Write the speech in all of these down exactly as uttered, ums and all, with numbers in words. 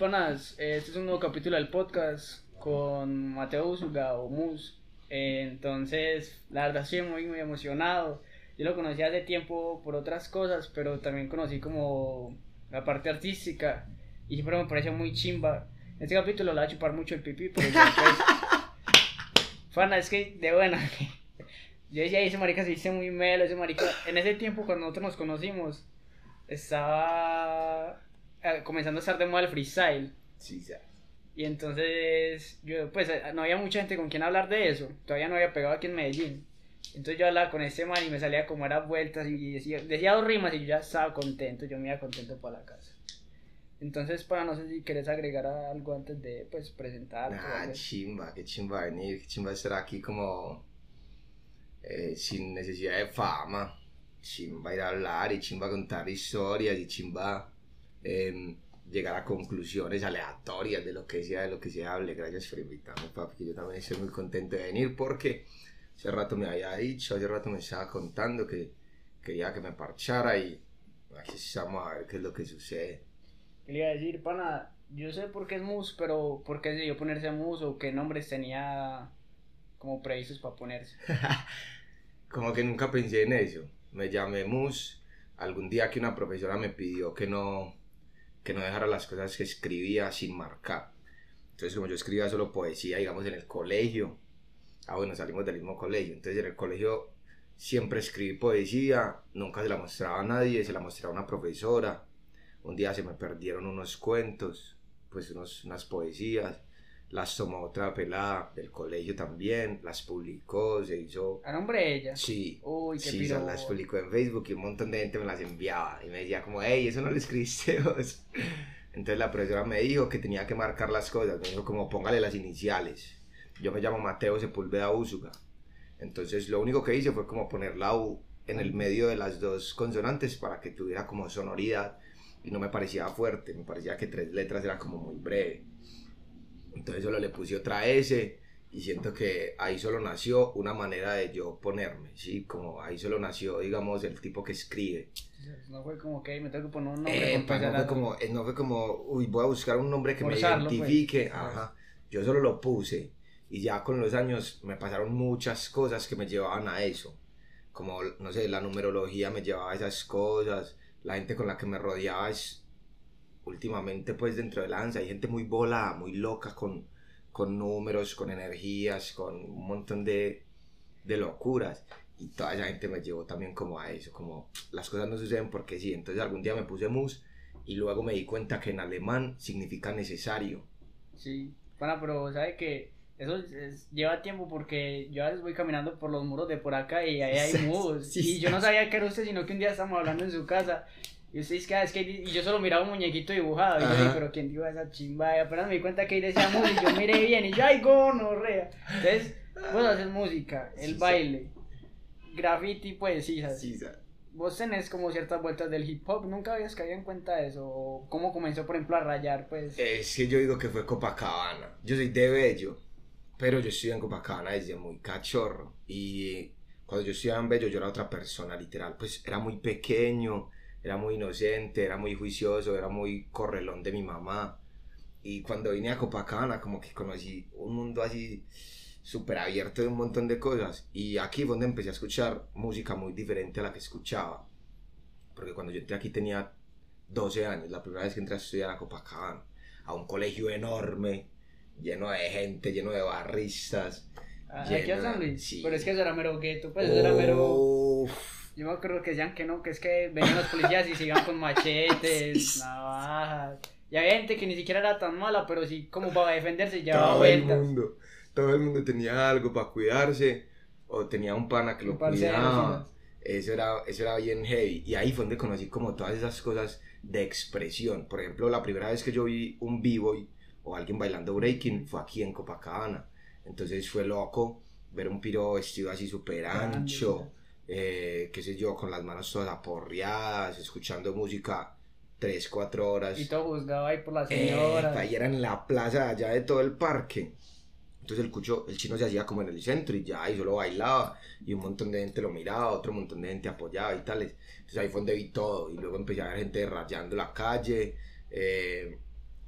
panas, eh, este es un nuevo capítulo del podcast con Mateo Úsuga o Mus. Eh, entonces, la verdad estoy muy, muy emocionado. Yo lo conocí hace tiempo por otras cosas, pero también conocí como la parte artística y siempre me pareció muy chimba. En este capítulo le va a chupar mucho el pipí, pero pues, fana, es que de buena. Yo decía, ese marica se dice muy melo, ese marica. En ese tiempo, cuando nosotros nos conocimos, estaba eh, comenzando a estar de moda el freestyle. Sí, sí. Y entonces, yo, pues, no había mucha gente con quien hablar de eso. Todavía no había pegado aquí en Medellín. Entonces yo hablaba con este man y me salía como era vueltas y decía, decía dos rimas y yo ya estaba contento, yo me iba contento para la casa. Entonces, para no sé si querés agregar algo antes de, pues, presentar. Ah, chimba, qué chimba venir, qué chimba estar aquí como eh, sin necesidad de fama. Chimba ir a hablar y chimba contar historias y chimba eh, llegar a conclusiones aleatorias de lo que sea, de lo que se hable. Gracias por invitarme, papi, que yo también estoy muy contento de venir porque hace rato me había dicho, hace rato me estaba contando que quería que me parchara y aquí estamos a ver qué es lo que sucede. ¿Qué le iba a decir, pana? Yo sé por qué es Mus, pero ¿por qué decidió ponerse Mus o qué nombres tenía como previstos para ponerse? Como que nunca pensé en eso. Me llamé Mus algún día que una profesora me pidió que no, que no dejara las cosas que escribía sin marcar. Entonces, como yo escribía solo poesía, digamos, en el colegio. Ah, bueno, salimos del mismo colegio. Entonces, en el colegio siempre escribí poesía, nunca se la mostraba a nadie, se la mostraba a una profesora. Un día se me perdieron unos cuentos, pues unos, unas poesías, las tomó otra pelada del colegio también, las publicó, se hizo... ¿A nombre de ella? Sí, uy, qué sí, piro. las publicó en Facebook y un montón de gente me las enviaba y me decía como, hey, eso no lo escribiste vos. Entonces la profesora me dijo que tenía que marcar las cosas, me dijo como, póngale las iniciales. Yo me llamo Mateo Sepúlveda Úsuga. Entonces lo único que hice fue como poner la U en el medio de las dos consonantes para que tuviera como sonoridad. Y no me parecía fuerte, me parecía que tres letras era como muy breve. Entonces solo le puse otra S y siento que ahí solo nació una manera de yo ponerme, ¿sí? Como ahí solo nació, digamos, el tipo que escribe. No fue como que me tengo que poner un nombre. Eh, pues no, fue como, no fue como, uy, voy a buscar un nombre que Forzarlo, me identifique. Pues. Ajá. Yo solo lo puse y ya con los años me pasaron muchas cosas que me llevaban a eso. Como, no sé, la numerología me llevaba a esas cosas. La gente con la que me rodeaba es últimamente pues dentro de la danza hay gente muy volada, muy loca con, con números, con energías, con un montón de, de locuras y toda esa gente me llevó también como a eso, como las cosas no suceden porque sí. Entonces algún día me puse Mus y luego me di cuenta que en alemán significa necesario. Sí, bueno, pero sabe que eso es, es, lleva tiempo porque yo a veces voy caminando por los muros de por acá y ahí hay Mus. Sí, sí, y yo no sabía que era usted, sino que un día estábamos hablando en su casa y usted dice que es que y yo solo miraba un muñequito dibujado y yo dije, pero ¿quién dijo esa chimba? Y apenas me di cuenta que ahí decía Mus y yo miré bien y yo, ¡ay, gonorrea! Entonces, vos haces música, el sí, baile, sí. Graffiti, pues sí, sí, sí. Vos tenés como ciertas vueltas del hip hop, ¿nunca habías caído en cuenta de eso? ¿O cómo comenzó, por ejemplo, a rayar, pues? Es que yo digo que fue Copacabana. Yo soy de Bello, pero yo estudié en Copacabana desde muy cachorro. Y cuando yo estudiaba en Bello, yo era otra persona, literal. Pues era muy pequeño, era muy inocente, era muy juicioso, era muy correlón de mi mamá. Y cuando vine a Copacabana, como que conocí un mundo así súper abierto de un montón de cosas. Y aquí fue donde empecé a escuchar música muy diferente a la que escuchaba. Porque cuando yo entré aquí tenía doce años, la primera vez que entré a estudiar a Copacabana, a un colegio enorme, lleno de gente, lleno de barristas. Ah, lleno aquí a San Luis, sí. Pero es que eso era mero gueto, pues eso era mero... Yo me acuerdo que decían que no, que es que venían los policías y se iban con machetes, navajas. Y había gente que ni siquiera era tan mala, pero sí como para defenderse ya todo vueltas. el mundo, todo el mundo tenía algo para cuidarse, o tenía un pana que lo cuidaba. Eso era, eso era bien heavy. Y ahí fue donde conocí como todas esas cosas de expresión. Por ejemplo, la primera vez que yo vi un b-boy o alguien bailando breaking fue aquí en Copacabana. Entonces fue loco ver un piro vestido así súper ancho, eh, qué sé yo, con las manos todas aporreadas, escuchando música tres, cuatro horas. Y todo juzgado ahí por la señora. Eh, ahí era en la plaza allá de todo el parque. Entonces el, cucho, el chino se hacía como en el centro y ya, y solo bailaba, y un montón de gente lo miraba, otro montón de gente apoyaba y tales. Entonces ahí fue donde vi todo, y luego empecé a ver gente rayando la calle, eh,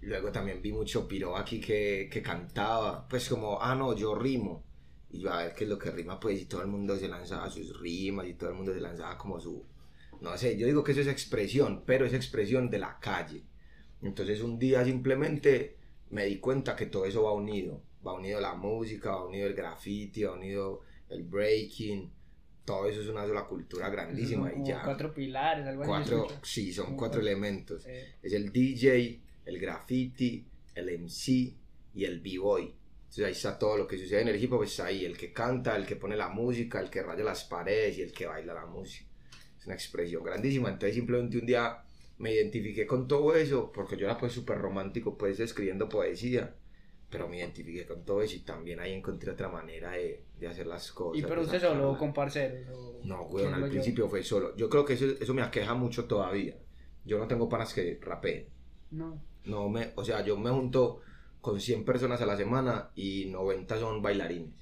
Luego también vi mucho piro aquí que, que cantaba, pues como, ah, no, yo rimo. Y yo a ver qué es lo que rima, pues, y todo el mundo se lanzaba sus rimas y todo el mundo se lanzaba como su, no sé, yo digo que eso es expresión, pero es expresión de la calle. Entonces un día simplemente me di cuenta que todo eso va unido, va unido la música, va unido el graffiti, va unido el breaking, todo eso es una sola cultura grandísima. Son como y ya. Cuatro pilares, algo Cuatro, así. sí, son Como cuatro cuatro. elementos. Eh, Es el D J, el graffiti, el M C y el B-boy. Entonces ahí está todo lo que sucede en el hip hop, está ahí, el que canta, el que pone la música, el que raya las paredes y el que baila la música. Es una expresión grandísima. Entonces simplemente un día me identifiqué con todo eso, porque yo era pues súper romántico, pues escribiendo poesía, pero me identifiqué con todo eso y también ahí encontré otra manera de, de hacer las cosas. ¿Y pero de usted solo sacarla. o con parceros? O No, quién weón, al lo llevó? principio fue solo. Yo creo que eso, eso me aqueja mucho todavía. Yo no tengo panas que rapeen. No. No me, o sea, yo me junto con cien personas a la semana y noventa son bailarines.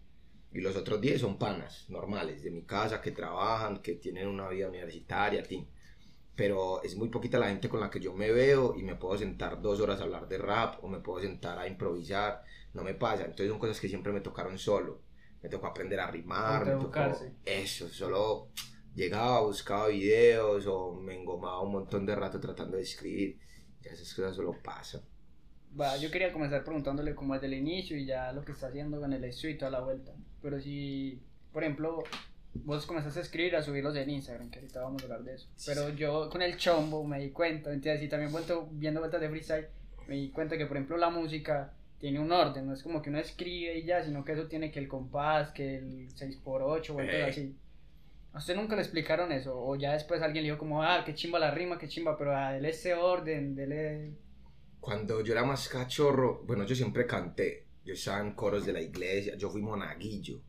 Y los otros diez son panas normales, de mi casa, que trabajan, que tienen una vida universitaria, tin. Pero es muy poquita la gente con la que yo me veo y me puedo sentar dos horas a hablar de rap o me puedo sentar a improvisar. No me pasa. Entonces son cosas que siempre me tocaron solo. Me tocó aprender a rimar, me tocó Autoeducarse. eso, solo llegaba, buscaba videos o me engomaba un montón de rato tratando de escribir. Ya esas cosas solo pasan. Va, yo quería comenzar preguntándole como desde el inicio y ya lo que está haciendo en el estudio y toda la vuelta. Pero si, por ejemplo, vos comenzaste a escribir, a subirlos en Instagram, que ahorita vamos a hablar de eso. Pero yo con el chombo me di cuenta, ¿entiendes? Y también vuelto, viendo vueltas de freestyle, me di cuenta que, por ejemplo, la música tiene un orden, no es como que uno escribe y ya, sino que eso tiene que el compás, que el seis por ocho, vueltas Eh. así. ¿A usted nunca le explicaron eso? O ya después alguien le dijo como, ah, qué chimba la rima, qué chimba, pero ah, dele ese orden, dele... Cuando yo era más cachorro, bueno, yo siempre canté. Yo estaba en coros de la iglesia, yo fui monaguillo.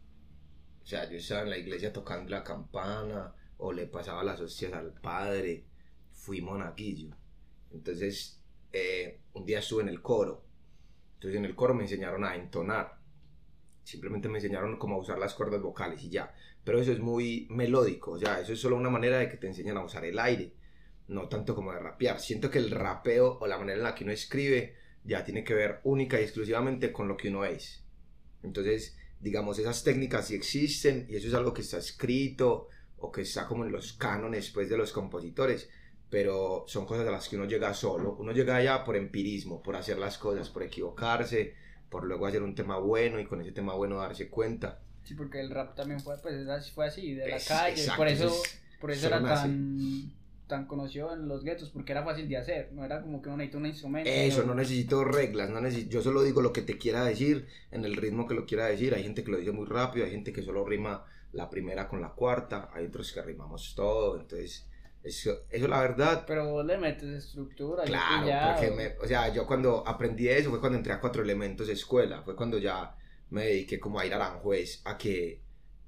O sea, yo estaba en la iglesia tocando la campana o le pasaba las hostias al padre. Fui monaguillo. Entonces, eh, un día estuve en el coro. Entonces, en el coro me enseñaron a entonar. Simplemente me enseñaron cómo a usar las cuerdas vocales y ya. Pero eso es muy melódico, o sea, eso es solo una manera de que te enseñan a usar el aire. No tanto como de rapear. Siento que el rapeo o la manera en la que uno escribe ya tiene que ver única y exclusivamente con lo que uno es. Entonces, digamos, esas técnicas sí existen y eso es algo que está escrito o que está como en los cánones pues, de los compositores, pero son cosas a las que uno llega solo. Uno llega allá por empirismo, por hacer las cosas, por equivocarse, por luego hacer un tema bueno y con ese tema bueno darse cuenta. Sí, porque el rap también fue, pues, fue así, de la Es, calle, exacto, por eso, es, por eso era solo nace. tan, tan conocido en los guetos, porque era fácil de hacer, no era como que uno necesita un instrumento. Eso, no, no necesito reglas, no necesito, yo solo digo lo que te quiera decir, en el ritmo que lo quiera decir. Hay gente que lo dice muy rápido, hay gente que solo rima la primera con la cuarta, hay otros que rimamos todo, entonces, eso, eso la verdad. Pero vos le metes estructura, Claro, ya, porque o... me, o sea, yo cuando aprendí eso fue cuando entré a Cuatro Elementos de escuela, fue cuando ya me dediqué como a ir a Aranjuez, a que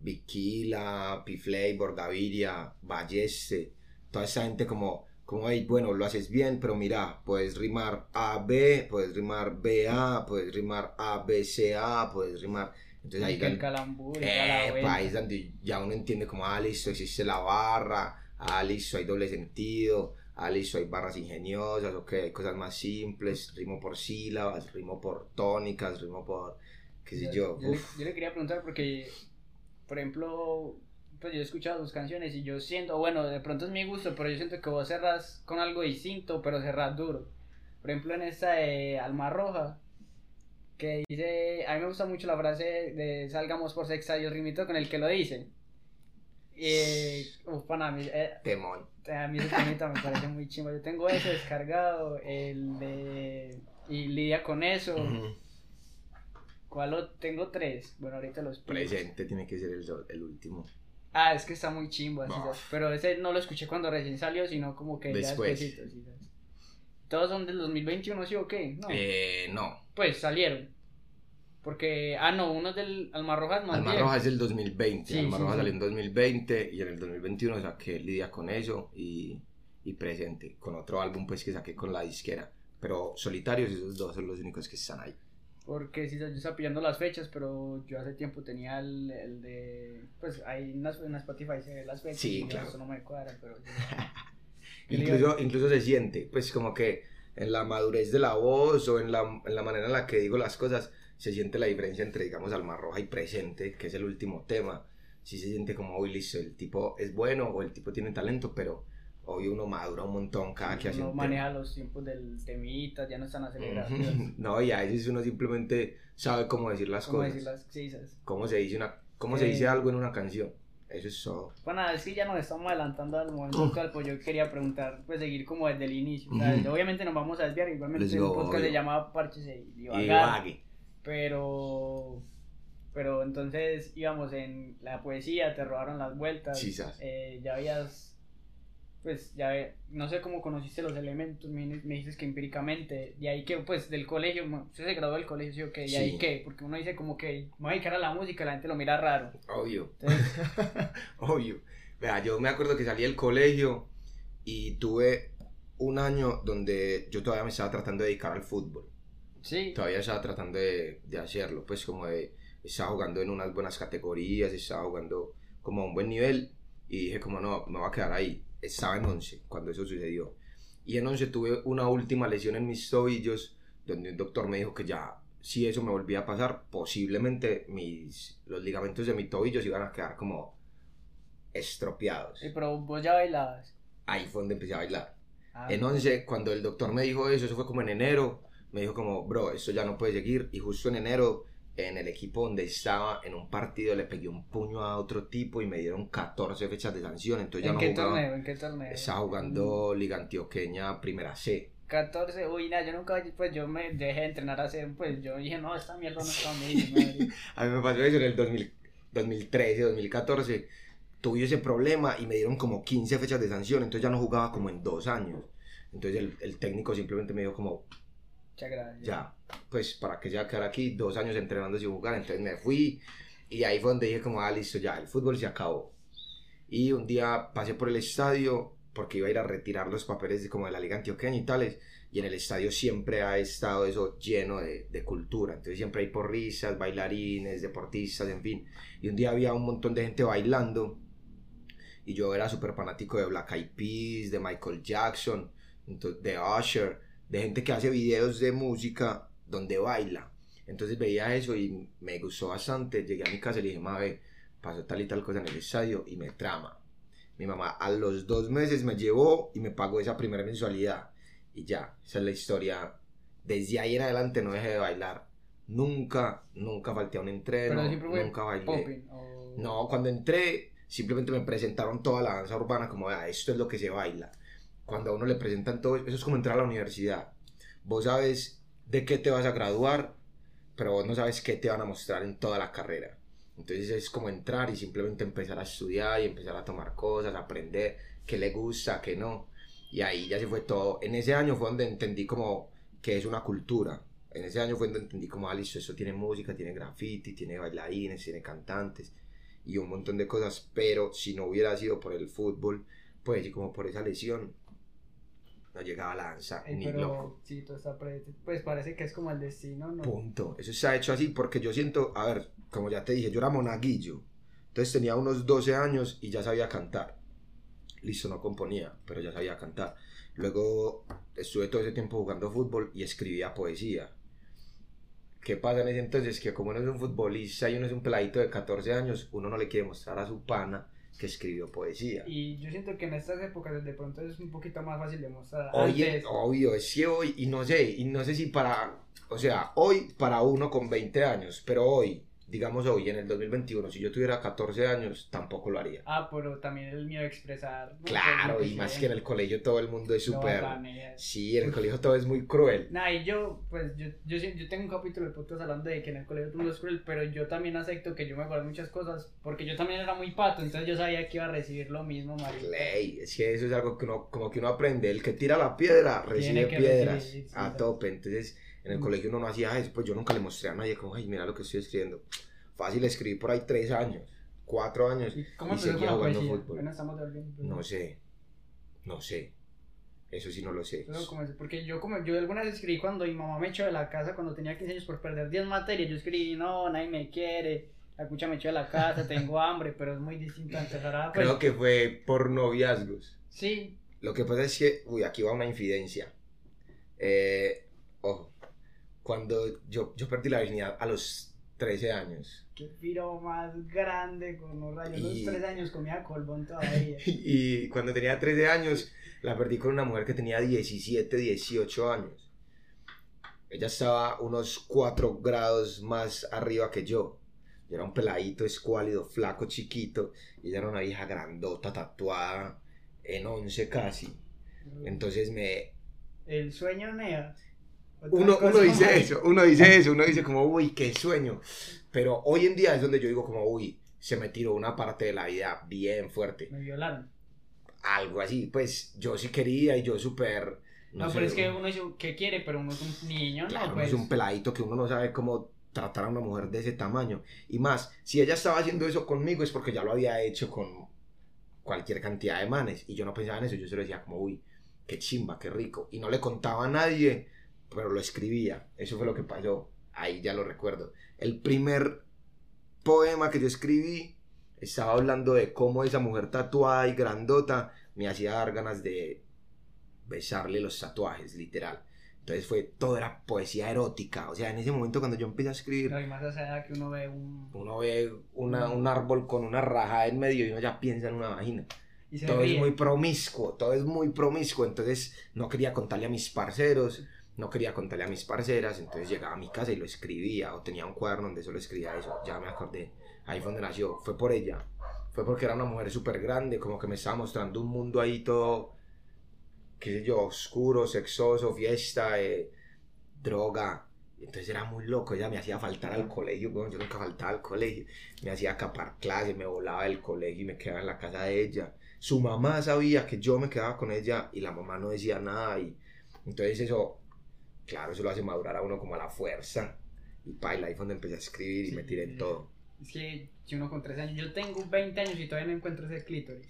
Viquila, P-Flavor, Gaviria, Balleste, toda esa gente como, como, hey, bueno, lo haces bien, pero mira, puedes rimar A B, puedes rimar B A, puedes rimar A B C A, puedes rimar... Entonces ahí que el calambur, y toda la vuelta. ahí es donde ya uno entiende como, ah, listo, existe la barra, ah, listo, hay doble sentido, ah, listo, hay barras ingeniosas, ok, hay cosas más simples, rimo por sílabas, rimo por tónicas, rimo por, qué sé yo. Yo, yo, le, yo le quería preguntar porque, por ejemplo, pues yo he escuchado tus canciones y yo siento, bueno, de pronto es mi gusto, pero yo siento que vos cerras con algo distinto, pero cerras duro. Por ejemplo, en esta de Alma Roja, que dice, a mí me gusta mucho la frase de salgamos por sexta y el rimito con el que lo dice. Y, uf, pana, a mí, eh, Temón. a mí ese temita me parece muy chimba. Yo tengo ese descargado, el de... y lidia con eso. Uh-huh. ¿Cuál lo? Tengo tres. Bueno, ahorita los pido. Presente tiene que ser el, el último. Ah, es que está muy chimbo, así, Oh. pero ese no lo escuché cuando recién salió, sino como que Después. ya despuésito, ¿sí? Todos son del dos mil veintiuno, ¿sí o qué? No. Eh, no. Pues salieron. Porque, ah, no, uno es del Alma Roja es más Alma viejo. Roja es del dos mil veinte. Sí, Alma sí, Roja sí. salió en dos mil veinte y en el dos mil veintiuno saqué Lidia con eso y, y Presente, con otro álbum pues que saqué con la disquera. Pero solitarios, esos dos son los únicos que están ahí. Porque sí, yo estaba pillando las fechas, pero yo hace tiempo tenía el, el de... Pues ahí en, las, en Spotify se ve las fechas. Sí, y claro. eso no me cuadra, pero... Incluso, incluso se siente, pues como que en la madurez de la voz o en la, en la manera en la que digo las cosas, se siente la diferencia entre, digamos, Alma Roja y Presente, que es el último tema. Sí se siente como, uy, listo, el tipo es bueno o el tipo tiene talento, pero hoy uno madura un montón cada que hace un Uno tema. maneja los tiempos del temita, ya no están acelerados. No, y a veces uno simplemente sabe cómo decir las ¿Cómo cosas. decir las cosas? Cómo se dice, una, cómo Eh, se dice algo en una canción. Eso es todo. Bueno, nada, es que ya nos estamos adelantando al momento actual, pues yo quería preguntar, pues seguir como desde el inicio. O sea, Ujú. obviamente nos vamos a desviar, igualmente Les el digo, podcast obvio. se llama Parches y Y Divagar, divague. pero, pero entonces íbamos en la poesía, te robaron las vueltas, Chisas. eh, ya habías, pues ya, ve- no sé cómo conociste los elementos, me, me dices que empíricamente, de ahí que, pues del colegio, mo- usted se graduó del colegio, ¿sí o qué? ¿Y Sí. ahí qué? Porque uno dice como que me voy a dedicar a la música, la gente lo mira raro. Obvio. Entonces, Obvio. Vea, yo me acuerdo que salí del colegio y tuve un año donde yo todavía me estaba tratando de dedicar al fútbol. sí. Todavía estaba tratando de, de hacerlo, pues como de, estaba jugando en unas buenas categorías, estaba jugando como a un buen nivel y dije como no, me voy a quedar ahí. Estaba en once cuando eso sucedió. Y en once tuve una última lesión en mis tobillos donde un doctor me dijo que ya, si eso me volvía a pasar, posiblemente mis, los ligamentos de mis tobillos iban a quedar como estropeados. Sí, pero vos ya bailabas. Ahí fue donde empecé a bailar. Ah, En once, cuando el doctor me dijo eso, eso fue como en enero, me dijo como, bro, esto ya no puede seguir. Y justo en enero, en el equipo donde estaba, en un partido, le pegué un puño a otro tipo y me dieron catorce fechas de sanción. Entonces ya ¿En no qué jugaba. torneo? ¿En qué torneo? Estaba jugando Liga Antioqueña Primera C. catorce, uy, nada, yo nunca, pues yo me dejé de entrenar hace, pues yo dije, no, esta mierda no es para mí, madre. A mí me pasó eso en el dos mil, dos mil trece, dos mil catorce. Tuve ese problema y me dieron como quince fechas de sanción. Entonces ya no jugaba como en dos años. Entonces el, el técnico simplemente me dijo como, Muchas gracias. ya, pues para que se va a quedar aquí dos años entrenando sin jugar. Entonces me fui y ahí fue donde dije como, ah, listo, ya, el fútbol se acabó. Y un día pasé por el estadio porque iba a ir a retirar los papeles de, como de la Liga Antioqueña y tales, y en el estadio siempre ha estado eso lleno de, de cultura, entonces siempre hay porristas, bailarines, deportistas, en fin. Y un día había un montón de gente bailando y yo era súper fanático de Black Eyed Peas, de Michael Jackson, entonces, de Usher, de gente que hace videos de música donde baila. Entonces veía eso y me gustó bastante. Llegué a mi casa y le dije, mami, pasó tal y tal cosa en el estadio y me trama. Mi mamá a los dos meses me llevó y me pagó esa primera mensualidad. Y ya, esa es la historia. Desde ahí en adelante no dejé de bailar. Nunca, nunca falté a un entreno, Pero siempre fue nunca bailé. popping, o... No, cuando entré, simplemente me presentaron toda la danza urbana como, ah, esto es lo que se baila. Cuando a uno le presentan todo, eso es como entrar a la universidad. Vos sabes de qué te vas a graduar, pero vos no sabes qué te van a mostrar en toda la carrera. Entonces es como entrar y simplemente empezar a estudiar y empezar a tomar cosas, aprender qué le gusta, qué no. Y ahí ya se fue todo. En ese año fue donde entendí como que es una cultura. En ese año fue donde entendí como, ah, listo, esto tiene música, tiene graffiti, tiene bailarines, tiene cantantes y un montón de cosas. Pero si no hubiera sido por el fútbol, pues y como por esa lesión, no llegaba a la danza, Eh, ni pero loco. sí, todo está pre... pues parece que es como el destino, ¿no? Punto. Eso se ha hecho así porque yo siento, a ver, como ya te dije, yo era monaguillo. Entonces tenía unos doce años y ya sabía cantar. Listo, no componía, pero ya sabía cantar. Luego estuve todo ese tiempo jugando fútbol y escribía poesía. ¿Qué pasa en ese entonces? Que como uno es un futbolista y uno es un peladito de catorce años, uno no le quiere mostrar a su pana que escribió poesía. Y yo siento que en estas épocas de pronto es un poquito más fácil de mostrar. Oye, Antes, obvio, es que hoy, y no sé, y no sé si para, o sea, hoy para uno con veinte años, pero hoy, digamos hoy, en el dos mil veintiuno, si yo tuviera catorce años, tampoco lo haría. ah, pero también el miedo a expresar, ¿no? Claro, Pues, y lo más sé. que en el colegio todo el mundo es Lo súper... banean. Sí, en el colegio todo es muy cruel. Nah, y yo, pues, yo, yo, sí- yo tengo un capítulo de podcast hablando de que en el colegio todo es cruel, pero yo también acepto que yo me guardé muchas cosas, porque yo también era muy pato, entonces yo sabía que iba a recibir lo mismo, marica. Ley, es que eso es algo que uno, como que uno aprende, el que tira la piedra recibe que piedras recibir, sí, a sí. tope, entonces en el Mm. colegio uno no hacía eso, pues yo nunca le mostré a nadie como, ay, mira lo que estoy escribiendo. Fácil, escribí por ahí tres años, cuatro años ¿Y cómo y empezó seguía con la jugando poesía? fútbol. Bueno, estamos volviendo. No sé, no sé, eso sí no lo sé. Pero como es- porque yo como yo alguna vez escribí cuando mi mamá me echó de la casa cuando tenía quince años por perder diez materias, yo escribí, no, nadie me quiere, la cucha me echó de la casa, tengo hambre, pero es muy distinto a empezar a... pues, Creo que fue por noviazgos. sí, Lo que pasa es que, uy, aquí va una infidencia. Eh, ojo, cuando yo, yo perdí la virginidad a los trece años. Qué piro más grande con los rayos. Y- Los tres años comía colbón todavía. Y cuando tenía trece años, la perdí con una mujer que tenía diecisiete, dieciocho años. Ella estaba unos cuatro grados más arriba que yo. Yo era un peladito, escuálido, flaco, chiquito. Y ella era una vieja grandota, tatuada, en once casi. Entonces me... El sueño Nea. Otra Uno, cosa uno dice más. eso, uno dice eso, uno dice como, uy, qué sueño. Pero hoy en día es donde yo digo como, uy, se me tiró una parte de la vida bien fuerte. Me violaron. Algo así, pues yo sí quería y yo súper... No, No sé, pero es que un- uno dice que quiere, pero uno es un niño, claro, no, uno pues. es un peladito que uno no sabe cómo tratar a una mujer de ese tamaño. Y más, si ella estaba haciendo eso conmigo es porque ya lo había hecho con cualquier cantidad de manes. Y yo no pensaba en eso, yo se lo decía como, uy, qué chimba, qué rico. Y no le contaba a nadie, pero lo escribía. Eso fue lo que pasó. Ahí ya lo recuerdo. El primer poema que yo escribí estaba hablando de cómo esa mujer tatuada y grandota me hacía dar ganas de besarle los tatuajes, literal. Entonces fue, todo era poesía erótica. O sea, en ese momento cuando yo empecé a escribir, No, y más a esa edad que uno ve un. uno ve una, un árbol con una raja en medio y uno ya piensa en una vagina. Y se Todo ríe. es muy promiscuo, todo es muy promiscuo. Entonces no quería contarle a mis parceros, no quería contarle a mis parceras. Entonces llegaba a mi casa y lo escribía, o tenía un cuaderno donde solo escribía eso. Ya me acordé, ahí fue donde nació. Fue por ella, fue porque era una mujer súper grande, como que me estaba mostrando un mundo ahí todo, qué sé yo, oscuro, sexoso, fiesta, eh, droga. Entonces era muy loco, ella me hacía faltar al colegio, bueno, yo nunca faltaba al colegio, me hacía escapar clases, me volaba del colegio y me quedaba en la casa de ella. Su mamá sabía que yo me quedaba con ella y la mamá no decía nada, y entonces eso, claro, eso lo hace madurar a uno como a la fuerza. Y paila, ahí fue donde empecé a escribir y Sí, me tiré en sí. todo. Es que si uno con trece años, yo tengo veinte años y todavía no encuentro ese clítoris.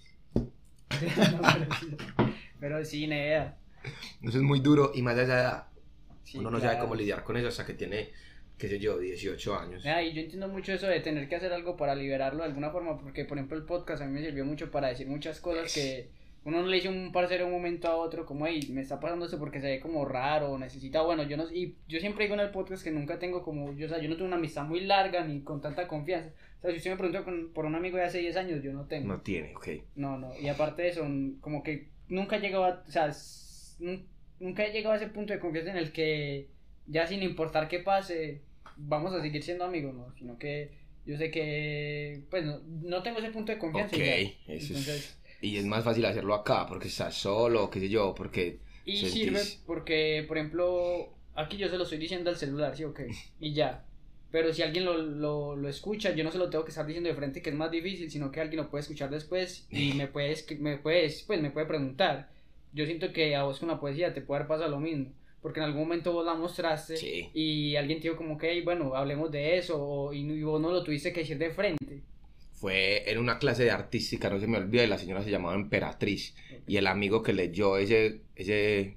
No, pero, sí, pero sí, ni idea. Eso es muy duro y más de esa edad. Sí, Uno no claro. sabe cómo lidiar con eso hasta que tiene, qué sé yo, dieciocho años. Mira, y yo entiendo mucho eso de tener que hacer algo para liberarlo de alguna forma, porque por ejemplo el podcast a mí me sirvió mucho para decir muchas cosas que uno no le dice a un parcero de un momento a otro, como, hey, me está pasando esto porque se ve como raro, o necesita, bueno, yo no, y yo siempre digo en el podcast que nunca tengo como, yo, o sea, yo no tengo una amistad muy larga ni con tanta confianza. O sea, si usted me pregunta con- por un amigo de hace diez años, yo no tengo. No tiene, ok. No, no, y aparte de eso, n- como que nunca he llegado a, o sea, s- nun- nunca he llegado a ese punto de confianza en el que ya sin importar qué pase, vamos a seguir siendo amigos, ¿no? Sino que yo sé que, pues, no, no tengo ese punto de confianza. Ok, y ya. eso Entonces, es... Y es más fácil hacerlo acá porque estás solo, qué sé yo, porque... y sentís- sirve porque, por ejemplo, aquí yo se lo estoy diciendo al celular, ¿sí o qué? Y ya. Pero si alguien lo, lo, lo escucha, yo no se lo tengo que estar diciendo de frente, que es más difícil, sino que alguien lo puede escuchar después y me puedes, me puedes, pues me puede preguntar. Yo siento que a vos con la poesía te puede haber pasado lo mismo, porque en algún momento vos la mostraste Sí. y alguien te dijo como que, "Hey, bueno, hablemos de eso", o- y, y vos no lo tuviste que decir de frente. Fue en una clase de artística, no se me olvida, y la señora se llamaba Emperatriz. Y el amigo que leyó ese, ese,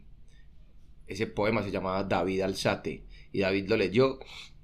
ese poema se llamaba David Alzate. Y David lo leyó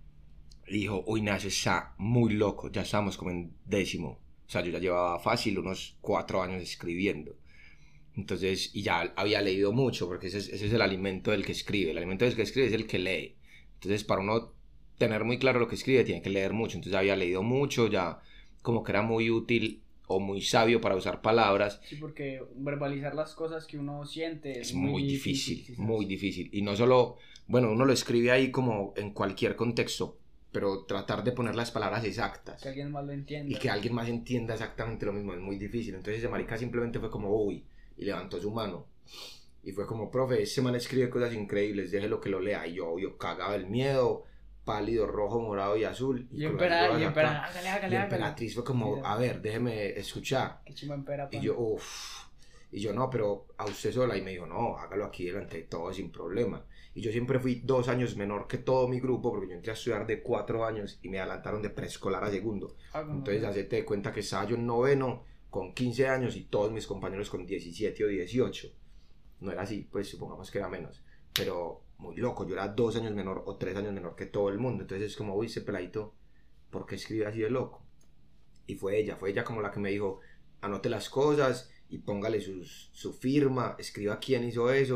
y dijo, uy, Nacho está muy loco, ya estamos como en décimo. O sea, yo ya llevaba fácil unos cuatro años escribiendo. Entonces, y ya había leído mucho, porque ese es, ese es el alimento del que escribe. El alimento del que escribe es el que lee. Entonces, para uno tener muy claro lo que escribe, tiene que leer mucho. Entonces, había leído mucho, ya como que era muy útil o muy sabio para usar palabras. Sí, porque verbalizar las cosas que uno siente es, Es muy difícil, sí, muy ¿sabes? difícil. Y no solo, bueno, uno lo escribe ahí como en cualquier contexto, pero tratar de poner las palabras exactas Que alguien más lo entienda. y que alguien más entienda exactamente lo mismo es muy difícil. Entonces ese marica simplemente fue como, uy, y levantó su mano. Y fue como, profe, ese man escribe cosas increíbles, déjelo que lo lea. Y yo, yo cagaba el miedo, pálido, rojo, morado y azul. Y con las empera, hojas y acá. empera, hágale, Y hágale, hágale. Emperatriz fue como, Sí, a ver, déjeme escuchar. qué chimba empera, Y pan. yo, uff. Y yo, no, pero a usted sola. Y me dijo, no, hágalo aquí delante de todos sin problema. Y yo siempre fui dos años menor que todo mi grupo, porque yo entré a estudiar de cuatro años y me adelantaron de preescolar a segundo. Ah, como- Entonces, hacete de cuenta que estaba yo en noveno con quince años y todos mis compañeros con diecisiete o dieciocho. No era así, pues supongamos que era menos. Pero muy loco, yo era dos años menor o tres años menor que todo el mundo. Entonces es como, uy, ese peladito, ¿por qué escribe así de loco? Y fue ella, fue ella como la que me dijo, anote las cosas y póngale sus, su firma, escriba quién hizo eso,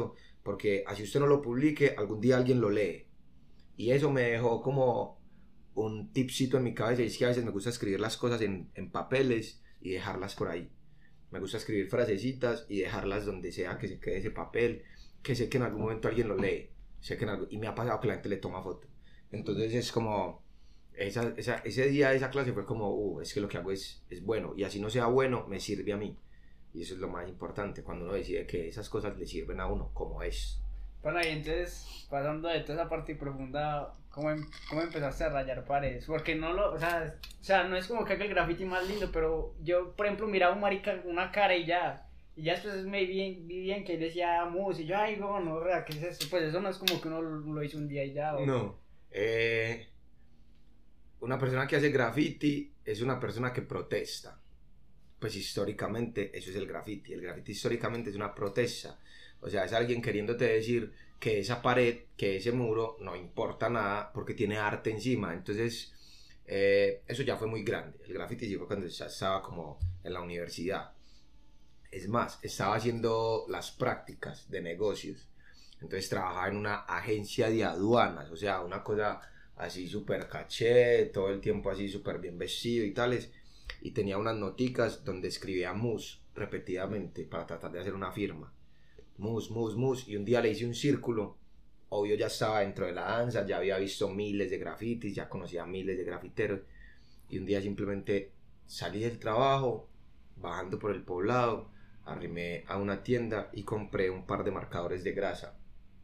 porque así usted no lo publique, algún día alguien lo lee. Y eso me dejó como un tipcito en mi cabeza, y es que a veces me gusta escribir las cosas en, en papeles y dejarlas por ahí. Me gusta escribir frasecitas y dejarlas donde sea que se quede ese papel, que sé que en algún momento alguien lo lee, sé que en algún, y me ha pasado que la gente le toma foto. Entonces es como, esa, esa, ese día de esa clase fue como, uh, es que lo que hago es, es bueno, y así no sea bueno, me sirve a mí. Y eso es lo más importante, cuando uno decide que esas cosas le sirven a uno, como es. Bueno, y entonces, pasando de toda esa parte profunda, ¿cómo, em- cómo empezaste a rayar paredes? Porque no lo, o sea, o sea, no es como que haga el graffiti más lindo, pero yo, por ejemplo, miraba a un marica una cara y ya, y ya después me vi bien, vi bien que él decía mus, y yo, ay, no, no, ¿qué es eso? Pues eso no es como que uno lo lo hizo un día y ya. ¿O? No, eh, una persona que hace graffiti es una persona que protesta. Pues históricamente eso es el graffiti. El graffiti históricamente es una protesta. O sea, es alguien queriéndote decir que esa pared, que ese muro no importa nada porque tiene arte encima. Entonces, eh, eso ya fue muy grande. El graffiti sí fue cuando ya estaba como en la universidad. Es más, estaba haciendo las prácticas de negocios. Entonces trabajaba en una agencia de aduanas. O sea, una cosa así súper caché, todo el tiempo así súper bien vestido y tales. Y tenía unas noticas donde escribía mus repetidamente para tratar de hacer una firma. Mus, mus, mus. Y un día le hice un círculo. Obvio ya estaba dentro de la danza, ya había visto miles de grafitis, ya conocía miles de grafiteros. Y un día simplemente salí del trabajo, bajando por el poblado, arrimé a una tienda y compré un par de marcadores de grasa.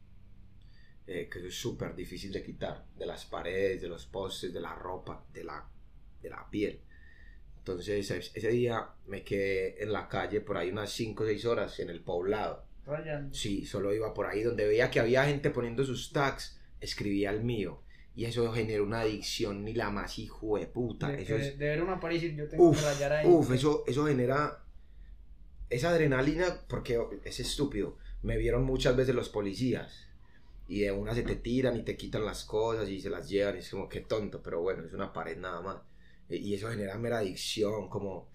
Eh, que eso es súper difícil de quitar, de las paredes, de los postes, de la ropa, de la, de la piel. Entonces ese día me quedé en la calle por ahí unas cinco o seis horas en el poblado. Rayando. Sí, solo iba por ahí donde veía que había gente poniendo sus tags, escribía el mío. Y eso generó una adicción ni la más hijo de puta. De, Eso que- es, de ver una pared y decir, yo tengo uf, que rayar ahí. uf, eso, eso genera esa adrenalina porque es estúpido. Me vieron muchas veces los policías y de una se te tiran y te quitan las cosas y se las llevan. Y es como que tonto, pero bueno, es una pared nada más. Y eso genera mera adicción, como,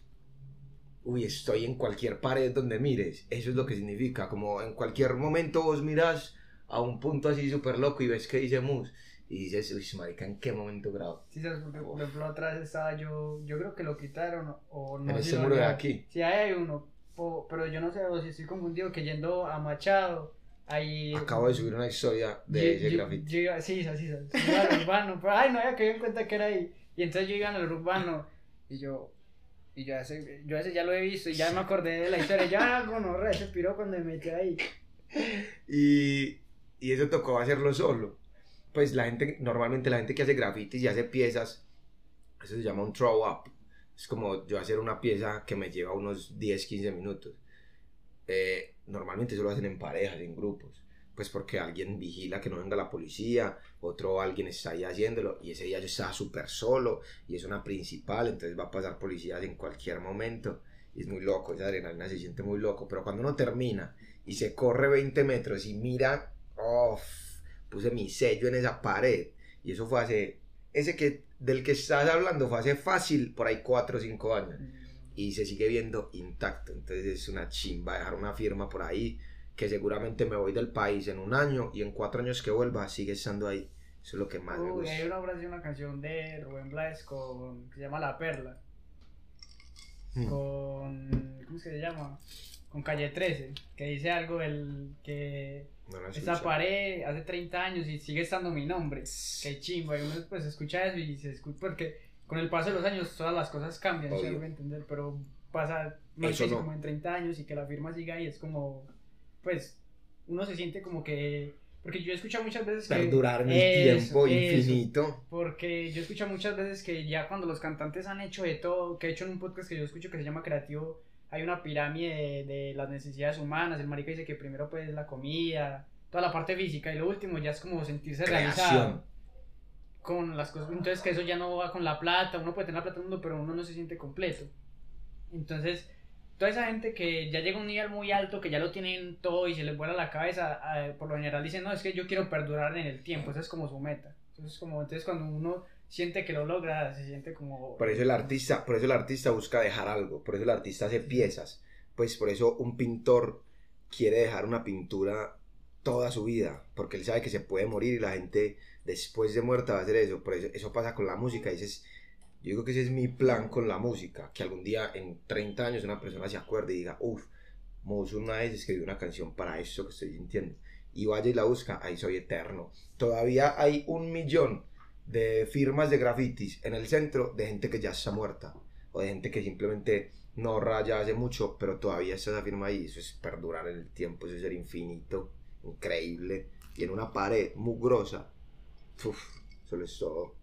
uy, estoy en cualquier pared donde mires. Eso es lo que significa, como en cualquier momento vos miras a un punto así súper loco y ves que dice mus. Y dices, uy, marica, ¿en qué momento grabo? Sí, sabes, porque por ejemplo otra vez estaba yo, yo creo que lo quitaron o no En sé este si lo muro de volvieron. aquí. Sí, ahí hay uno, po- pero yo no sé o si estoy confundido que yendo a Machado, ahí... Acabo de subir una historia de yo, ese yo- graffiti. yo iba, sí, sí, sí, sí, iba al urbano, pero ay, no había caído en cuenta que era ahí. Y entonces yo iba en el urbano y yo, y yo ese, yo ese ya lo he visto y ya me acordé de la historia. Ya, gonorrea, ese piro cuando me metí ahí. Y, y eso tocó hacerlo solo. Pues la gente, normalmente la gente que hace grafitis y hace piezas, eso se llama un throw up. Es como yo hacer una pieza que me lleva unos diez, quince minutos. Eh, normalmente eso lo hacen en parejas, en grupos. Pues porque alguien vigila que no venga la policía, otro alguien está ahí haciéndolo, y ese día yo estaba súper solo, y es una principal, entonces va a pasar policías en cualquier momento, y es muy loco, esa adrenalina se siente muy loco, pero cuando uno termina, y se corre veinte metros, y mira, oh, puse mi sello en esa pared, y eso fue hace, ese que, del que estás hablando fue hace fácil, por ahí cuatro o cinco años, y se sigue viendo intacto, entonces es una chimba dejar una firma por ahí, que seguramente me voy del país en un año y en cuatro años que vuelva sigue estando ahí. Eso es lo que más me Uy, gusta. hay una frase, una canción de Rubén Blades con, que se llama La Perla. Mm. Con, ¿cómo es que se llama? Con Calle trece, que dice algo del que No la esta escuché. pared hace treinta años y sigue estando mi nombre. Qué chimba, y uno pues escucha eso y se escucha porque con el paso de los años todas las cosas cambian, Obvio. ¿sí? Lo voy a entender, pero pasa no Eso sé, no. como en treinta años y que la firma siga ahí es como pues uno se siente como que porque yo he escuchado muchas veces que Perdurar en el eso, tiempo eso. infinito. Porque yo escucho muchas veces que ya cuando los cantantes han hecho de todo, que he hecho en un podcast que yo escucho que se llama Creativo, hay una pirámide de, de las necesidades humanas. El marica dice que primero pues la comida, toda la parte física y lo último ya es como sentirse realizado Creación. con las cosas. Entonces que eso ya no va con la plata, uno puede tener la plata del mundo pero uno no se siente completo. Entonces toda esa gente que ya llega a un nivel muy alto, que ya lo tienen todo y se les vuela la cabeza, eh, por lo general dicen, no, es que yo quiero perdurar en el tiempo, esa es como su meta. Entonces, como, entonces cuando uno siente que lo logra, se siente como... Por eso el artista, por eso el artista busca dejar algo, por eso el artista hace piezas. Pues por eso un pintor quiere dejar una pintura toda su vida, porque él sabe que se puede morir y la gente después de muerta va a hacer eso. Por eso, eso pasa con la música. Y ese es, yo digo que ese es mi plan con la música, que algún día en treinta años una persona se acuerde y diga, uff, Mouss una vez escribió una canción para eso que estoy sintiendo, y vaya y la busca, ahí soy eterno. Todavía hay un millón de firmas de grafitis en el centro de gente que ya está muerta, o de gente que simplemente no raya hace mucho, pero todavía está esa firma ahí. Eso es perdurar en el tiempo, eso es ser infinito, increíble, y en una pared mugrosa, uff, eso es todo.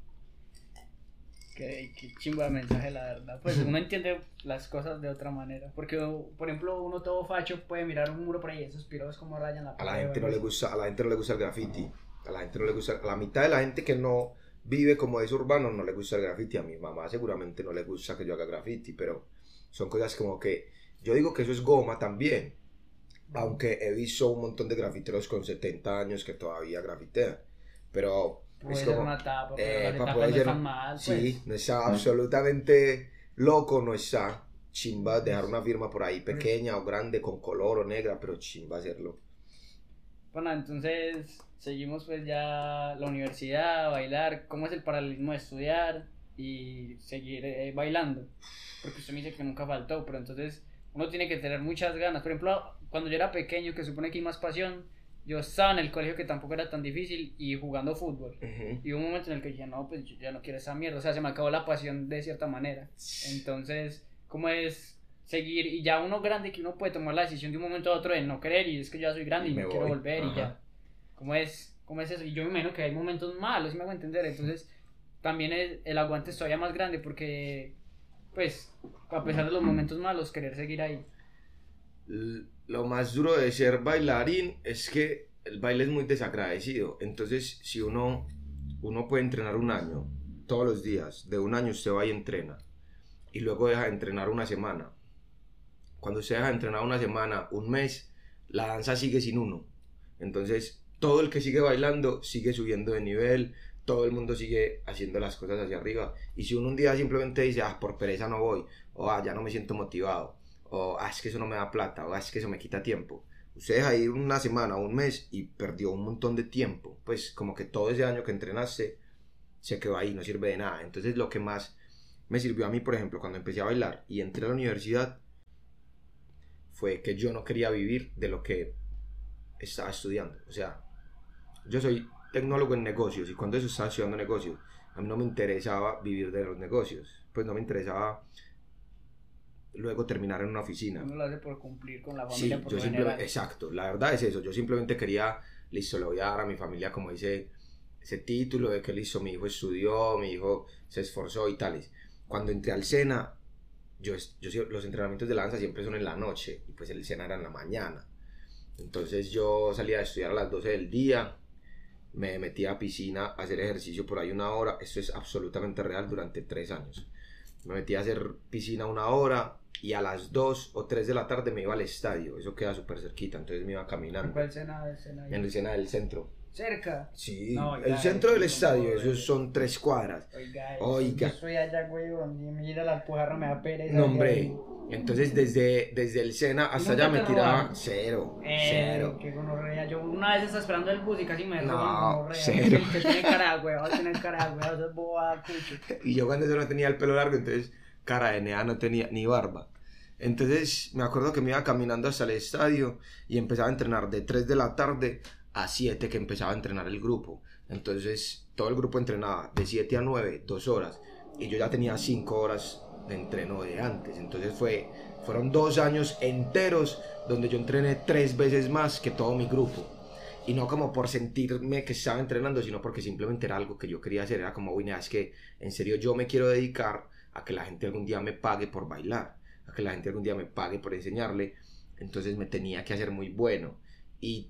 Qué, qué chimba de mensaje, la verdad. Pues uno entiende las cosas de otra manera. Porque, por ejemplo, uno todo facho puede mirar un muro por ahí y esos piros como rayan la A pared. la gente no eso. le gusta, a la gente no le gusta el graffiti. A la gente no le gusta, a la mitad de la gente que no vive como es urbano no le gusta el graffiti. A mi mamá seguramente no le gusta que yo haga graffiti, pero son cosas como que yo digo que eso es goma también. Aunque he visto un montón de grafiteros con setenta años que todavía grafitean, pero Puede es ser como, una etapa, pero eh, las etapas puede no ser, están mal, pues. sí, no está absolutamente loco, no está chimba dejar una firma por ahí pequeña o grande con color o negra, pero chimba hacerlo. Bueno, entonces seguimos pues ya la universidad, bailar. ¿Cómo es el paralelismo de estudiar y seguir eh, bailando? Porque usted me dice que nunca faltó, pero entonces uno tiene que tener muchas ganas. Por ejemplo, cuando yo era pequeño, que supone que hay más pasión, yo estaba en el colegio que tampoco era tan difícil y jugando fútbol. Uh-huh. Y hubo un momento en el que dije, no, pues yo ya no quiero esa mierda. O sea, se me acabó la pasión de cierta manera. Entonces, ¿cómo es seguir? Y ya uno grande que uno puede tomar la decisión de un momento a otro de no querer y es que yo ya soy grande y, y me quiero voy. volver. Ajá. Y ya. ¿Cómo es, ¿Cómo es eso? Y yo me imagino que hay momentos malos, ¿sí me hago entender? Entonces, también es, el aguante es todavía más grande porque, pues, a pesar de los momentos malos, querer seguir ahí. Lo más duro de ser bailarín es que el baile es muy desagradecido. Entonces, si uno, uno puede entrenar un año, todos los días, de un año usted va y entrena, y luego deja de entrenar una semana. Cuando usted deja de entrenar una semana, un mes, la danza sigue sin uno. Entonces, todo el que sigue bailando sigue subiendo de nivel, todo el mundo sigue haciendo las cosas hacia arriba. Y si uno un día simplemente dice, ah, por pereza no voy, o ah, ya no me siento motivado, o ah, es que eso no me da plata, o ah, es que eso me quita tiempo, usted deja ir una semana o un mes y perdió un montón de tiempo. Pues como que todo ese año que entrenaste se quedó ahí, no sirve de nada. Entonces lo que más me sirvió a mí, por ejemplo, cuando empecé a bailar y entré a la universidad, fue que yo no quería vivir de lo que estaba estudiando. O sea, yo soy tecnólogo en negocios y cuando eso estaba estudiando negocios, a mí no me interesaba vivir de los negocios, pues no me interesaba luego terminar en una oficina. Uno lo hace por cumplir con la familia. Sí, por yo lo simplemente, general. exacto, la verdad es eso, yo simplemente quería, listo, le voy a dar a mi familia como ese, ese título de que listo, mi hijo estudió, mi hijo se esforzó y tales. Cuando entré al SENA, yo, yo, los entrenamientos de la danza siempre son en la noche y pues el SENA era en la mañana. Entonces yo salía a estudiar a las doce del día, me metía a piscina a hacer ejercicio por ahí una hora. Esto es absolutamente real, durante tres años. Me metía a hacer piscina una hora y a las dos o tres de la tarde me iba al estadio. Eso queda súper cerquita, entonces me iba caminando. ¿Cuál Sena? El Sena en el Sena del centro. ¿Cerca? Sí, no, oiga, el centro del estadio, no, esos son tres cuadras. Oiga, oiga. Yo soy allá, güey, donde me ir a la pujarra me da pereza. No, hombre. Entonces desde, desde el Sena hasta allá me tiraba cero, eh, cero. Qué gonorrea. Yo una vez estaba esperando el bus y casi me no, roban gonorrea. Cero. Que tiene cara de huevo, tiene cara de huevo, eso es boba, cucho. Y yo cuando eso no tenía el pelo largo, entonces cara de nea no tenía ni barba. Entonces me acuerdo que me iba caminando hasta el estadio y empezaba a entrenar de tres de la tarde a siete, que empezaba a entrenar el grupo. Entonces todo el grupo entrenaba de siete a nueve, dos horas, y yo ya tenía cinco horas de entreno de antes. Entonces fue, fueron dos años enteros donde yo entrené tres veces más que todo mi grupo. Y no como por sentirme que estaba entrenando, sino porque simplemente era algo que yo quería hacer. Era como, uy, es que en serio yo me quiero dedicar a que la gente algún día me pague por bailar, a que la gente algún día me pague por enseñarle. Entonces me tenía que hacer muy bueno. Y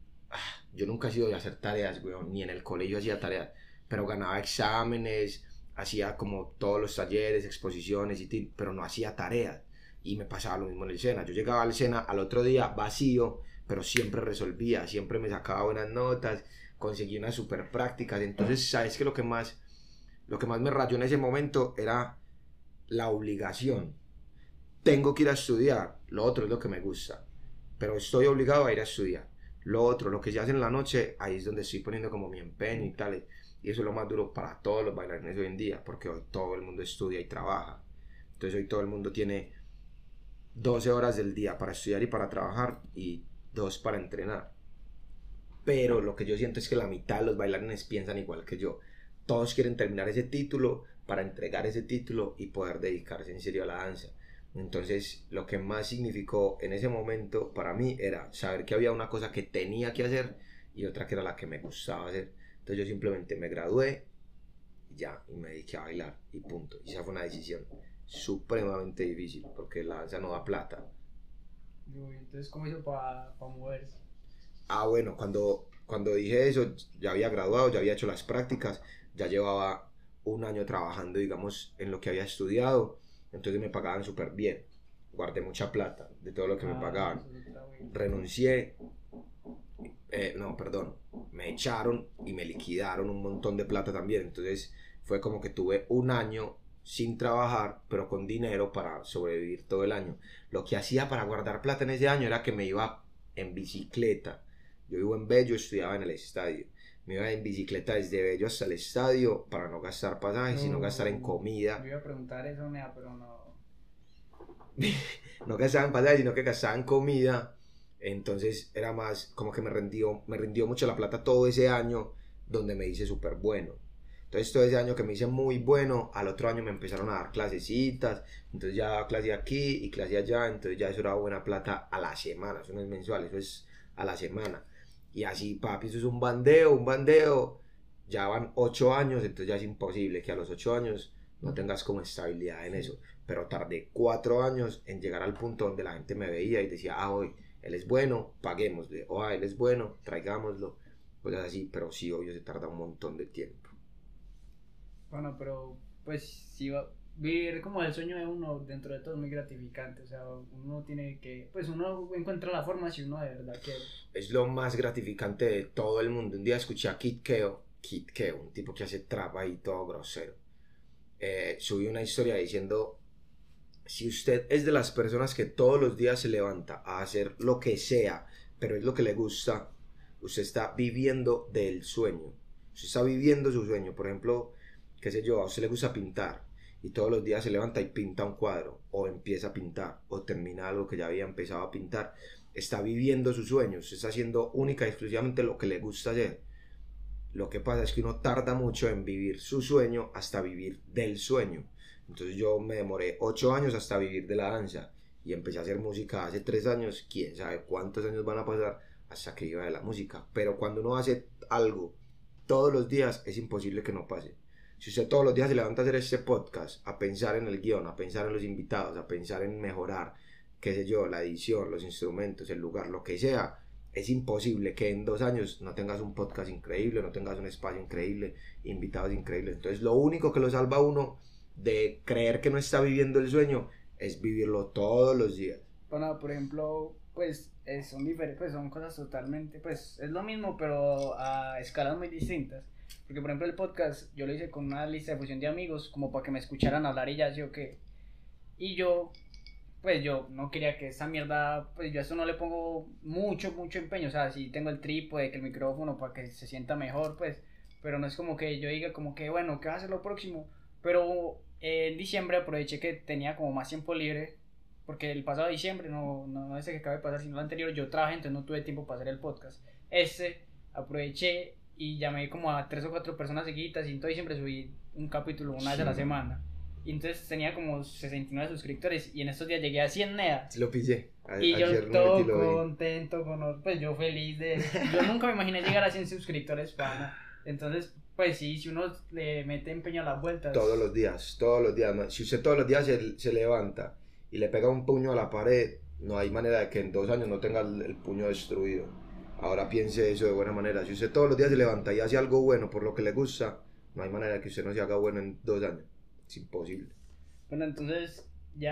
ah, yo nunca he sido de hacer tareas, weón, ni en el colegio hacía tareas, pero ganaba exámenes, hacía como todos los talleres, exposiciones, y pero no hacía tareas. Y me pasaba lo mismo en el SENA. Yo llegaba al SENA al otro día vacío, pero siempre resolvía, siempre me sacaba buenas notas, conseguí unas super prácticas. Entonces, ¿sabes qué? Lo que más, lo que más me rayó en ese momento era la obligación. Tengo que ir a estudiar, lo otro es lo que me gusta, pero estoy obligado a ir a estudiar. Lo otro, lo que se hace en la noche, ahí es donde estoy poniendo como mi empeño y tal. Y eso es lo más duro para todos los bailarines hoy en día, porque hoy todo el mundo estudia y trabaja. Entonces hoy todo el mundo tiene doce horas del día para estudiar y para trabajar y dos para entrenar. Pero lo que yo siento es que la mitad de los bailarines piensan igual que yo. Todos quieren terminar ese título para entregar ese título y poder dedicarse en serio a la danza. Entonces lo que más significó en ese momento para mí era saber que había una cosa que tenía que hacer y otra que era la que me gustaba hacer. Entonces yo simplemente me gradué y ya, y me dediqué a bailar y punto. Y esa fue una decisión supremamente difícil porque la danza no da plata. Uy, entonces, ¿cómo hizo para pa moverse? Ah, bueno, cuando, cuando dije eso, ya había graduado, ya había hecho las prácticas, ya llevaba un año trabajando, digamos, en lo que había estudiado, entonces me pagaban súper bien, guardé mucha plata de todo lo que ah, me pagaban, renuncié, eh, no, perdón, me echaron y me liquidaron un montón de plata también, entonces fue como que tuve un año sin trabajar, pero con dinero para sobrevivir todo el año. Lo que hacía para guardar plata en ese año era que me iba en bicicleta. Yo vivo en Bello, estudiaba en el estadio. Me iba en bicicleta desde Bello hasta el estadio para no gastar pasajes, no, sino gastar en comida. Yo iba a preguntar eso, nea, pero no. No gastaba en pasajes, sino que gastaba en comida. Entonces era más como que me rindió, me rindió mucho la plata todo ese año donde me hice súper bueno. Entonces todo ese año que me hice muy bueno, al otro año me empezaron a dar clasecitas, entonces ya daba clase aquí y clase allá, entonces ya eso era buena plata a la semana, eso no es mensual, eso es a la semana. Y así, papi, eso es un bandeo, un bandeo, ya van ocho años, entonces ya es imposible que a los ocho años no tengas como estabilidad en eso. Pero tardé cuatro años en llegar al punto donde la gente me veía y decía, ah, hoy él es bueno, paguémosle, o ah, él es bueno, traigámoslo, pues así, pero sí, obvio, se tarda un montón de tiempo. Bueno, pero pues si va, vivir como el sueño de uno dentro de todo es muy gratificante, o sea, uno tiene que, pues uno encuentra la forma si uno de verdad quiere. Es lo más gratificante de todo el mundo. Un día escuché a Kid Keo, Kid Keo, un tipo que hace trap ahí todo grosero, eh, subí una historia diciendo, si usted es de las personas que todos los días se levanta a hacer lo que sea, pero es lo que le gusta, usted está viviendo del sueño, usted está viviendo su sueño. Por ejemplo, qué sé yo, a usted le gusta pintar y todos los días se levanta y pinta un cuadro, o empieza a pintar, o termina algo que ya había empezado a pintar, está viviendo sus sueños, está haciendo única y exclusivamente lo que le gusta hacer. Lo que pasa es que uno tarda mucho en vivir su sueño hasta vivir del sueño. Entonces yo me demoré ocho años hasta vivir de la danza y empecé a hacer música hace tres años, quién sabe cuántos años van a pasar hasta que viva de la música. Pero cuando uno hace algo todos los días es imposible que no pase. Si usted todos los días se levanta a hacer este podcast, a pensar en el guión, a pensar en los invitados, a pensar en mejorar, qué sé yo, la edición, los instrumentos, el lugar, lo que sea, es imposible que en dos años no tengas un podcast increíble, no tengas un espacio increíble, invitados increíbles. Entonces lo único que lo salva a uno de creer que no está viviendo el sueño es vivirlo todos los días. Bueno, por ejemplo, pues eh, son diferentes, pues son cosas totalmente, pues es lo mismo pero a escalas muy distintas. Porque por ejemplo el podcast yo lo hice con una lista de fusión de amigos como para que me escucharan hablar y ya, ¿sí o qué? Y yo, pues yo no quería que esa mierda, pues yo a eso no le pongo mucho, mucho empeño. O sea, si tengo el trípode, que el micrófono para que se sienta mejor, pues, pero no es como que yo diga como que bueno, ¿qué va a hacer lo próximo? Pero eh, en diciembre aproveché que tenía como más tiempo libre, porque el pasado diciembre, no, no, no ese que acaba de pasar, sino el anterior, yo trabajé, entonces no tuve tiempo para hacer el podcast. Este, aproveché y llamé como a tres o cuatro personas seguidas y en todo diciembre subí un capítulo una vez sí. a la semana. Y entonces tenía como sesenta y nueve suscriptores y en estos días llegué a cien nea. Lo pillé. A, y yo todo contento, con, pues yo feliz de... Yo nunca me imaginé llegar a cien suscriptores, pana. Entonces, pues sí, si uno le mete empeño a las vueltas... Todos los días, todos los días. Si usted todos los días se, se levanta y le pega un puño a la pared, no hay manera de que en dos años no tenga el, el puño destruido. Ahora piense eso de buena manera. Si usted todos los días se levanta y hace algo bueno por lo que le gusta, no hay manera de que usted no se haga bueno en dos años. Es imposible. Bueno, entonces,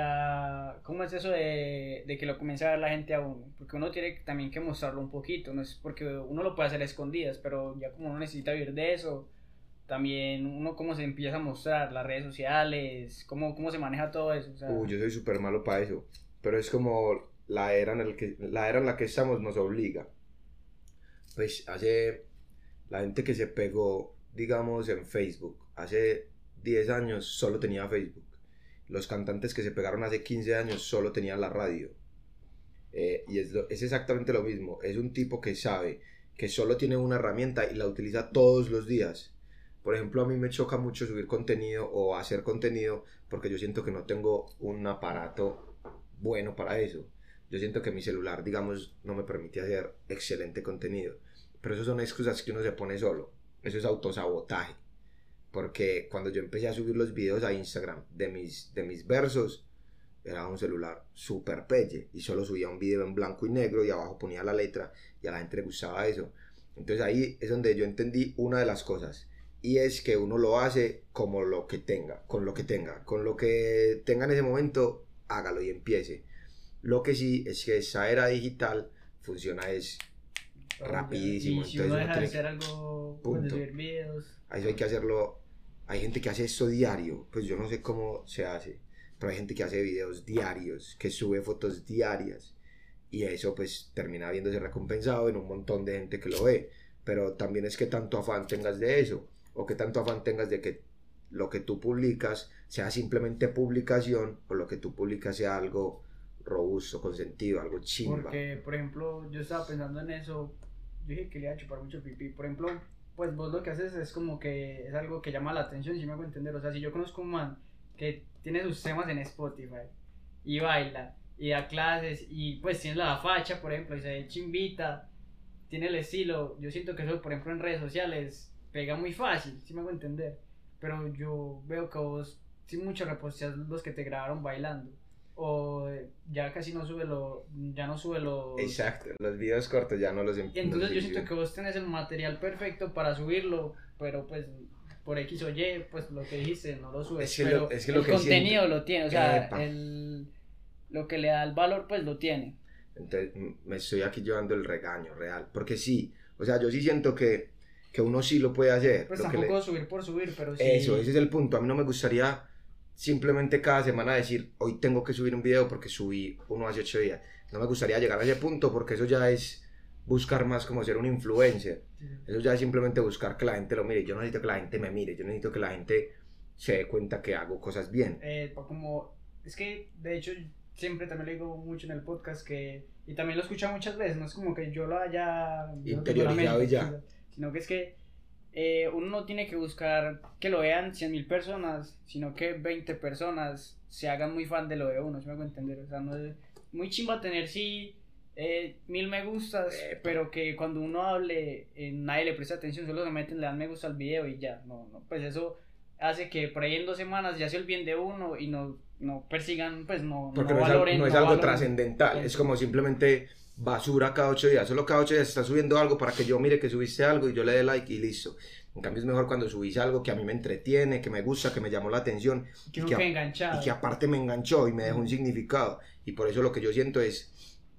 ya, ¿cómo es eso de, de que lo comience a ver la gente a uno? Porque uno tiene también que mostrarlo un poquito, no es porque uno lo puede hacer a escondidas, pero ya como uno necesita vivir de eso, también uno cómo se empieza a mostrar, las redes sociales, cómo, cómo se maneja todo eso. O sea, Uy, yo soy súper malo para eso, pero es como la era, en el que, la era en la que estamos nos obliga. Pues hace, la gente que se pegó, digamos, en Facebook, hace diez años solo tenía Facebook. Los cantantes que se pegaron hace quince años solo tenían la radio. Eh, y es, lo, es exactamente lo mismo. Es un tipo que sabe que solo tiene una herramienta y la utiliza todos los días. Por ejemplo, a mí me choca mucho subir contenido o hacer contenido porque yo siento que no tengo un aparato bueno para eso. Yo siento que mi celular, digamos, no me permite hacer excelente contenido. Pero eso son excusas que uno se pone solo. Eso es autosabotaje. Porque cuando yo empecé a subir los videos a Instagram de mis, de mis versos, era un celular super pelle y solo subía un video en blanco y negro y abajo ponía la letra y a la gente le gustaba eso. Entonces ahí es donde yo entendí una de las cosas, y es que uno lo hace como lo que tenga, con lo que tenga, con lo que tenga en ese momento, hágalo y empiece. Lo que sí es que esa era digital funciona es rapidísimo. Y si Entonces uno uno deja de tiene hacer algo, pues, de punto. subir videos. Ahí hay que hacerlo. Hay gente que hace esto diario, pues yo no sé cómo se hace, pero hay gente que hace videos diarios, que sube fotos diarias, y eso pues termina viéndose recompensado en un montón de gente que lo ve. Pero también es que tanto afán tengas de eso, o que tanto afán tengas de que lo que tú publicas sea simplemente publicación, o lo que tú publicas sea algo robusto, con sentido, algo chimba. Porque, por ejemplo, yo estaba pensando en eso, yo dije que le iba a chupar mucho pipí. Por ejemplo, pues vos lo que haces es como que es algo que llama la atención, si me hago entender. O sea, si yo conozco un man que tiene sus temas en Spotify y baila y da clases y pues tiene la facha, por ejemplo, y se chimbita, tiene el estilo, yo siento que eso, por ejemplo, en redes sociales pega muy fácil, si me hago entender. Pero yo veo que vos sí mucho reposteas los que te grabaron bailando, o ya casi no sube lo, ya no sube los... Exacto, los videos cortos ya no los em- Entonces los yo siento subo. que vos tenés el material perfecto para subirlo, pero pues por X o Y, pues lo que dijiste, no lo subes. Es que pero lo- es que lo el que contenido siento- lo tiene, o sea, Epa. el, lo que le da el valor, pues lo tiene. Entonces m- me estoy aquí llevando el regaño real, porque sí, o sea, yo sí siento que, que uno sí lo puede hacer. Pues lo que tampoco le- subir por subir, pero sí. Eso, ese es el punto. A mí no me gustaría simplemente cada semana decir, hoy tengo que subir un video porque subí uno hace ocho días. No me gustaría llegar a ese punto, porque eso ya es buscar más como ser un influencer. Eso ya es simplemente buscar que la gente lo mire. Yo no necesito que la gente me mire, yo necesito que la gente se dé cuenta que hago cosas bien. Eh, como, es que de hecho siempre también lo digo mucho en el podcast, que, y también lo he escuchado muchas veces, no es como que yo lo haya yo tengo la Interiorizado mente, y ya. sino que es que eh, uno no tiene que buscar que lo vean cien mil personas, sino que veinte personas se hagan muy fan de lo de uno, si me hago entender. O sea, no es muy chimba tener sí eh, mil me gustas, Epa. pero que cuando uno hable eh, nadie le presta atención, solo se meten, le dan me gusta al video y ya. No, no, pues eso hace que por ahí en dos semanas ya se olviden de uno y no, no persigan, pues no, Porque no no, es, al- valoren, no es no algo valoren. trascendental, es como simplemente basura cada ocho días. Solo cada ocho días estás subiendo algo para que yo mire que subiste algo y yo le dé like y listo. En cambio es mejor cuando subís algo que a mí me entretiene, que me gusta, que me llamó la atención Que y, uno que, a- quede enganchado. y que aparte me enganchó y me dejó un Mm. significado. Y por eso lo que yo siento es,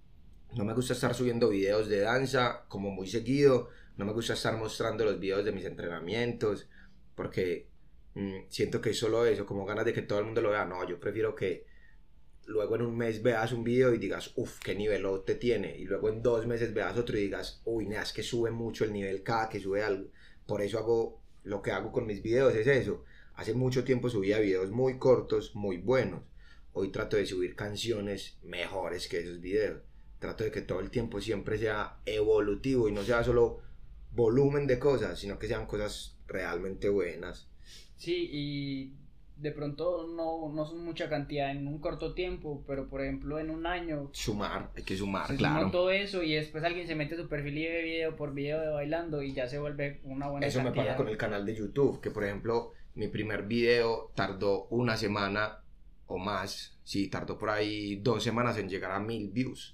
no me gusta estar subiendo videos de danza como muy seguido, no me gusta estar mostrando los videos de mis entrenamientos, porque mm, siento que es solo eso, como ganas de que todo el mundo lo vea. No, yo prefiero que luego en un mes veas un video y digas, uff, qué nivelote tiene, y luego en dos meses veas otro y digas, uy, nada, es que sube mucho el nivel cada que sube algo. Por eso hago lo que hago con mis videos, es eso. Hace mucho tiempo subía videos muy cortos, muy buenos. Hoy trato de subir canciones mejores que esos videos. Trato de que todo el tiempo siempre sea evolutivo y no sea solo volumen de cosas, sino que sean cosas realmente buenas. Sí, y de pronto no, no son mucha cantidad en un corto tiempo, pero por ejemplo en un año Sumar, hay que sumar, se claro. sumó todo eso y después alguien se mete a su perfil y ve video por video de bailando y ya se vuelve una buena Eso me cantidad. pasa con el canal de YouTube, que por ejemplo mi primer video tardó una semana o más, sí, tardó por ahí dos semanas en llegar a mil views.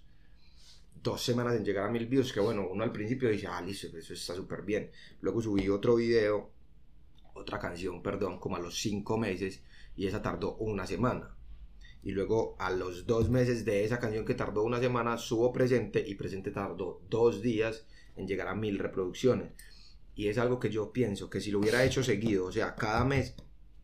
Dos semanas en llegar a mil views, que bueno, uno al principio dice, ah, listo, eso está súper bien. Luego subí otro video, otra canción, perdón, como a los cinco meses, y esa tardó una semana. Y luego a los dos meses de esa canción que tardó una semana, subo Presente, y Presente tardó dos días en llegar a mil reproducciones. Y es algo que yo pienso que si lo hubiera hecho seguido, o sea, cada mes,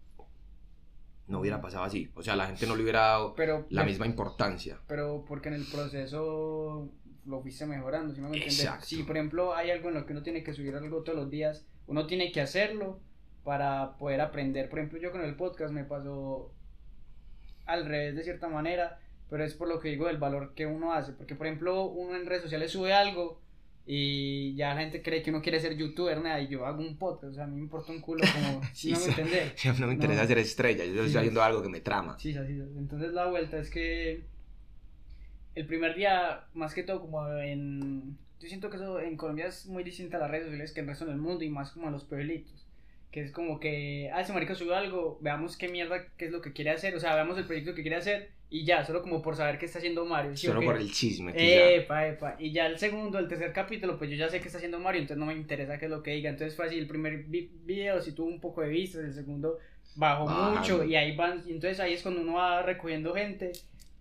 no hubiera pasado así. O sea, la gente no le hubiera dado Pero, la de- misma importancia. pero porque en el proceso lo fuiste mejorando, ¿sí me voy a entender? Exacto. Si por ejemplo hay algo en lo que uno tiene que subir algo todos los días, uno tiene que hacerlo para poder aprender. Por ejemplo, yo con el podcast me pasó al revés de cierta manera, pero es por lo que digo del valor que uno hace, porque por ejemplo uno en redes sociales sube algo y ya la gente cree que uno quiere ser youtuber, nada, y yo hago un podcast, o sea, a mí me importa un culo como, Sí, no me so- entender. sí, a mí no me interesa No. ser estrella, yo Sí, estoy sí. haciendo algo que me trama. Sí, así es. Entonces la vuelta es que el primer día, más que todo como en... Yo siento que eso en Colombia es muy distinto a las redes sociales que en el resto del mundo y más como a los pueblitos. Que es como que, ah, ese marica subió algo, veamos qué mierda, qué es lo que quiere hacer, o sea, veamos el proyecto que quiere hacer y ya, solo como por saber qué está haciendo Mario. ¿Sí o Solo qué? por el chisme, quizá. Epa, epa. Y ya el segundo, el tercer capítulo, pues yo ya sé qué está haciendo Mario, entonces no me interesa qué es lo que diga. Entonces fue así, el primer vi- video sí tuvo un poco de vistas, el segundo bajó Bajando. mucho y ahí van, y entonces ahí es cuando uno va recogiendo gente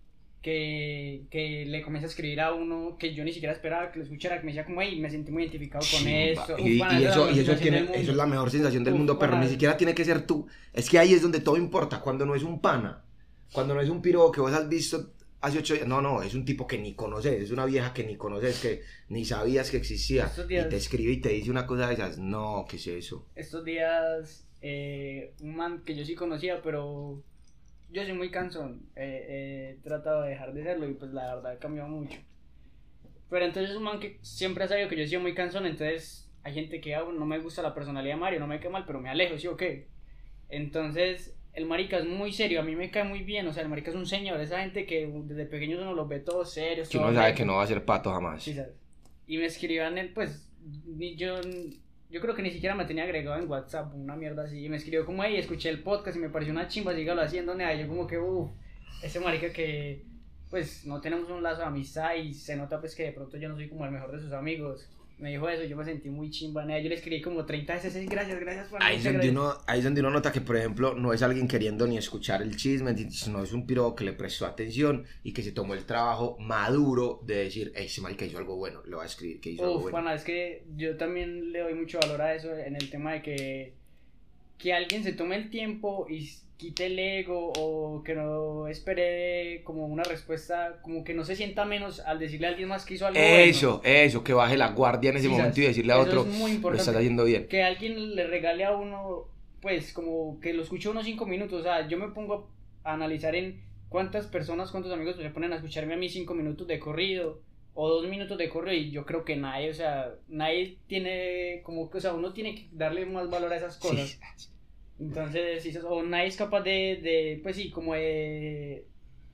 que, que le comienza a escribir a uno que yo ni siquiera esperaba que lo escuchara, que me decía como, hey, me sentí muy identificado con Chimba. esto. Y, Uf, pana, y esa es la eso, mejor y eso, sensación tiene, del mundo. eso es la mejor sensación del Uf, mundo, pero pana. ni siquiera tiene que ser tú. Es que ahí es donde todo importa, cuando no es un pana, cuando no es un piro que vos has visto hace ocho días. No, no, es un tipo que ni conoces, es una vieja que ni conoces, que ni sabías que existía. Estos días- Y te escribe y te dice una cosa de esas. No, ¿qué es eso? Estos días, eh, un man que yo sí conocía, pero yo soy muy cansón, eh, he tratado de dejar de serlo y pues la verdad he cambiado mucho. Pero entonces un man que siempre ha sabido que yo he sido muy cansón, entonces hay gente que ah, no me gusta la personalidad de Mario, no me cae mal, pero me alejo, ¿sí o qué? Entonces el marica es muy serio, a mí me cae muy bien, o sea, el marica es un señor, esa gente que desde pequeños uno los ve todos serios. Que todos uno sabe rectos. que no va a ser pato jamás. Sí, ¿sabes? Y me escribían él, pues, ni yo, yo creo que ni siquiera me tenía agregado en WhatsApp, una mierda así, y me escribió como, hey, escuché el podcast y me pareció una chimba, sígalo haciendo, nea, y yo como que, uff, ese marica que, pues, no tenemos un lazo de amistad y se nota, pues, que de pronto yo no soy como el mejor de sus amigos. Me dijo eso, yo me sentí muy chimba, nea, yo le escribí como treinta veces, "Ey, gracias, gracias, Juan, Ahí es, muchas donde gracias". uno, ahí es donde uno nota que, por ejemplo, no es alguien queriendo ni escuchar el chisme, sino es un piro que le prestó atención y que se tomó el trabajo maduro de decir, hey, ese marica hizo algo bueno, le voy a escribir que hizo algo Uf, bueno. pana, es que yo también le doy mucho valor a eso en el tema de que, que alguien se tome el tiempo y s- quite el ego o que no espere como una respuesta, como que no se sienta menos al decirle a alguien más que hizo algo Eso, bueno. eso, que baje la guardia en ese Sí, momento ¿sabes? y decirle a Eso otro, es muy lo importante. estás haciendo bien. Que alguien le regale a uno, pues como que lo escuche unos cinco minutos, o sea, yo me pongo a analizar en cuántas personas, cuántos amigos se ponen a escucharme a mí cinco minutos de corrido o dos minutos de corrido y yo creo que nadie, o sea, nadie tiene como que, o sea, uno tiene que darle más valor a esas cosas. Sí. Entonces, sí, o nadie es capaz de, de pues sí, como de,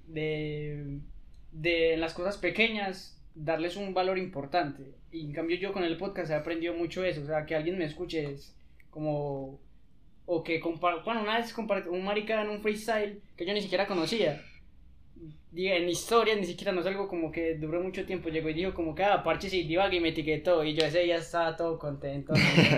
de, de en las cosas pequeñas darles un valor importante. Y en cambio yo con el podcast he aprendido mucho eso, o sea, que alguien me escuche es como, o que compar, bueno, una vez compartí un marica en un freestyle que yo ni siquiera conocía. Diga, en historia ni siquiera no es algo como que duró mucho tiempo, llegó y dijo como que ah, parche y divaga y me etiquetó y yo ese día estaba todo contento.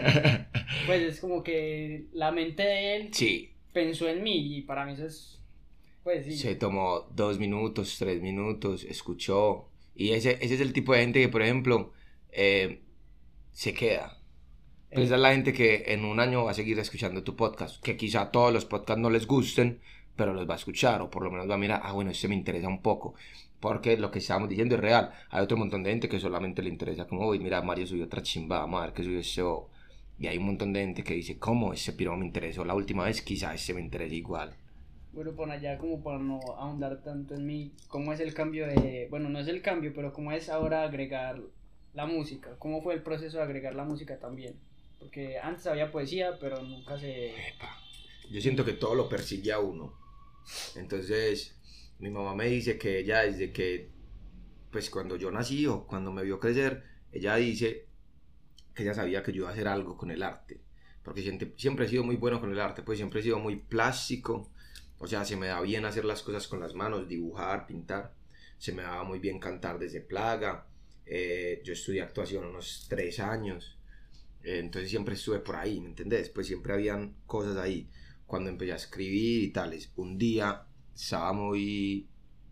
Pues es como que la mente de él Sí, pensó en mí y para mí eso es, pues sí. se tomó dos minutos, tres minutos, escuchó. Y ese, ese es el tipo de gente que, por ejemplo, eh, se queda. Pues Eh, esa es la gente que en un año va a seguir escuchando tu podcast. Que quizá a todos los podcasts no les gusten, pero los va a escuchar. O por lo menos va a mirar, ah, bueno, este me interesa un poco. Porque lo que estábamos diciendo es real. Hay otro montón de gente que solamente le interesa como, uy, mira, Mario subió otra chimba, vamos a ver que subió ese bobo. Y hay un montón de gente que dice, ¿cómo? Ese piro me interesó la última vez, quizá ese me interesa igual. Bueno, por allá como para no ahondar tanto en mí, ¿cómo es el cambio de, bueno, no es el cambio, pero cómo es ahora agregar la música? ¿Cómo fue el proceso de agregar la música también? Porque antes había poesía, pero nunca se... Epa. Yo siento que todo lo persigue a uno. Entonces, mi mamá me dice que ella desde que, pues cuando yo nací o cuando me vio crecer, ella dice que ella sabía que yo iba a hacer algo con el arte. Porque siempre, siempre he sido muy bueno con el arte, pues siempre he sido muy plástico. O sea, se me da bien hacer las cosas con las manos, dibujar, pintar. Se me daba muy bien cantar desde plaga. Eh, yo estudié actuación unos tres años. Eh, entonces siempre estuve por ahí, ¿me entendés? Pues siempre habían cosas ahí. Cuando empecé a escribir y tales, un día estaba muy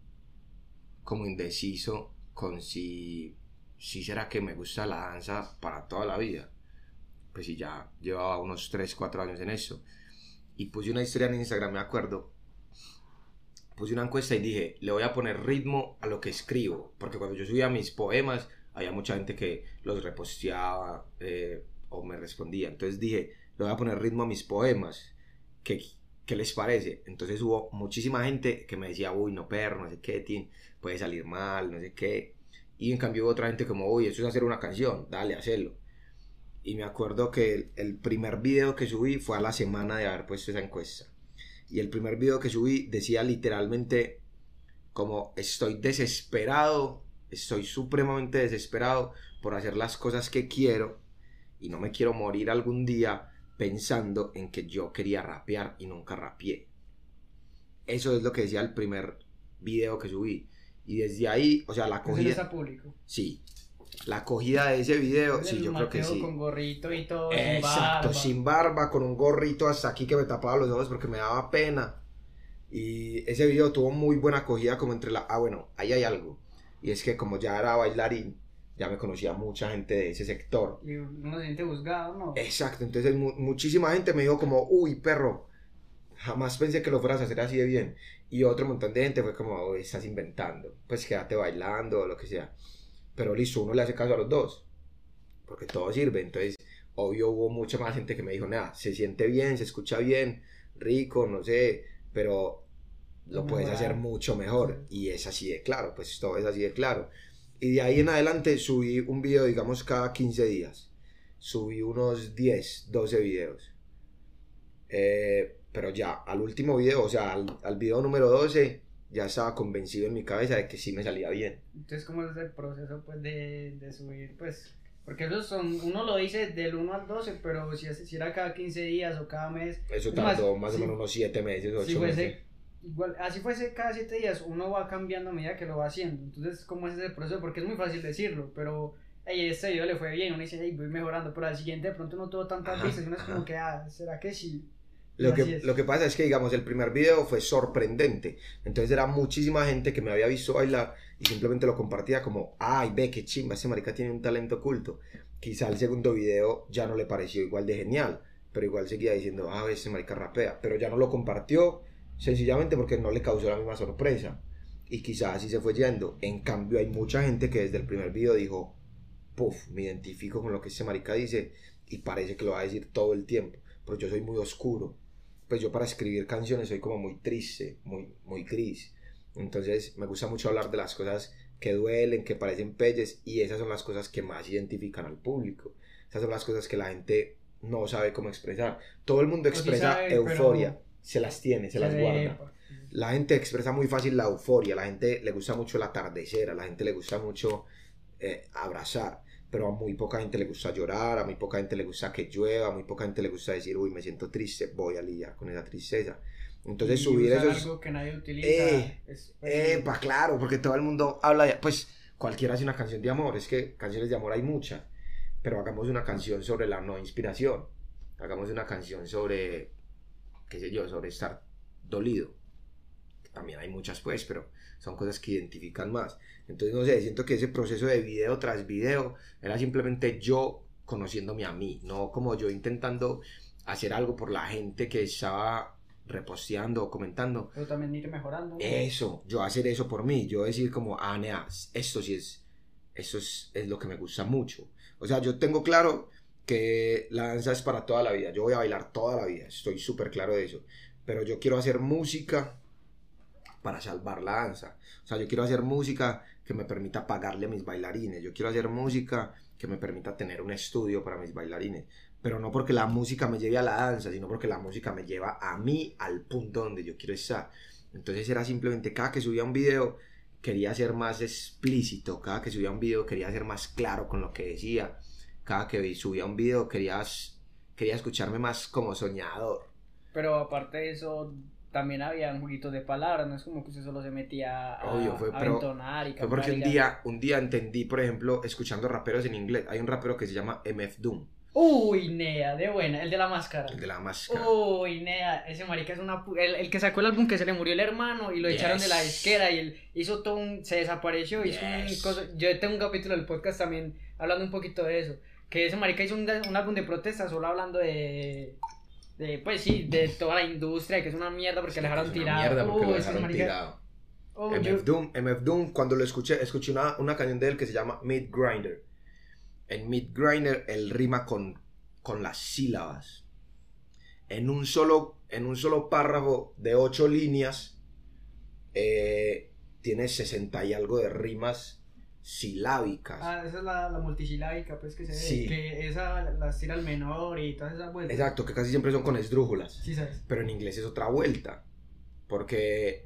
como indeciso con si, si será que me gusta la danza para toda la vida. Pues sí, ya llevaba unos tres, cuatro años en eso. Y puse una historia en Instagram, me acuerdo, puse una encuesta y dije, le voy a poner ritmo a lo que escribo, porque cuando yo subía mis poemas, había mucha gente que los reposteaba eh, o me respondía. Entonces dije, le voy a poner ritmo a mis poemas, ¿qué, qué les parece? Entonces hubo muchísima gente que me decía, uy, no perro, no sé qué, tin, puede salir mal, no sé qué. Y en cambio hubo otra gente como, uy, eso es hacer una canción, dale, hacelo. Y me acuerdo que el, el primer video que subí fue a la semana de haber puesto esa encuesta. Y el primer video que subí decía literalmente como estoy desesperado, estoy supremamente desesperado por hacer las cosas que quiero y no me quiero morir algún día pensando en que yo quería rapear y nunca rapeé. Eso es lo que decía el primer video que subí. Y desde ahí, o sea, la acogida... ¿Eso no está público? Sí. La acogida de ese video, sí, yo creo que sí. Con gorrito y todo, exacto, sin barba. sin barba, con un gorrito hasta aquí que me tapaba los ojos porque me daba pena. Y ese video tuvo muy buena acogida como entre la... Ah, bueno, ahí hay algo. Y es que como ya era bailarín, ya me conocía mucha gente de ese sector. Y uno se siente juzgado, ¿no? Exacto, entonces mu muchísima gente me dijo como, uy, perro, jamás pensé que lo fueras a hacer así de bien. Y otro montón de gente fue como, oh, estás inventando, pues quédate bailando o lo que sea. Pero listo, uno le hace caso a los dos, porque todo sirve. Entonces, obvio, hubo mucha más gente que me dijo, nada, se siente bien, se escucha bien, rico, no sé, pero lo no, puedes hacer mucho mejor. Sí. Y es así de claro, pues todo es así de claro. Y de ahí en adelante subí un video, digamos, cada quince días. Subí unos diez, doce videos. Eh, pero ya, al último video, o sea, al, al video número doce... ya estaba convencido en mi cabeza de que sí me salía bien. Entonces, ¿cómo es el proceso pues de, de subir? Pues, porque esos son, uno lo dice del uno al doce, pero si, si era cada quince días o cada mes... Eso tardó más, más si, o menos unos siete meses, ocho si fuese, meses. Igual, así fuese cada siete días, uno va cambiando a medida que lo va haciendo. Entonces, ¿cómo es ese proceso? Porque es muy fácil decirlo, pero... Hey, este video le fue bien, uno dice, hey, voy mejorando, pero al siguiente de pronto no tuvo tantas vistas, y uno es como que, ah, ¿será que sí? Lo que, lo que pasa es que, digamos, el primer video fue sorprendente. Entonces era muchísima gente que me había visto bailar y simplemente lo compartía como, ay, ve, qué chimba, ese marica tiene un talento oculto. Quizá el segundo video ya no le pareció igual de genial, pero igual seguía diciendo, ah, ese marica rapea. Pero ya no lo compartió sencillamente porque no le causó la misma sorpresa. Y quizá así se fue yendo. En cambio, hay mucha gente que desde el primer video dijo, puff, me identifico con lo que ese marica dice y parece que lo va a decir todo el tiempo. Pero yo soy muy oscuro. Pues yo para escribir canciones soy como muy triste, muy, muy gris. Entonces me gusta mucho hablar de las cosas que duelen, que parecen pelles, y esas son las cosas que más identifican al público. Esas son las cosas que la gente no sabe cómo expresar. Todo el mundo expresa sí sabe, euforia, se las tiene, se, se las ve, guarda. La gente expresa muy fácil la euforia, la gente le gusta mucho el atardecer, a la gente le gusta mucho eh, abrazar. Pero a muy poca gente le gusta llorar, a muy poca gente le gusta que llueva, a muy poca gente le gusta decir, uy, me siento triste, voy a lidiar con esa tristeza. Entonces y subir eso es algo que nadie utiliza. Eh, es, eh, pa, claro, porque todo el mundo habla de, pues cualquiera hace una canción de amor, es que canciones de amor hay muchas, pero hagamos una canción sobre la no inspiración, hagamos una canción sobre, qué sé yo, sobre estar dolido. También hay muchas pues, pero son cosas que identifican más. Entonces no sé, siento que ese proceso de video tras video era simplemente yo conociéndome a mí, no como yo intentando hacer algo por la gente que estaba reposteando o comentando, pero también ir mejorando, ¿no? Eso, yo hacer eso por mí, yo decir como, ah, nea, esto sí es, esto es, es lo que me gusta mucho. O sea, yo tengo claro que la danza es para toda la vida, yo voy a bailar toda la vida, estoy súper claro de eso, pero yo quiero hacer música para salvar la danza. O sea, yo quiero hacer música que me permita pagarle a mis bailarines, yo quiero hacer música que me permita tener un estudio para mis bailarines, pero no porque la música me lleve a la danza, sino porque la música me lleva a mí al punto donde yo quiero estar. Entonces era simplemente cada que subía un video quería ser más explícito, cada que subía un video quería ser más claro con lo que decía, cada que subía un video quería, quería escucharme más como soñador. Pero aparte de eso, también había un juguito de palabras, no es como que usted solo se metía a, Obvio, fue, a pero entonar y cantar. Fue porque un y día, un día entendí, por ejemplo, escuchando raperos en inglés, hay un rapero que se llama M F Doom. Uy, Nea, de buena, el de la máscara. El de la máscara. Uy, Nea, ese marica es una... El, el que sacó el álbum que se le murió el hermano y lo yes. echaron de la disquera y él hizo todo un... Se desapareció, yes. hizo un cosa... Yo tengo un capítulo del podcast también hablando un poquito de eso. Que ese marica hizo un, un álbum de protesta solo hablando de... de, pues sí, de toda la industria, que es una mierda porque Sí, le dejaron es una tirado. mierda porque Uh, lo es que dejaron marica- tirado. oh, M yo- F Doom, M F Doom, cuando lo escuché, escuché una, una canción de él que se llama Meat Grinder. En Meat Grinder él rima con, con las sílabas. En un solo, en un solo párrafo de ocho líneas eh, tiene sesenta y algo de rimas silábicas. Ah, esa es la, la multisilábica, pues que se ve, Sí. que esa las tira al menor y todas esas vueltas. Exacto, que casi siempre son con esdrújulas. Sí, sabes. Pero en inglés es otra vuelta. Porque,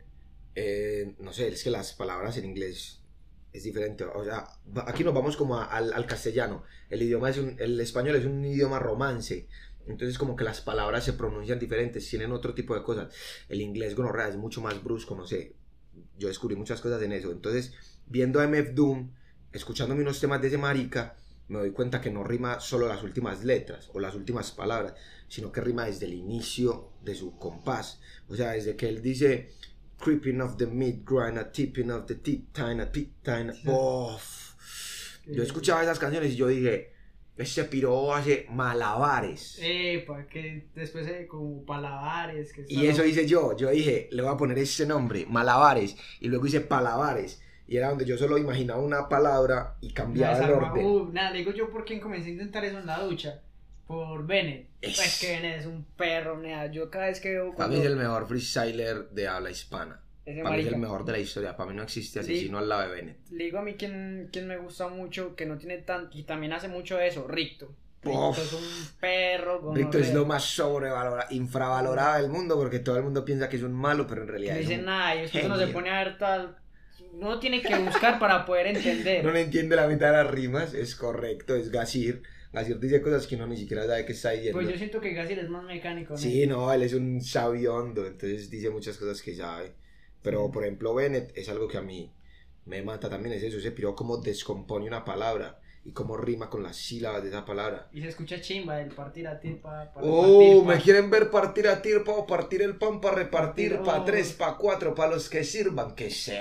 eh, no sé, es que las palabras en inglés es diferente. O sea, va- aquí nos vamos como a- al, al castellano. El idioma es un, el español es un idioma romance. Entonces como que las palabras se pronuncian diferentes, tienen otro tipo de cosas. El inglés gonorrea es mucho más brusco, no sé. Yo descubrí muchas cosas en eso. Entonces, viendo a M F Doom, escuchándome unos temas de ese marica, me doy cuenta que no rima solo las últimas letras o las últimas palabras, sino que rima desde el inicio de su compás. O sea, desde que él dice creeping of the meat grinder, tipping of the teeth tiny, pit tiny. Sí. Bof. Yo escuchaba esas canciones y yo dije, este piro hace malabares. Epa, que después eh, como palabares. Que Y eso hice yo, yo dije, le voy a poner ese nombre, malabares, y luego hice palabares, y era donde yo solo imaginaba una palabra y cambiaba el orden. Uh, nada, digo yo por quién comencé a intentar eso en la ducha. Por Bennett. Es- Pues que Bennett es un perro, nea. Yo cada vez que veo Para cuando mí es el mejor freestyler de habla hispana. ese Para mí es marica- el mejor de la historia. Para mí no existe asesino al lado de Bennett. Le digo a mí quien, quien me gusta mucho, que no tiene tanto, y también hace mucho eso, Ricto. Uf. Ricto es un perro. con Víctor es orrea. lo más sobrevalorado, infravalorado del mundo porque todo el mundo piensa que es un malo, pero en Que realidad no es dice un nada, y después uno se genio. pone a ver tal. Uno tiene que buscar para poder entender. No le entiende la mitad de las rimas, es correcto, es Gazir. Gazir dice cosas que uno ni siquiera sabe qué está diciendo. Pues yo siento que Gassier es más mecánico. ¿no? Sí, no, él es un sabiondo, entonces dice muchas cosas que sabe. Pero, Sí. por ejemplo, Bennett es algo que a mí me mata también, es eso, ese piro cómo descompone una palabra y cómo rima con las sílabas de esa palabra. Y se escucha chimba el partir a tirpa. Para Oh, partir, me pa- quieren ver partir a tirpa o partir el pan para repartir, Oh. pa' tres, pa' cuatro, pa' los que sirvan. ¿Qué es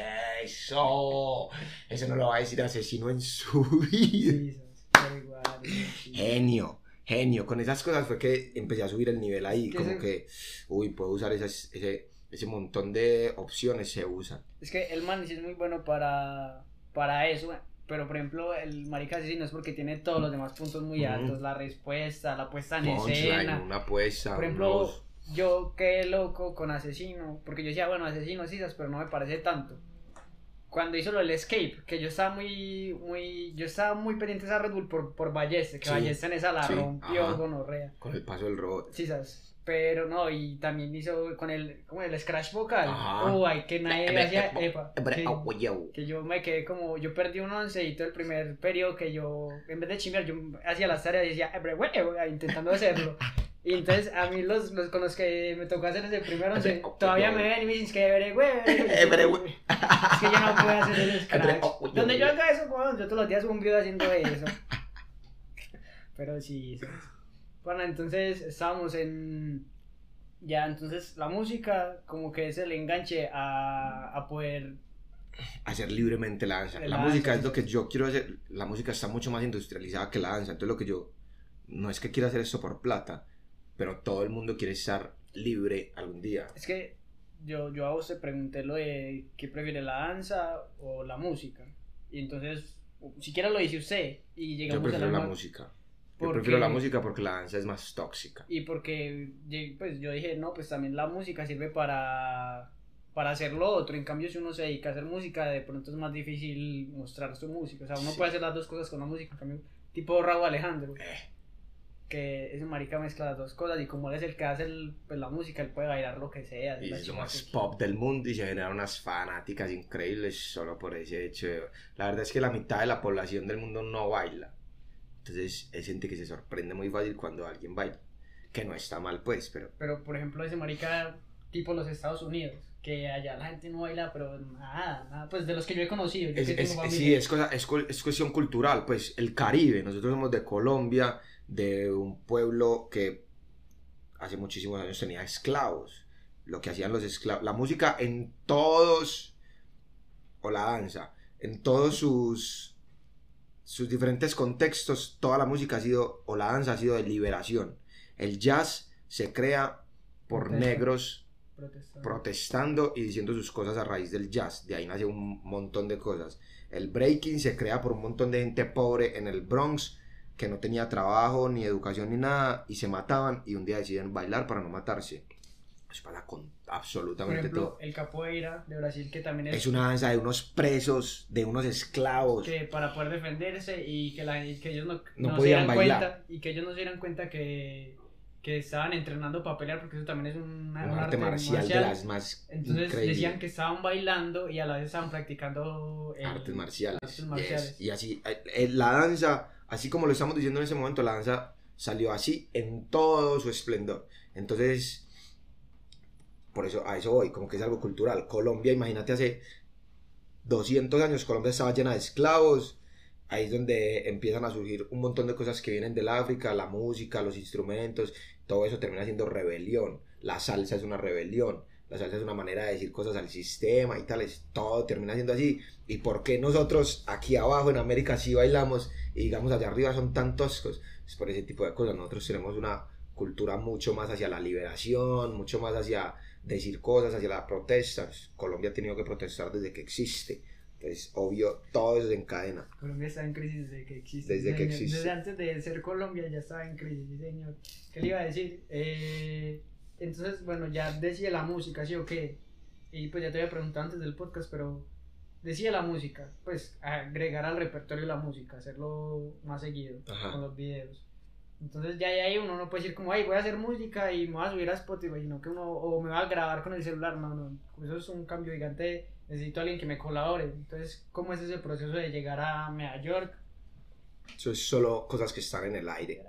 eso? Eso no lo va a decir asesino en su vida. Sí, sabes, pero igual, sí. Genio, genio. Con esas cosas fue que empecé a subir el nivel ahí. ¿Qué Como se- que, uy, puedo usar esas, ese, ese montón de opciones, se usan. Es que el man sí es muy bueno para, para eso, pero por ejemplo el marica asesino es porque tiene todos los demás puntos muy Ujú. altos, la respuesta, la puesta en Punchline, escena. una puesta. Por ejemplo, unos- yo quedé loco con Asesino, porque yo decía, bueno, Asesino sí, pero no me parece tanto. Cuando hizo lo del Escape, que yo estaba muy, muy, yo estaba muy pendiente de esa Red Bull por, por Balleste, que Sí, Balleste en esa la sí, rompió ajá. gonorrea. con el paso del robot. Sí, sabes. Pero no, y también hizo con el, como el scratch vocal. Ajá. Uy, que nadie Bre- hacía, bre- epa, bre- que- oh, yo. que yo me quedé como, yo perdí un once y todo el primer periodo que yo, en vez de chimbear, yo hacía las tareas y decía, "Ebre, güey", intentando hacerlo. Y entonces a mí los, los con los que me tocó hacer ese primer once, Ebre, oh, todavía yo. me ven y me dicen que ebre, güey. Ebre, güey. Es que yo no puedo hacer el scratch. Ebre, oh, yo. Donde yo haga eso, weón, yo todos los días subo un video haciendo eso. Pero sí, ¿sabes? Bueno, entonces estábamos en... Ya, entonces la música como que es el enganche a, a poder... Hacer libremente la danza. La La, danza, música sí, es lo sí. que yo quiero hacer. La música está mucho más industrializada que la danza. Entonces lo que yo... No es que quiera hacer esto por plata, pero todo el mundo quiere estar libre algún día. Es que yo, yo a vos te pregunté lo de qué prefiere la danza o la música. Y entonces, siquiera lo dice usted. Y Yo llegamos prefiero a la ma- música. Yo porque- prefiero la música porque la danza es más tóxica. Y porque lle- pues yo dije, no, pues también la música sirve para, para hacer lo otro. En cambio, si uno se dedica a hacer música, de pronto es más difícil mostrar su música. O sea, uno Sí. puede hacer las dos cosas con la música. En cambio, tipo Raúl Alejandro, Eh, que ese marica mezcla las dos cosas. Y como él es el que hace el- pues, la música, él puede bailar lo que sea. hacer y la es lo chimba más que- pop del mundo y se generan unas fanáticas increíbles solo por ese hecho. La verdad es que la mitad de la población del mundo no baila. Entonces es gente que se sorprende muy fácil cuando alguien baila. Que no está mal pues, pero... Pero, por ejemplo, ese marica tipo los Estados Unidos, que allá la gente no baila, pero nada, nada. Pues de los que yo he conocido. Yo Es, que tengo es- familia. sí, es, cosa, es, cu- es cuestión cultural, pues el Caribe, nosotros somos de Colombia, de un pueblo que hace muchísimos años tenía esclavos, lo que hacían los esclavos, la música en todos, o la danza, en todos sus, sus diferentes contextos, toda la música ha sido, o la danza ha sido de liberación. El jazz se crea por Protesta. negros Protestando. protestando y diciendo sus cosas a raíz del jazz. De ahí nace un montón de cosas. El breaking se crea por un montón de gente pobre en el Bronx que no tenía trabajo, ni educación, ni nada, y se mataban, y un día deciden bailar para no matarse. Eso pasa con Por absolutamente ejemplo, todo. el capoeira de Brasil, que también es, Es una danza de unos presos, de unos esclavos. que para poder defenderse y que, la, y que ellos no, No no se podían dieran bailar. cuenta y que ellos no se dieran cuenta que, que estaban entrenando para pelear, porque eso también es una, Un un arte marcial de las más Entonces increíbles. decían que estaban bailando y a la vez estaban practicando el- Artes marciales. artes marciales. Yes. Y así, eh, eh, la danza, así como lo estamos diciendo en ese momento, la danza salió así en todo su esplendor. Entonces, por eso a eso voy, como que es algo cultural. Colombia, imagínate, hace doscientos años Colombia estaba llena de esclavos. Ahí es donde empiezan a surgir un montón de cosas que vienen del África, la música, los instrumentos, todo eso termina siendo rebelión. La salsa es una rebelión, la salsa es una manera de decir cosas al sistema y tales, todo termina siendo así. ¿Y por qué nosotros aquí abajo en América sí bailamos y digamos allá arriba son tan toscos? Es por ese tipo de cosas. Nosotros tenemos una cultura mucho más hacia la liberación, mucho más hacia decir cosas, hacia la protesta. Colombia ha tenido que protestar desde que existe. Entonces, obvio, todo eso se encadena. Colombia está en crisis desde que existe. Desde sí, que señor. existe. Desde antes de ser Colombia ya estaba en crisis, sí, señor. ¿Qué le iba a decir? Eh, entonces, bueno, ya decía la música, ¿sí o qué? Y pues ya te había preguntado antes del podcast, pero decía la música, pues agregar al repertorio la música, hacerlo más seguido. Ajá. Con los videos. Entonces ya de ahí uno no puede decir como, ay, voy a hacer música y me voy a subir a Spotify, sino que uno, o me va a grabar con el celular, no, no, eso es un cambio gigante, necesito a alguien que me colabore. Entonces, ¿cómo es ese proceso de llegar a Nueva York? Eso es solo cosas que están en el aire.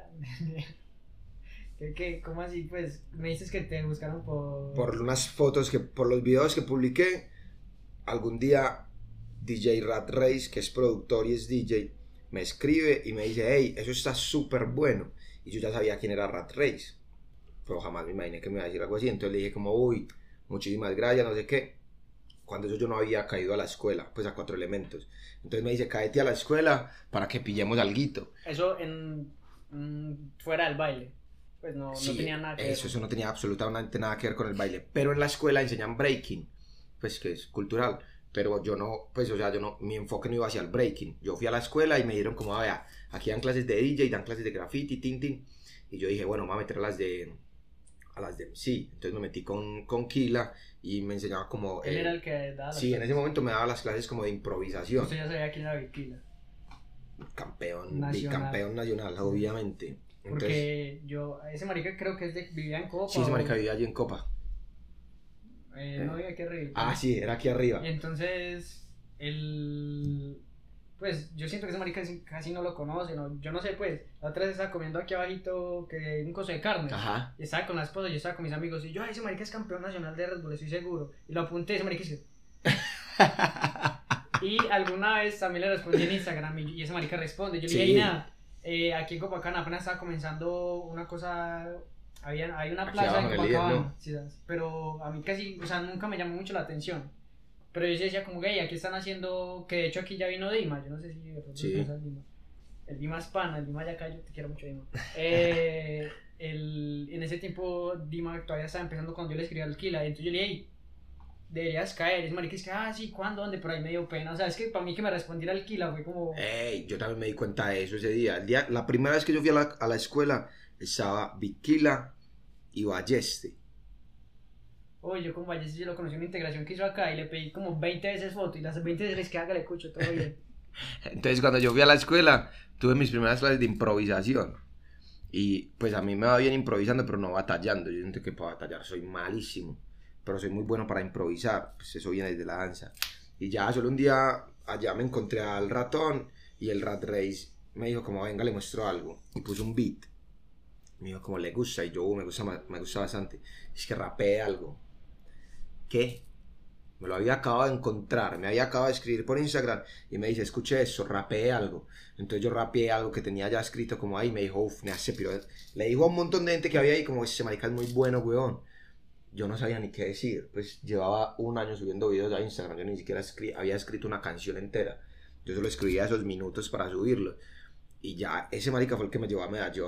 ¿Qué, qué, ¿Cómo así? Pues me dices que te buscaron por... Por unas fotos, que por los videos que publiqué, algún día D J Rat Race, que es productor y es D J, me escribe y me dice, hey, eso está súper bueno. Y yo ya sabía quién era Rat Race, pero jamás me imaginé que me iba a decir algo así. Entonces le dije como, uy, muchísimas gracias, no sé qué. Cuando eso yo no había caído a la escuela, pues a Cuatro Elementos. Entonces me dice, cáete a la escuela para que pillemos alguito. Eso en... Mm, fuera del baile. Pues no, Sí, no tenía nada que eso, ver. eso no tenía absolutamente nada que ver con el baile. Pero en la escuela enseñan breaking, pues que es cultural. Pero yo no, pues o sea, yo no, mi enfoque no iba hacia el breaking. Yo fui a la escuela y me dieron como, a ver, aquí dan clases de D J, dan clases de graffiti, tin, tin. Y yo dije, bueno, me voy a meter a las de, a las de M C. Entonces me metí con, con Kila y me enseñaba como... Él eh, era el que daba las sí, en clases. ese momento me daba las clases como de improvisación. Usted ya sabía quién era Viquila. Campeón, Nacional. bicampeón nacional, obviamente. Entonces, Porque yo, ese marica creo que es de, vivía en Copa. sí, ese o- marica vivía allí en Copa. Eh, no vivía aquí arriba. Ah, sí, era aquí arriba. Y entonces, el... Pues yo siento que ese marica casi- casi no lo conoce, ¿no? Yo no sé, pues, la otra vez estaba comiendo aquí abajito que un coso de carne. Ajá. Y estaba con la esposa, yo estaba con mis amigos, y yo, ay, ese marica es campeón nacional de Red Bull, estoy seguro. Y lo apunté, ese marica dice... Y alguna vez también le respondí en Instagram, y, y ese marica responde, yo le dije, Sí. "Ey, nada, eh, aquí en Copacabana apenas estaba comenzando una cosa... Había, hay una Aquí plaza abajo en en el líder, Copacabana, ¿no? sí, ¿sabes? Pero a mí casi, o sea, nunca me llamó mucho la atención. Pero yo sí decía como, gay, aquí están haciendo, que de hecho aquí ya vino Dima, yo no sé si de pronto Sí. conoces al Dima. El Dima es pana, el Dima ya cayó, te quiero mucho Dima. Eh, el, en ese tiempo Dima todavía estaba empezando cuando yo le escribí al Kila, y entonces yo le dije, "Ey, deberías caer", y es marica, es que, ah, sí, ¿cuándo? ¿Dónde? Por ahí me dio pena, o sea, es que para mí que me respondiera el Kila fue como... Ey, yo también me di cuenta de eso ese día. El día la primera vez que yo fui a la, a la escuela estaba Viquila y Balleste. Oye, yo con Valles yo lo conocí en una integración que hizo acá y le pedí como veinte veces foto y las veinte veces que haga le escucho todo bien. Entonces cuando yo fui a la escuela tuve mis primeras clases de improvisación. Y pues a mí me va bien improvisando, pero no batallando. Yo siento que para batallar soy malísimo, pero soy muy bueno para improvisar. Pues eso viene desde la danza. Y ya solo un día allá me encontré al ratón y el Rat Race me dijo como, venga, le muestro algo. Y puso un beat. Me dijo como, le gusta. Y yo, "Uh, me gusta, ma- me gusta bastante. Es que rapee algo. ¿Qué? Me lo había acabado de encontrar, me había acabado de escribir por Instagram y me dice, escuche eso, rapeé algo. Entonces yo rapeé algo que tenía ya escrito como ahí y me dijo, uff, me hace piro. Le dijo a un montón de gente que había ahí como, ese marica es muy bueno, weón. Yo no sabía ni qué decir, pues llevaba un año subiendo videos a Instagram, yo ni siquiera escri- había escrito una canción entera. Yo solo escribía esos minutos para subirlo. Y ya ese marica fue el que me llevó a Nueva York.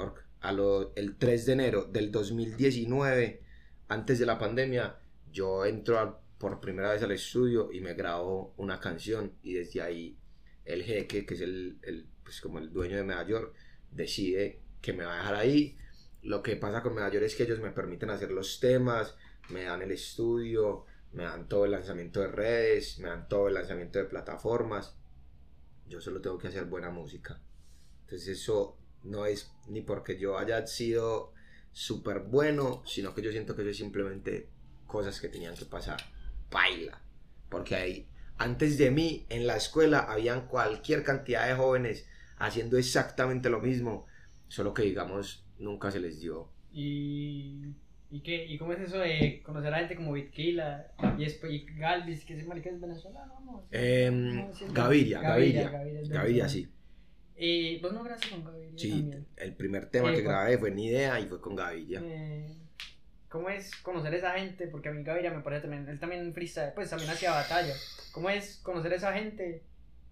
a lo, el tres de enero del dos mil diecinueve, antes de la pandemia, yo entro a, por primera vez al estudio y me grabo una canción, y desde ahí el jeque, que es el, el pues como el dueño de Medayor, decide que me va a dejar ahí. Lo que pasa con Medayor es que ellos me permiten hacer los temas, me dan el estudio, me dan todo el lanzamiento de redes, me dan todo el lanzamiento de plataformas. Yo solo tengo que hacer buena música. Entonces eso no es ni porque yo haya sido súper bueno, sino que yo siento que eso es simplemente cosas que tenían que pasar. Baila. Porque ahí, antes de mí, en la escuela, habían cualquier cantidad de jóvenes haciendo exactamente lo mismo, solo que, digamos, nunca se les dio. ¿Y, y qué? ¿Y cómo es eso de conocer a gente como Vitkila y, y Galvis, que ese marica es venezolano? No, eh, no, sí, Gaviria, Gaviria, Gaviria, Gaviria, sí. ¿Y vos no grabaste con Gaviria? Sí, también? el primer tema eh, que grabé fue Ni Idea y fue con Gaviria. Eh, ¿Cómo es conocer a esa gente? Porque a mí Gaviria me parece también, él también freestyle, pues también hacía batalla. ¿Cómo es conocer a esa gente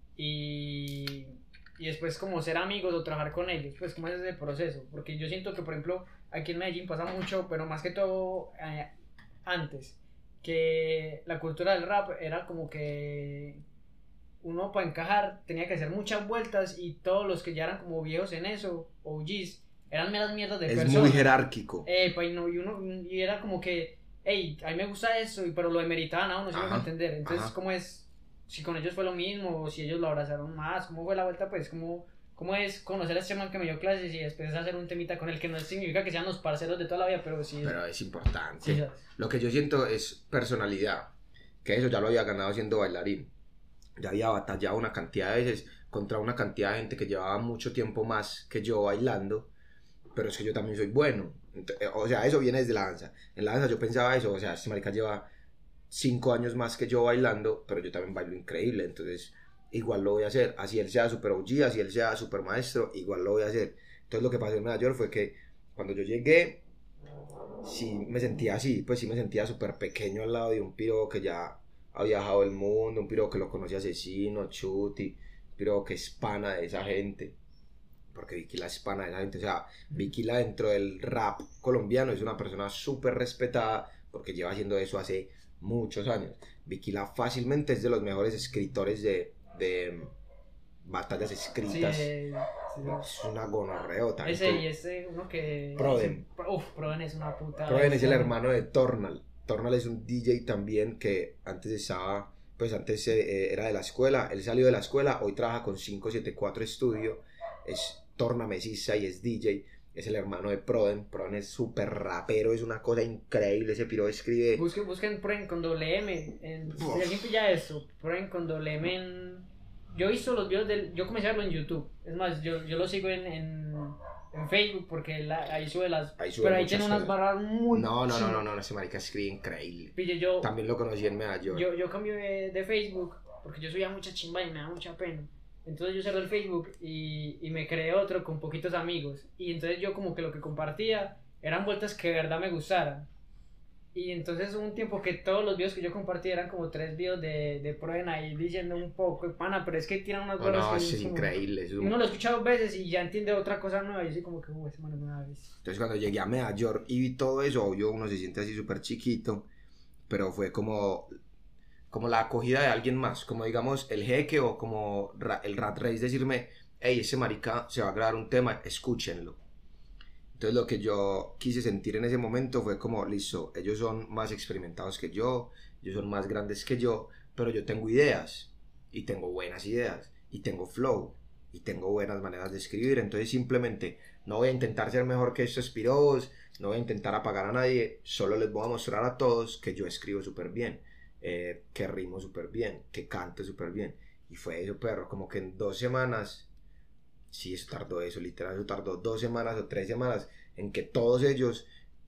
y, y después como ser amigos o trabajar con ellos? Pues ¿cómo es ese proceso? Porque yo siento que, por ejemplo, aquí en Medellín pasa mucho, pero más que todo eh, antes, que la cultura del rap era como que uno para encajar tenía que hacer muchas vueltas y todos los que ya eran como viejos en eso, O Gs, eran meras mierdas de es personas. Es muy jerárquico. Eh, y, no, y, uno, y era como que, hey, a mí me gusta eso, pero lo demeritaban a uno, si me va a entender. Entonces, ajá. ¿Cómo es? Si con ellos fue lo mismo, o si ellos lo abrazaron más, ¿cómo fue la vuelta? Pues, ¿cómo, cómo es conocer a este man que me dio clases y después hacer un temita con él? Que no significa que sean los parceros de toda la vida, pero sí. Pero es importante. Sí, lo que yo siento es personalidad, que eso ya lo había ganado siendo bailarín. Ya había batallado una cantidad de veces contra una cantidad de gente que llevaba mucho tiempo más que yo bailando, pero es que yo también soy bueno. O sea, eso viene desde la danza. En la danza yo pensaba eso, o sea, este marica lleva cinco años más que yo bailando, pero yo también bailo increíble, entonces igual lo voy a hacer. Así él sea super O G, así él sea super maestro, igual lo voy a hacer. Entonces lo que pasó en Nueva York fue que cuando yo llegué, sí me sentía así, pues sí me sentía súper pequeño al lado de un piro que ya había viajado el mundo, un piro que lo conocía Asesino, Chuti, un piro que es pana de esa gente. Porque Vitkila es pana de esa gente, o sea, Vitkila dentro del rap colombiano es una persona súper respetada porque lleva haciendo eso hace muchos años. Vitkila fácilmente es de los mejores escritores de, de batallas escritas. Sí, sí. Es una gonorreota. Ese y ese, uno que... Proden. Uf, Proden es una puta... Proden es el hermano de Tornal. Tornal es un D J también que antes estaba, pues antes eh, era de la escuela, él salió de la escuela, hoy trabaja con cinco siete cuatro Studio, es tornamesista y es D J, es el hermano de Proden. Proden es súper rapero, es una cosa increíble, ese piro escribe... Busquen, busquen Proden con doble M, en, si alguien pilla eso, Proden con doble M en... Yo he visto los videos del... Yo comencé a verlo en YouTube, es más, yo, yo lo sigo en, en, en Facebook porque la, ahí sube las... Ahí sube pero ahí tiene unas barras muy... No, no, no, no, no, ese marica escribe increíble. Pille, yo... También lo conocí en Medellín. Yo, yo cambié de, de Facebook porque yo subía mucha chimba y me da mucha pena. Entonces yo cerré el Facebook y, y me creé otro con poquitos amigos. Y entonces yo como que lo que compartía eran vueltas que de verdad me gustaran. Y entonces hubo un tiempo que todos los videos que yo compartía eran como tres videos de, de Proden ahí diciendo un poco, pana, pero es que tiran unas vueltas oh, no, que es increíble. Es un... Uno lo escucha dos veces y ya entiende otra cosa nueva y yo así como que, uh, ese man es nueva vez. Entonces cuando llegué a Medellín y vi todo eso, obvio uno se siente así súper chiquito, pero fue como... como la acogida de alguien más, como digamos el jeque o como el Rat Race decirme, hey, ese marica se va a grabar un tema, escúchenlo. Entonces lo que yo quise sentir en ese momento fue como, listo, ellos son más experimentados que yo, ellos son más grandes que yo, pero yo tengo ideas, y tengo buenas ideas, y tengo flow, y tengo buenas maneras de escribir, entonces simplemente no voy a intentar ser mejor que estos piros, no voy a intentar apagar a nadie, solo les voy a mostrar a todos que yo escribo súper bien. Eh, que rimo súper bien, que canto súper bien. Y fue eso, perro, como que en dos semanas, sí, eso tardó eso, literal, eso tardó dos semanas o tres semanas en que todos ellos,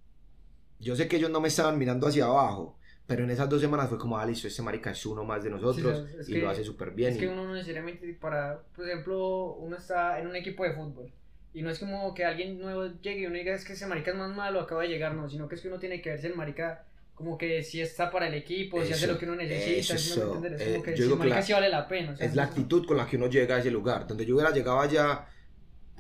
yo sé que ellos no me estaban mirando hacia abajo, pero en esas dos semanas fue como, ah, listo, este marica es uno más de nosotros, sí, y que, lo hace súper bien. Es y... que uno no necesariamente para, por ejemplo, uno está en un equipo de fútbol y no es como que alguien nuevo llegue y uno diga es que ese marica es más malo, acaba de llegar, no, sino que es que uno tiene que verse el marica como que si está para el equipo, eso, si hace lo que uno necesita, eso, ¿no? Es como que eh, si marica la, sí vale la pena. O sea, es la actitud con la que uno llega a ese lugar, donde yo hubiera llegado allá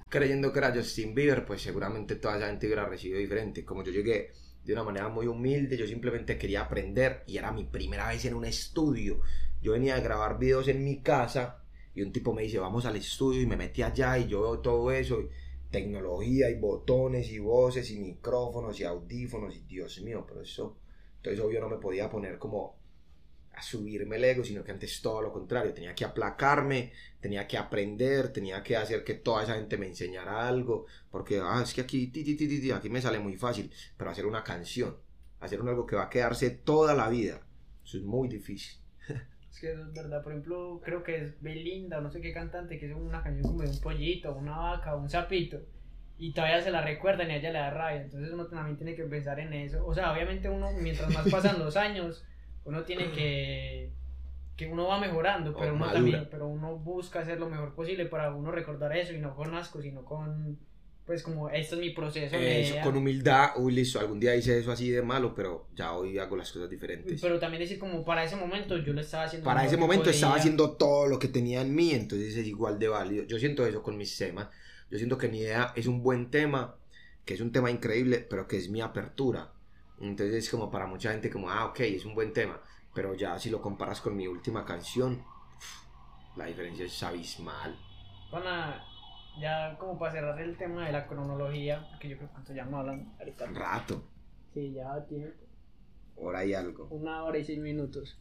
creyendo que era Justin Bieber, pues seguramente toda esa gente hubiera recibido diferente. Como yo llegué de una manera muy humilde, yo simplemente quería aprender y era mi primera vez en un estudio. Yo venía a grabar videos en mi casa y un tipo me dice, vamos al estudio, y me metí allá y yo veo todo eso, y tecnología y botones y voces y micrófonos y audífonos, y Dios mío, pero eso, entonces obvio no me podía poner como a subirme el ego, sino que antes todo lo contrario, tenía que aplacarme, tenía que aprender, tenía que hacer que toda esa gente me enseñara algo, porque ah, es que aquí, ti, ti, ti, ti, aquí me sale muy fácil, pero hacer una canción, hacer un algo que va a quedarse toda la vida, eso es muy difícil. Es que eso es verdad, por ejemplo, creo que es Belinda o no sé qué cantante que hizo una canción como de un pollito, una vaca, un sapito, y todavía se la recuerdan y a ella le da rabia, entonces uno también tiene que pensar en eso, o sea, obviamente uno, mientras más pasan los años, uno tiene que, que uno va mejorando, pero Oh, uno madura. también, pero uno busca hacer lo mejor posible para uno recordar eso, y no con asco, sino con, pues como, este es mi proceso. Eso, me- con humildad, uy, listo, algún día hice eso así de malo, pero ya hoy hago las cosas diferentes. Pero también decir como, para ese momento yo lo estaba haciendo Para lo ese mejor que momento estaba podía. haciendo todo lo que tenía en mí, entonces es igual de válido. Yo siento eso con mis temas. Yo siento que mi idea es un buen tema, que es un tema increíble, pero que es mi apertura. Entonces es como para mucha gente como, ah, ok, es un buen tema, pero ya si lo comparas con mi última canción, la diferencia es abismal. Pana, ya como para cerrar el tema de la cronología, porque yo creo que cuánto ya no hablan ahorita. Un rato, Sí, ya tiene hora y algo. una hora y seis minutos.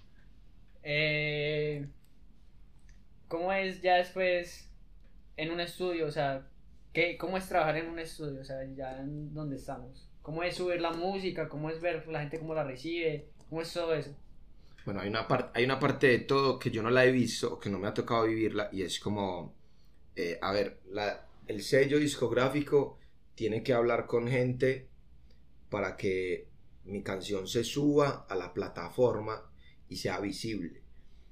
Eh, ¿Cómo es ya después en un estudio? O sea, ¿qué, ¿cómo es trabajar en un estudio? O sea, ya en donde estamos. ¿Cómo es subir la música? ¿Cómo es ver la gente cómo la recibe? ¿Cómo es todo eso? Bueno, hay una, parte, hay una parte de todo que yo no la he visto, o que no me ha tocado vivirla, y es como, eh, a ver, la, el sello discográfico tiene que hablar con gente para que mi canción se suba a la plataforma y sea visible.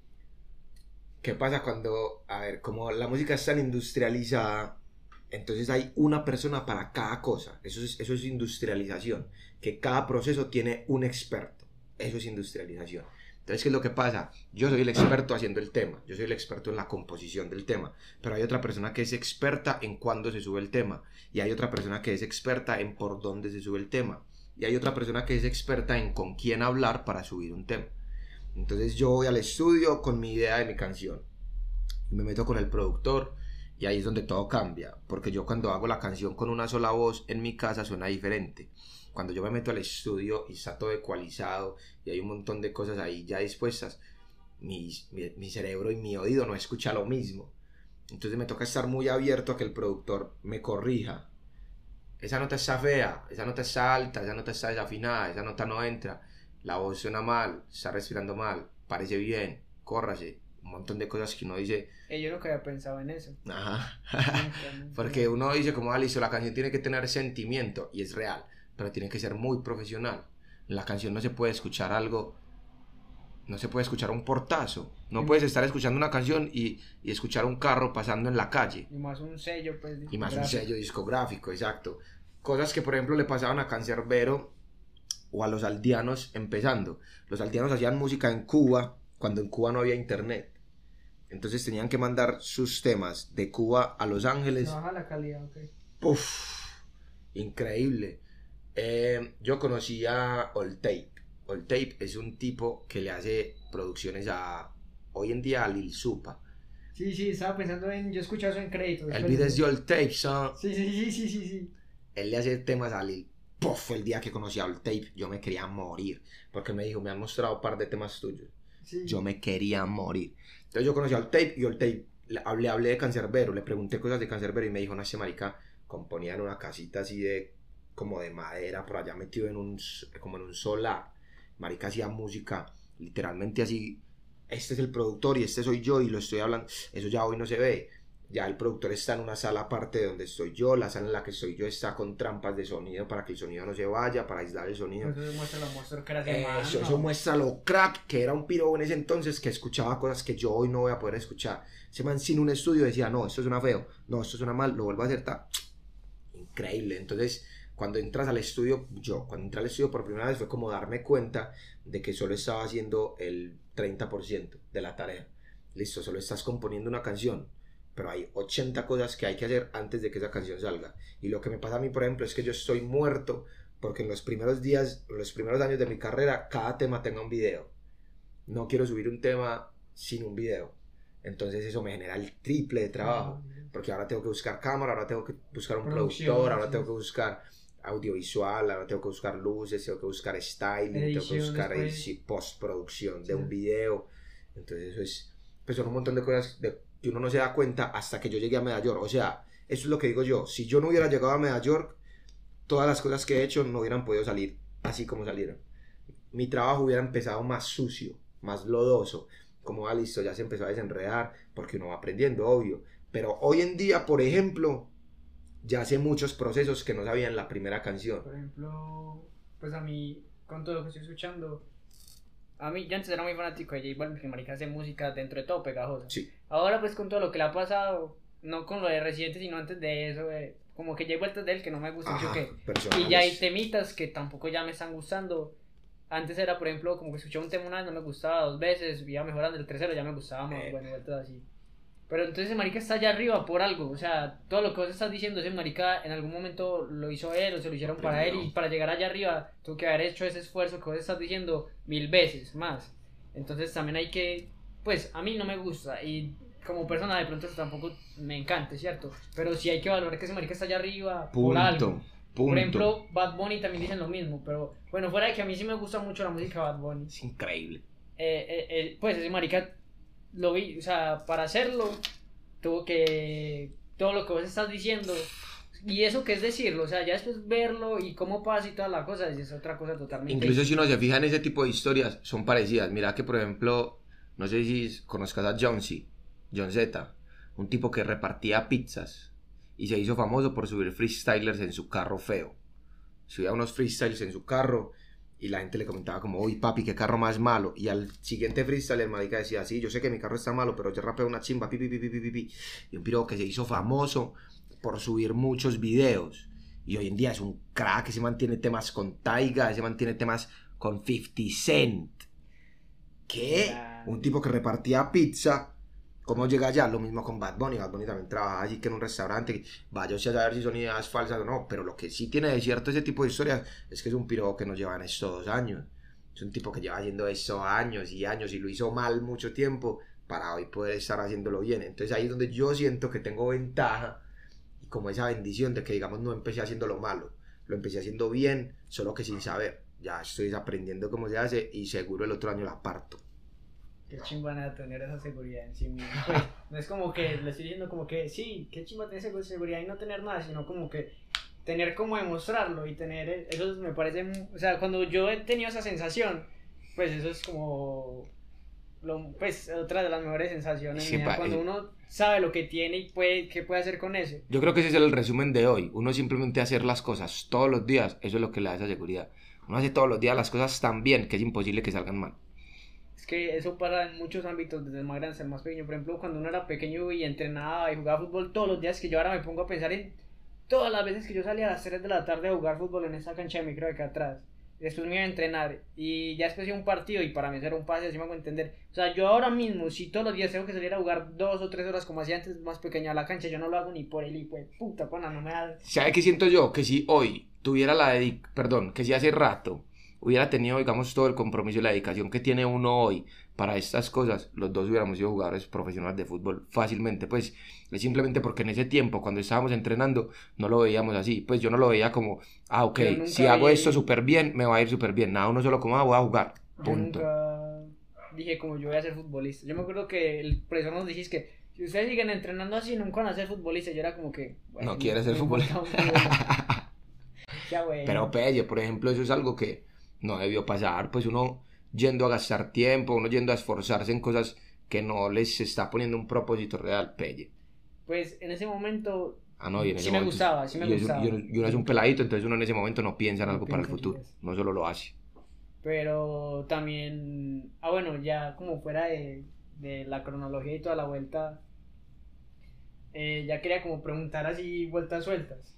¿Qué pasa cuando, a ver, como la música es tan industrializada, entonces hay una persona para cada cosa? Eso es, eso es industrialización, que cada proceso tiene un experto. Eso es industrialización. Entonces, ¿qué es lo que pasa? Yo soy el experto haciendo el tema, yo soy el experto en la composición del tema, pero hay otra persona que es experta en cuándo se sube el tema, y hay otra persona que es experta en por dónde se sube el tema, y hay otra persona que es experta en con quién hablar para subir un tema. Entonces yo voy al estudio con mi idea de mi canción, y me meto con el productor, y ahí es donde todo cambia, porque yo cuando hago la canción con una sola voz en mi casa suena diferente. Cuando yo me meto al estudio y está todo ecualizado y hay un montón de cosas ahí ya dispuestas, mi, mi, mi cerebro y mi oído no escucha lo mismo. Entonces me toca estar muy abierto a que el productor me corrija. Esa nota está fea, esa nota está alta, esa nota está desafinada, esa nota no entra, la voz suena mal, está respirando mal, parece bien, córrase. Un montón de cosas que uno dice, Eh, yo nunca había pensado en eso. ajá. Nunca, nunca. Porque uno dice como, ah, listo, la canción tiene que tener sentimiento, y es real, pero tiene que ser muy profesional. En la canción no se puede escuchar algo, no se puede escuchar un portazo. No Sí. puedes estar escuchando una canción y, y escuchar un carro pasando en la calle. Y más un sello, pues. Y más un discográfico. sello discográfico, exacto. Cosas que, por ejemplo, le pasaban a Cancerbero o a los aldeanos empezando. Los aldeanos hacían música en Cuba cuando en Cuba no había internet. Entonces tenían que mandar sus temas de Cuba a Los Ángeles. Se baja la calidad, ok. Uf, increíble. Eh, yo conocí a Alltape. Alltape es un tipo que le hace producciones a, hoy en día, a Lil Supa. Sí, sí, estaba pensando en. Yo he escuchado eso en créditos. El video es de Alltape, son. Sí, sí, sí, sí, sí, sí. Él le hace temas a Lil. Puf, el día que conocí a Alltape, yo me quería morir. Porque me dijo, me han mostrado un par de temas tuyos. Sí. Yo me quería morir. Entonces yo conocí a Alltape y Alltape le hablé, hablé de Cancerbero, le pregunté cosas de Cancerbero y me dijo, no, este marica componía en una casita así de, como de madera, por allá metido en un, como en un solar. Marica hacía música literalmente así, este es el productor y este soy yo y lo estoy hablando, eso ya hoy no se ve. Ya el productor está en una sala aparte de donde estoy yo, la sala en la que estoy yo está con trampas de sonido para que el sonido no se vaya, para aislar el sonido. Eso demuestra lo muestro que era ese man, Eso, ¿no? eso muestra lo crack que era un piro en ese entonces, que escuchaba cosas que yo hoy no voy a poder escuchar. Ese man sin un estudio decía, no, esto suena feo, no, esto suena mal, lo vuelvo a hacer, ta. Increíble. Entonces, cuando entras al estudio, yo, cuando entré al estudio por primera vez fue como darme cuenta de que solo estaba haciendo el treinta por ciento de la tarea. Listo, solo estás componiendo una canción, pero hay ochenta cosas que hay que hacer antes de que esa canción salga. Y lo que me pasa a mí, por ejemplo, es que yo estoy muerto porque en los primeros días, en los primeros años de mi carrera, cada tema tenga un video. No quiero subir un tema sin un video. Entonces eso me genera el triple de trabajo, porque ahora tengo que buscar cámara, ahora tengo que buscar un producción, productor, ahora sí. tengo que buscar audiovisual, ahora tengo que buscar luces, tengo que buscar styling, edición, tengo que buscar edición, postproducción de sí. un video. Entonces eso es, pues son un montón de cosas de, que uno no se da cuenta hasta que yo llegué a Nueva York. O sea, eso es lo que digo yo, si yo no hubiera llegado a Nueva York, todas las cosas que he hecho no hubieran podido salir así como salieron. Mi trabajo hubiera empezado más sucio, más lodoso, como ah, listo, ya se empezó a desenredar, porque uno va aprendiendo, obvio. Pero hoy en día, por ejemplo, ya sé muchos procesos que no sabía en la primera canción. Por ejemplo, pues a mí, con todo lo que estoy escuchando, a mí, yo antes era muy fanático de J Balvin, que marica hace música dentro de todo pegajosa. Sí. Ahora pues con todo lo que le ha pasado, no con lo de Residente, sino antes de eso, eh, como que ya hay vueltas de él que no me gustan mucho, que y ya hay temitas que tampoco ya me están gustando. Antes era, por ejemplo, como que escuchaba un tema una vez, no me gustaba dos veces, iba mejorando, el tercero ya me gustaba más, eh. bueno, vueltas así. Pero entonces el marica está allá arriba por algo, o sea, todo lo que vos estás diciendo, ese marica en algún momento lo hizo él o se lo hicieron Pero para no. él, y para llegar allá arriba tuvo que haber hecho ese esfuerzo que vos estás diciendo mil veces más. Entonces también hay que, pues a mí no me gusta, y como persona de pronto eso tampoco me encanta, ¿cierto? Pero sí hay que valorar que ese marica está allá arriba Punto. por algo. Punto. Por ejemplo, Bad Bunny también dicen lo mismo, pero bueno, fuera de que a mí sí me gusta mucho la música de Bad Bunny. Es increíble. Eh, eh, eh, pues ese marica lo vi, o sea, para hacerlo tuvo que, todo lo que vos estás diciendo, y eso que es decirlo, o sea, ya después verlo y cómo pasa y toda la cosa, es otra cosa totalmente. Incluso si uno se fija en ese tipo de historias, son parecidas. Mira que por ejemplo, no sé si conozcas a John C, John Z, un tipo que repartía pizzas y se hizo famoso por subir freestylers en su carro feo. Subía unos freestyles en su carro y la gente le comentaba como, uy papi, qué carro más malo. Y al siguiente freestyle el marica decía, sí, yo sé que mi carro está malo, pero yo rapeo una chimba, pi, pi, pi, pi, pi, pi. Y un piro que se hizo famoso por subir muchos videos. Y hoy en día es un crack, se mantiene temas con Taiga, se mantiene temas con fifty Cent. ¿Qué? Un tipo que repartía pizza. ¿Cómo llega allá? Lo mismo con Bad Bunny. Bad Bunny también trabaja así que en un restaurante. Vaya usted a ver si son ideas falsas o no. Pero lo que sí tiene de cierto ese tipo de historias es que es un piro que nos lleva en estos dos años. Es un tipo que lleva haciendo esto años y años y lo hizo mal mucho tiempo para hoy poder estar haciéndolo bien. Entonces ahí es donde yo siento que tengo ventaja y como esa bendición de que digamos no empecé haciéndolo malo. Lo empecé haciendo bien, solo que sin saber. Ya estoy aprendiendo cómo se hace y seguro el otro año la parto. Qué chingona tener esa seguridad en sí mismo. Pues, no es como que le estoy diciendo como que sí, qué chimba tener esa seguridad y no tener nada, sino como que tener como demostrarlo y tener, eso me parece, o sea, cuando yo he tenido esa sensación, pues eso es como, lo, pues otra de las mejores sensaciones, sí, pa, cuando eh, uno sabe lo que tiene y puede, qué puede hacer con eso. Yo creo que ese es el resumen de hoy, uno simplemente hacer las cosas todos los días, eso es lo que le da esa seguridad. Uno hace todos los días las cosas tan bien que es imposible que salgan mal. Es que eso pasa en muchos ámbitos, desde el más grande hasta el más pequeño. Por ejemplo, cuando uno era pequeño y entrenaba y jugaba fútbol todos los días, que yo ahora me pongo a pensar en todas las veces que yo salía a las tres de la tarde a jugar fútbol en esa cancha de micro de acá atrás. Después me iba a entrenar y ya después iba un partido y para mí era un pase, así me hago entender. O sea, yo ahora mismo, si todos los días tengo que salir a jugar dos o tres horas como hacía antes más pequeño a la cancha, yo no lo hago ni por el hijo de puta, pana, no me da... ¿Sabe qué siento yo? Que si hoy tuviera la dedicación, perdón, que si hace rato hubiera tenido, digamos, todo el compromiso y la dedicación que tiene uno hoy para estas cosas, los dos hubiéramos sido jugadores profesionales de fútbol fácilmente. Pues es simplemente porque en ese tiempo, cuando estábamos entrenando, no lo veíamos así. Pues yo no lo veía como, ah, ok, si hago vi... esto súper bien, me va a ir súper bien. Nada, uno solo como, ah, voy a jugar, punto. Yo nunca dije como yo voy a ser futbolista. Yo me acuerdo que el profesor nos dijiste que si ustedes siguen entrenando así, nunca van a ser futbolistas. Yo era como que... Bueno, no quiere ser futbolista. Ya, bueno. Pero Pelle, por ejemplo, eso es algo que no debió pasar. Pues uno yendo a gastar tiempo, uno yendo a esforzarse en cosas que no les está poniendo un propósito real, Pelle. Pues en ese momento ah, no, y en ese sí momento, me gustaba, sí me y gustaba. Es, y, uno, y uno es un peladito, entonces uno en ese momento no piensa en no algo para el futuro, no solo lo hace. Pero también, ah bueno, ya como fuera de, de la cronología y toda la vuelta, eh, ya quería como preguntar así vueltas sueltas.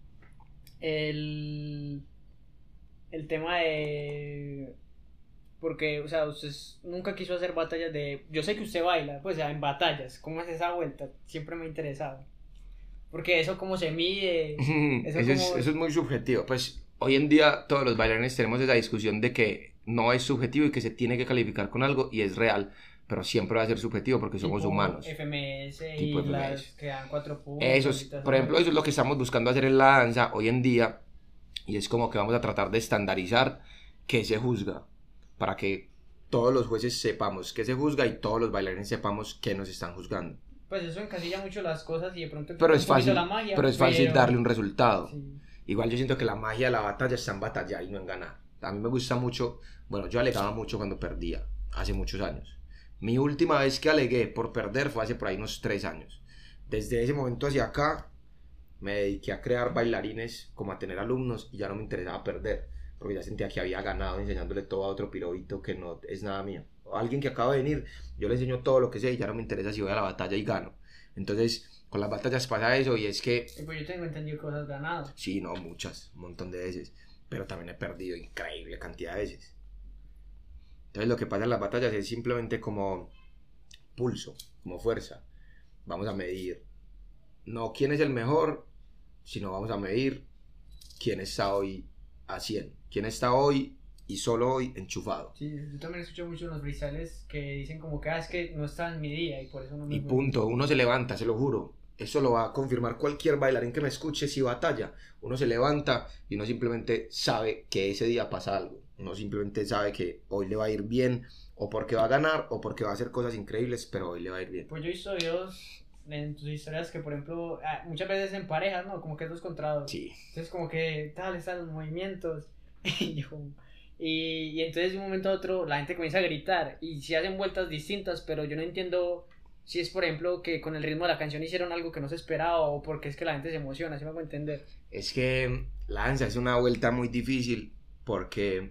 El, el tema de... porque, o sea, usted nunca quiso hacer batallas de... Yo sé que usted baila, pues, o sea, en batallas, ¿cómo es esa vuelta? Siempre me ha interesado. Porque eso cómo se mide, eso, eso, es, como... eso es muy subjetivo. Pues hoy en día todos los bailarines tenemos esa discusión de que no es subjetivo y que se tiene que calificar con algo y es real, pero siempre va a ser subjetivo porque somos tipo humanos. F M S Tipo y F M S. las que dan cuatro puntos. Eso es, por ejemplo, eso es lo que estamos buscando hacer en la danza hoy en día y es como que vamos a tratar de estandarizar qué se juzga para que todos los jueces sepamos qué se juzga y todos los bailarines sepamos qué nos están juzgando. Pues eso encasilla mucho las cosas y de pronto Pero es fácil, la magia, pero es fácil pero... darle un resultado. Sí. Igual yo siento que la magia de la batalla está en batallar y no en ganar. A mí me gusta mucho, bueno, yo alegaba mucho cuando perdía, hace muchos años. Mi última vez que alegué por perder fue hace por ahí unos tres años. Desde ese momento hacia acá me dediqué a crear bailarines, como a tener alumnos y ya no me interesaba perder, porque ya sentía que había ganado enseñándole todo a otro pirobito que no es nada mío. O alguien que acaba de venir, yo le enseño todo lo que sé y ya no me interesa si voy a la batalla y gano. Entonces, con las batallas pasa eso y es que... Sí, pues yo tengo entendido que vos has ganado. Sí, no, muchas, un montón de veces, pero también he perdido increíble cantidad de veces. Entonces lo que pasa en las batallas es simplemente como pulso, como fuerza. Vamos a medir, no quién es el mejor, sino vamos a medir quién está hoy a cien, quién está hoy y solo hoy enchufado. Sí, yo también escucho mucho en los freestyles que dicen como que, ah, es que no está en mi día y por eso no me... Y punto, uno se levanta, se lo juro. Eso lo va a confirmar cualquier bailarín que me escuche si batalla. Uno se levanta y uno simplemente sabe que ese día pasa algo. Uno simplemente sabe que hoy le va a ir bien, o porque va a ganar, o porque va a hacer cosas increíbles, pero hoy le va a ir bien. Pues yo he visto videos en tus historias que, por ejemplo, muchas veces en parejas, ¿no? Como que es dos contra dos. Sí. Entonces como que tal, están los movimientos. y, yo, y, y entonces de un momento a otro la gente comienza a gritar y se hacen vueltas distintas, pero yo no entiendo si es, por ejemplo, que con el ritmo de la canción hicieron algo que no se esperaba o porque es que la gente se emociona, ¿sí me hago entender? Es que la danza es una vuelta muy difícil porque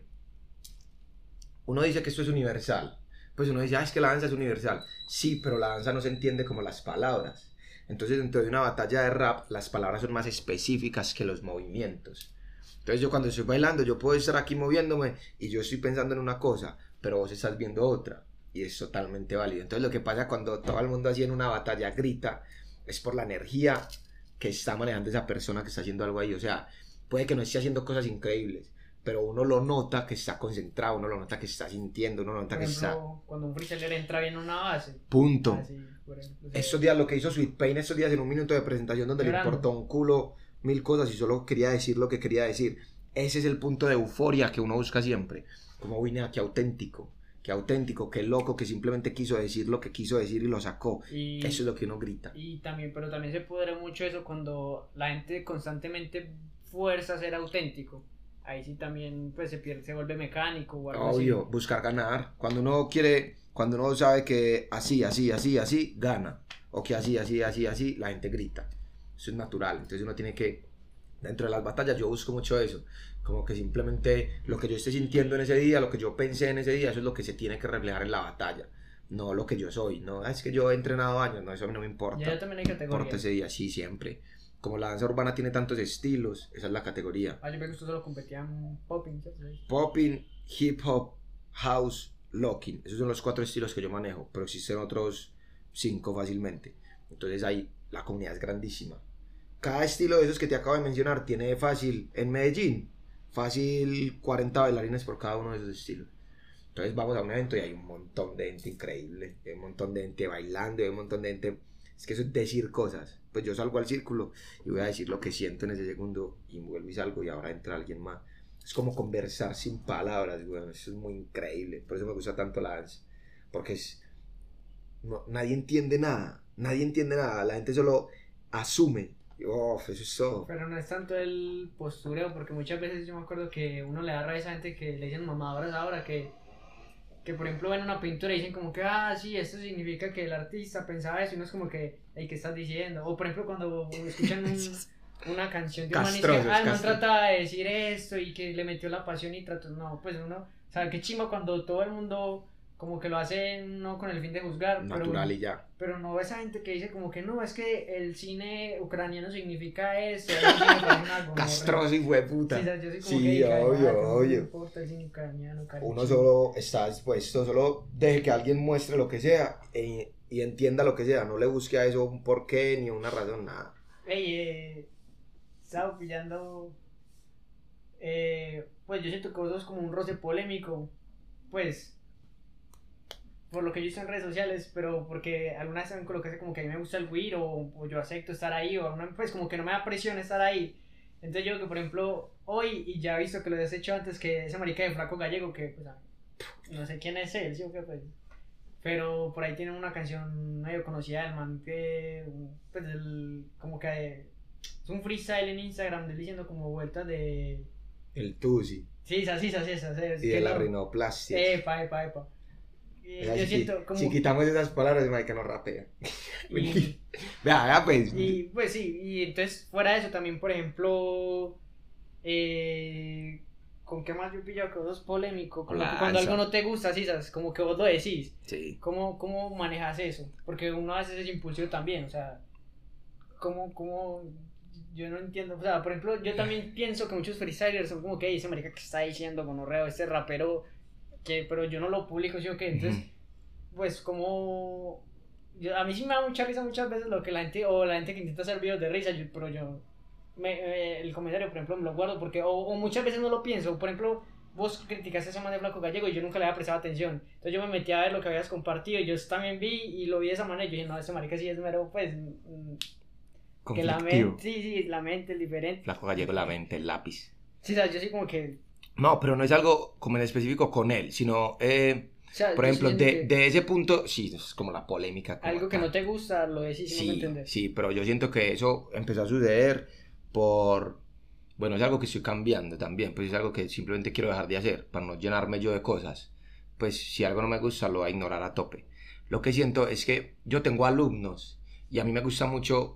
uno dice que esto es universal. Pues uno dice, ah, es que la danza es universal. Sí, pero la danza no se entiende como las palabras. Entonces, dentro de una batalla de rap, las palabras son más específicas que los movimientos. Entonces, yo cuando estoy bailando, yo puedo estar aquí moviéndome y yo estoy pensando en una cosa, pero vos estás viendo otra. Y es totalmente válido. Entonces, lo que pasa cuando todo el mundo así en una batalla grita, es por la energía que está manejando esa persona que está haciendo algo ahí. O sea, puede que no esté haciendo cosas increíbles, pero uno lo nota que está concentrado, uno lo nota que está sintiendo, uno lo nota por que ejemplo, está... cuando un freestyler entra bien en una base. Punto. Así, por ejemplo, o sea, estos días lo que hizo Sweet Pain, estos días en un minuto de presentación donde llorando. le importó un culo mil cosas y solo quería decir lo que quería decir. Ese es el punto de euforia que uno busca siempre. Como vine aquí auténtico, que auténtico, que loco, que simplemente quiso decir lo que quiso decir y lo sacó. Y, eso es lo que uno grita. Y también, pero también se pudre mucho eso cuando la gente constantemente fuerza a ser auténtico. Ahí sí también pues se pierde, se vuelve mecánico o algo Obvio, así. buscar ganar. Cuando uno quiere, cuando uno sabe que así, así, así, así, gana. O que así, así, así, así, la gente grita. Eso es natural. Entonces uno tiene que, dentro de las batallas yo busco mucho eso. Como que simplemente lo que yo esté sintiendo en ese día, lo que yo pensé en ese día, eso es lo que se tiene que reflejar en la batalla. No lo que yo soy. No, es que yo he entrenado años, no, eso a mí no me importa. Ya también hay categorías. Importa ese día, sí, siempre. Como la danza urbana tiene tantos estilos, esa es la categoría. Ah, yo me gustó solo competían popping, ¿sabes? Popping, hip hop, house, locking. Esos son los cuatro estilos que yo manejo, pero existen otros cinco fácilmente. Entonces ahí la comunidad es grandísima. Cada estilo de esos que te acabo de mencionar tiene fácil, en Medellín, fácil cuarenta bailarines por cada uno de esos estilos. Entonces vamos a un evento y hay un montón de gente increíble, hay un montón de gente bailando, hay un montón de gente... Es que eso es decir cosas. Pues yo salgo al círculo y voy a decir lo que siento en ese segundo y vuelvo y salgo y ahora entra alguien más. Es como conversar sin palabras, güey. Eso es muy increíble. Por eso me gusta tanto la danza. Porque es... No, nadie entiende nada. Nadie entiende nada. La gente solo asume. Uf, eso es todo. Pero no es tanto el postureo, porque muchas veces yo me acuerdo que uno le da rabia a esa gente que le dicen mamadoras ahora, que, que por ejemplo ven una pintura y dicen como que, ah, sí, esto significa que el artista pensaba eso, y uno es como que, hey, ¿qué estás diciendo? O por ejemplo cuando escuchan un, una canción de un man y dice, ah, el man trataba de decir esto y que le metió la pasión y trató, no, pues uno, o sea, qué chimba cuando todo el mundo como que lo hacen no con el fin de juzgar, natural pero, y ya. pero no esa gente que dice como que no, es que el cine ucraniano significa esto, eso sí me parece una gonorrea. Castroso y hueputa. Sí, o sea, yo soy como Sí, que diga, obvio, "Ah, que no me obvio. importa el cine ucraniano, cariño". Uno solo está dispuesto, solo deje que alguien muestre lo que sea e- y entienda lo que sea, no le busque a eso un porqué ni una razón, nada. Ey, eh, estaba pillando, eh, pues yo siento que vos sos como un roce polémico, pues, por lo que yo hice en redes sociales, pero porque alguna vez también colocaste como que a mí me gusta el weed o, o yo acepto estar ahí, o alguna- pues como que no me da presión estar ahí. Entonces yo que por ejemplo hoy, y ya he visto que lo has hecho antes, que ese marica de Flaco Gallego, que pues no sé quién es él, ¿sí o qué? Pues, pero por ahí tiene una canción medio conocida del man que, pues el, como que es un freestyle en Instagram de él diciendo como vueltas de... El tusi Sí, esa, sí, esa, sí, esa, esa, y de la rinoplastia. Epa, epa, epa. Y O sea, yo si, siento como... si quitamos esas palabras, marica no rapea. Y, Vea, vea, pues. y pues sí, y entonces fuera de eso también, por ejemplo, eh, ¿con qué más yo he pillado que vos sos polémico? Con lo que Lanza. cuando algo no te gusta, sí, sabes, como que vos lo decís. Sí. ¿Cómo, cómo manejas eso? Porque uno a veces es impulsivo también, o sea, ¿cómo, cómo? Yo no entiendo, o sea, por ejemplo, yo también pienso que muchos freestylers son como que ese marica que está diciendo gonorreo, este rapero, que, pero yo no lo publico, ¿sí o qué? Entonces, pues como... Yo, a mí sí me da mucha risa muchas veces lo que la gente, o la gente que intenta hacer videos de risa, yo, pero yo, me, me, el comentario, por ejemplo, me lo guardo porque, o, o muchas veces no lo pienso, por ejemplo, vos criticaste a ese man de Flaco Gallego y yo nunca le había prestado atención, entonces yo me metí a ver lo que habías compartido y yo también vi y lo vi de esa manera y yo dije, no, ese marica sí es mero, pues, que la mente, sí, sí, la mente es diferente. Flaco Gallego, la mente, el lápiz. Sí, o sea, yo sí como que... No, pero no es algo como en específico con él, sino, eh, o sea, por ejemplo, de, que de ese punto, sí, es como la polémica. Como algo acá. que no te gusta, lo decís y sí, no me entendés. Sí, pero yo siento que eso empezó a suceder por... Bueno, es algo que estoy cambiando también, pues es algo que simplemente quiero dejar de hacer, para no llenarme yo de cosas. Pues si algo no me gusta, lo voy a ignorar a tope. Lo que siento es que yo tengo alumnos y a mí me gusta mucho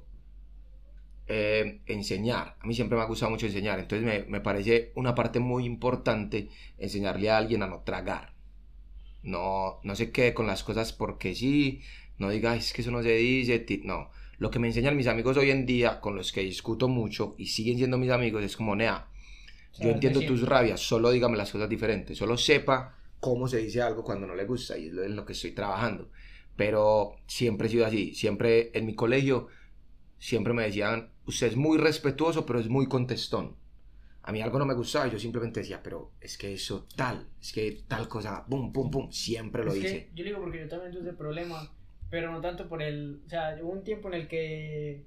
eh, enseñar. A mí siempre me ha gustado mucho enseñar, entonces me, me parece una parte muy importante enseñarle a alguien a no tragar. No, no se quede con las cosas porque sí, no diga, es que eso no se dice, no. Lo que me enseñan mis amigos hoy en día, con los que discuto mucho y siguen siendo mis amigos, es como, Nea, yo entiendo tus rabias, solo dígame las cosas diferentes, solo sepa cómo se dice algo cuando no le gusta y es en lo que estoy trabajando. Pero siempre he sido así, siempre en mi colegio, siempre me decían, usted es muy respetuoso, pero es muy contestón. A mí algo no me gustaba y yo simplemente decía, pero es que eso tal, es que tal cosa, pum, pum, pum, siempre lo es hice. Que yo digo porque yo también tuve ese problema, pero no tanto por el, o sea, hubo un tiempo en el que,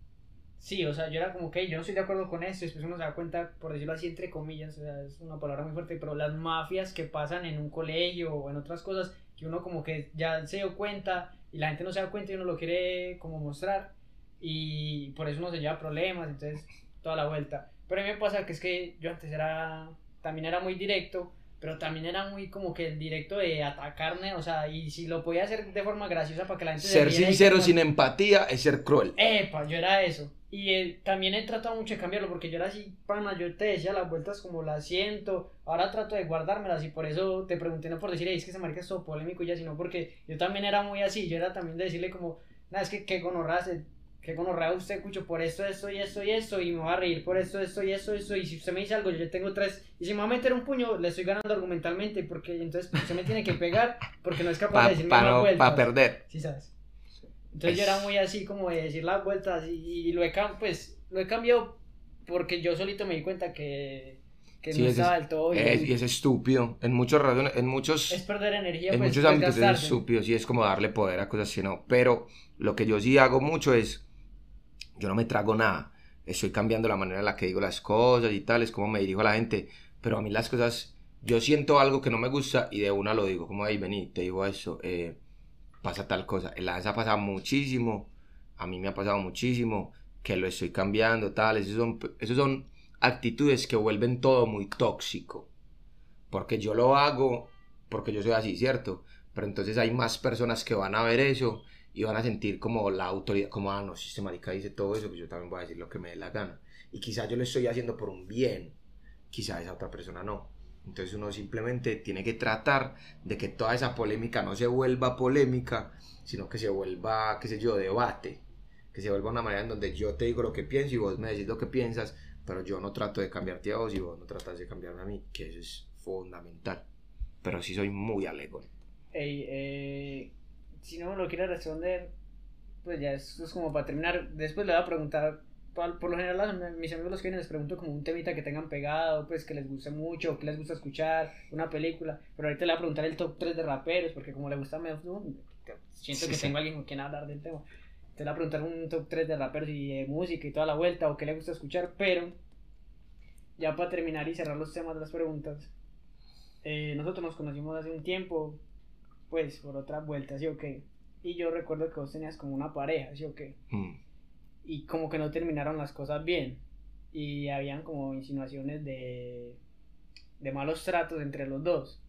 sí, o sea, yo era como que yo no estoy de acuerdo con esto, y después uno se da cuenta, por decirlo así, entre comillas, o sea, es una palabra muy fuerte, pero las mafias que pasan en un colegio o en otras cosas, que uno como que ya se dio cuenta y la gente no se da cuenta y uno lo quiere como mostrar, y por eso uno se lleva problemas, entonces toda la vuelta. Pero a mí me pasa que es que yo antes era, también era muy directo, pero también era muy como que el directo de atacarme, o sea, y si lo podía hacer de forma graciosa para que la gente ser se riera sincero como... sin empatía es ser cruel. Epa, yo era eso. Y eh, también he tratado mucho de cambiarlo porque yo era así, pana, yo te decía las vueltas como las siento, ahora trato de guardármelas y por eso te pregunté, no por decir, es que ese marica es todo polémico y ya, sino porque yo también era muy así, yo era también de decirle como, nada, es que qué gonorrea, qué gonorrea usted, Cucho, por esto, esto y esto y esto, y me va a reír por esto, esto y esto, esto, y si usted me dice algo, yo ya tengo tres, y si me va a meter un puño, le estoy ganando argumentalmente, porque entonces usted me tiene que pegar, porque no es capaz pa, de decirme pa más no, vueltas. Para perder. Sí, sabes. Entonces es... yo era muy así como de decir las vueltas y, y lo, he, pues, lo he cambiado porque yo solito me di cuenta que, que sí, no estaba del todo bien. Es, y es estúpido, en muchos razones, en muchos... Es perder energía, en pues, muchos ámbitos es estúpido, sí, es como darle poder a cosas que no. Pero lo que yo sí hago mucho es, yo no me trago nada, estoy cambiando la manera en la que digo las cosas y tal, es como me dirijo a la gente, pero a mí las cosas, yo siento algo que no me gusta y de una lo digo, como, hey, vení, te digo eso, eh... pasa tal cosa, en la danza pasa muchísimo, a mí me ha pasado muchísimo, que lo estoy cambiando, tal, esos son, esos son actitudes que vuelven todo muy tóxico, porque yo lo hago, porque yo soy así, ¿cierto? Pero entonces hay más personas que van a ver eso y van a sentir como la autoridad, como, ah, no, si este marica dice todo eso, pues yo también voy a decir lo que me dé la gana, y quizás yo lo estoy haciendo por un bien, quizás esa otra persona no, Entonces uno simplemente tiene que tratar de que toda esa polémica no se vuelva polémica, sino que se vuelva, qué sé yo, debate, que se vuelva una manera en donde yo te digo lo que pienso y vos me decís lo que piensas, pero yo no trato de cambiarte a vos y vos no tratas de cambiarme a mí, que eso es fundamental. Pero sí soy muy alegre. Ey, eh, si no me lo quiere responder, pues ya eso es como para terminar. Después le voy a preguntar, por, por lo general a mis amigos los que vienen les pregunto como un temita que tengan pegado, pues que les guste mucho, que les gusta escuchar, una película. Pero ahorita le voy a preguntar el top tres de raperos, porque como le gusta, me, no, siento Sí, que sí. tengo alguien con quien hablar del tema. Te voy a preguntar un top tres de raperos y de música y toda la vuelta, o qué le gusta escuchar, pero ya para terminar y cerrar los temas de las preguntas, eh, nosotros nos conocimos hace un tiempo, pues por otra vuelta, ¿sí o qué? Y yo recuerdo que vos tenías como una pareja, ¿sí o qué? Mm. Y como que no terminaron las cosas bien. Y habían como insinuaciones de, de malos tratos entre los dos.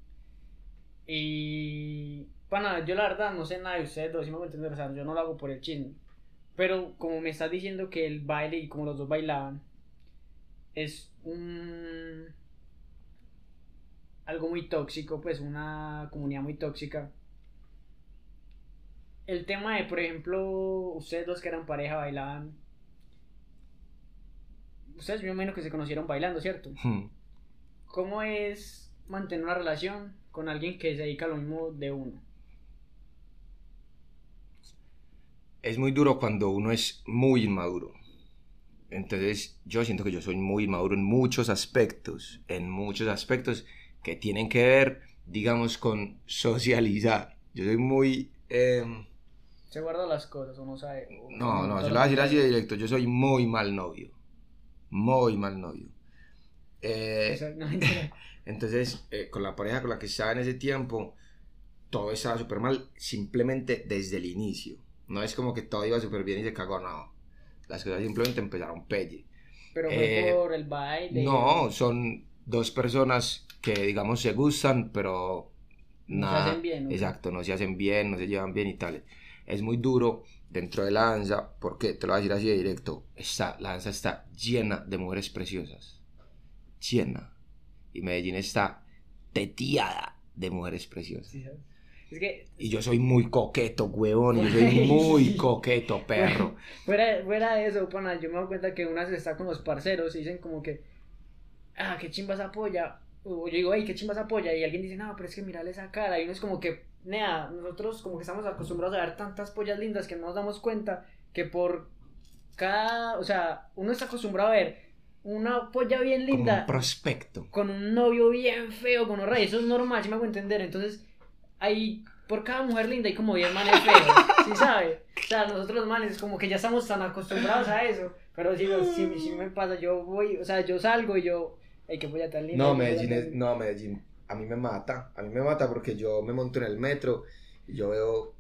Y bueno, yo la verdad no sé nada de ustedes dos, si me voy a entender, o sea, yo no lo hago por el chisme. Pero como me estás diciendo que el baile y como los dos bailaban, es un algo muy tóxico, pues una comunidad muy tóxica. El tema de, por ejemplo, ustedes dos que eran pareja bailaban. Ustedes me imagino que se conocieron bailando, ¿cierto? Mm. ¿Cómo es mantener una relación con alguien que se dedica a lo mismo de uno? Es muy duro cuando uno es muy inmaduro. Entonces yo siento que yo soy muy inmaduro en muchos aspectos, en muchos aspectos que tienen que ver, digamos, con socializar. Yo soy muy... Eh, ¿Se guarda las cosas o no sabe? O no, como no, todo se lo lo voy a decir así de contrario. directo, yo soy muy mal novio, muy mal novio. O Eh, sea, no, mentira. entonces, eh, con la pareja con la que estaba en ese tiempo, todo estaba súper mal, simplemente desde el inicio. No es como que todo iba súper bien y se cagó, no. Las cosas simplemente empezaron pelle. Pero fue Eh, por el baile no, o son dos personas que, digamos, se gustan, pero no se hacen nada, bien, ¿o qué? exacto, no se hacen bien, no se llevan bien y tal. Es muy duro dentro de la danza, porque te lo voy a decir así de directo, está, la danza está llena de mujeres preciosas, llena. Y Medellín está teteada de mujeres preciosas. Sí, ¿sabes? Es que Y yo soy muy coqueto, huevón, yo soy muy sí. coqueto, perro. Fuera, fuera de eso, pana, yo me doy cuenta que una se está con los parceros y dicen como que, ah, qué chimbas apoya. O yo digo, hey, qué chimbas apoya. Y alguien dice, no, pero es que mirale esa cara. Y uno es como que, nea, nosotros como que estamos acostumbrados a ver tantas pollas lindas que no nos damos cuenta que por cada, o sea, uno está acostumbrado a ver una polla bien Como un linda prospecto. con un novio bien feo, con un rey. Eso es normal, si me hago entender. Entonces, hay, por cada mujer linda hay como diez manes feos, ¿sí sabe? O sea, nosotros los manes como que ya estamos tan acostumbrados a eso. Pero si, si, si me pasa, yo voy, o sea, yo salgo y yo, ay, qué polla tan linda. No, qué polla Medellín tan es, linda. no, Medellín, a mí me mata, a mí me mata porque yo me monto en el metro y yo veo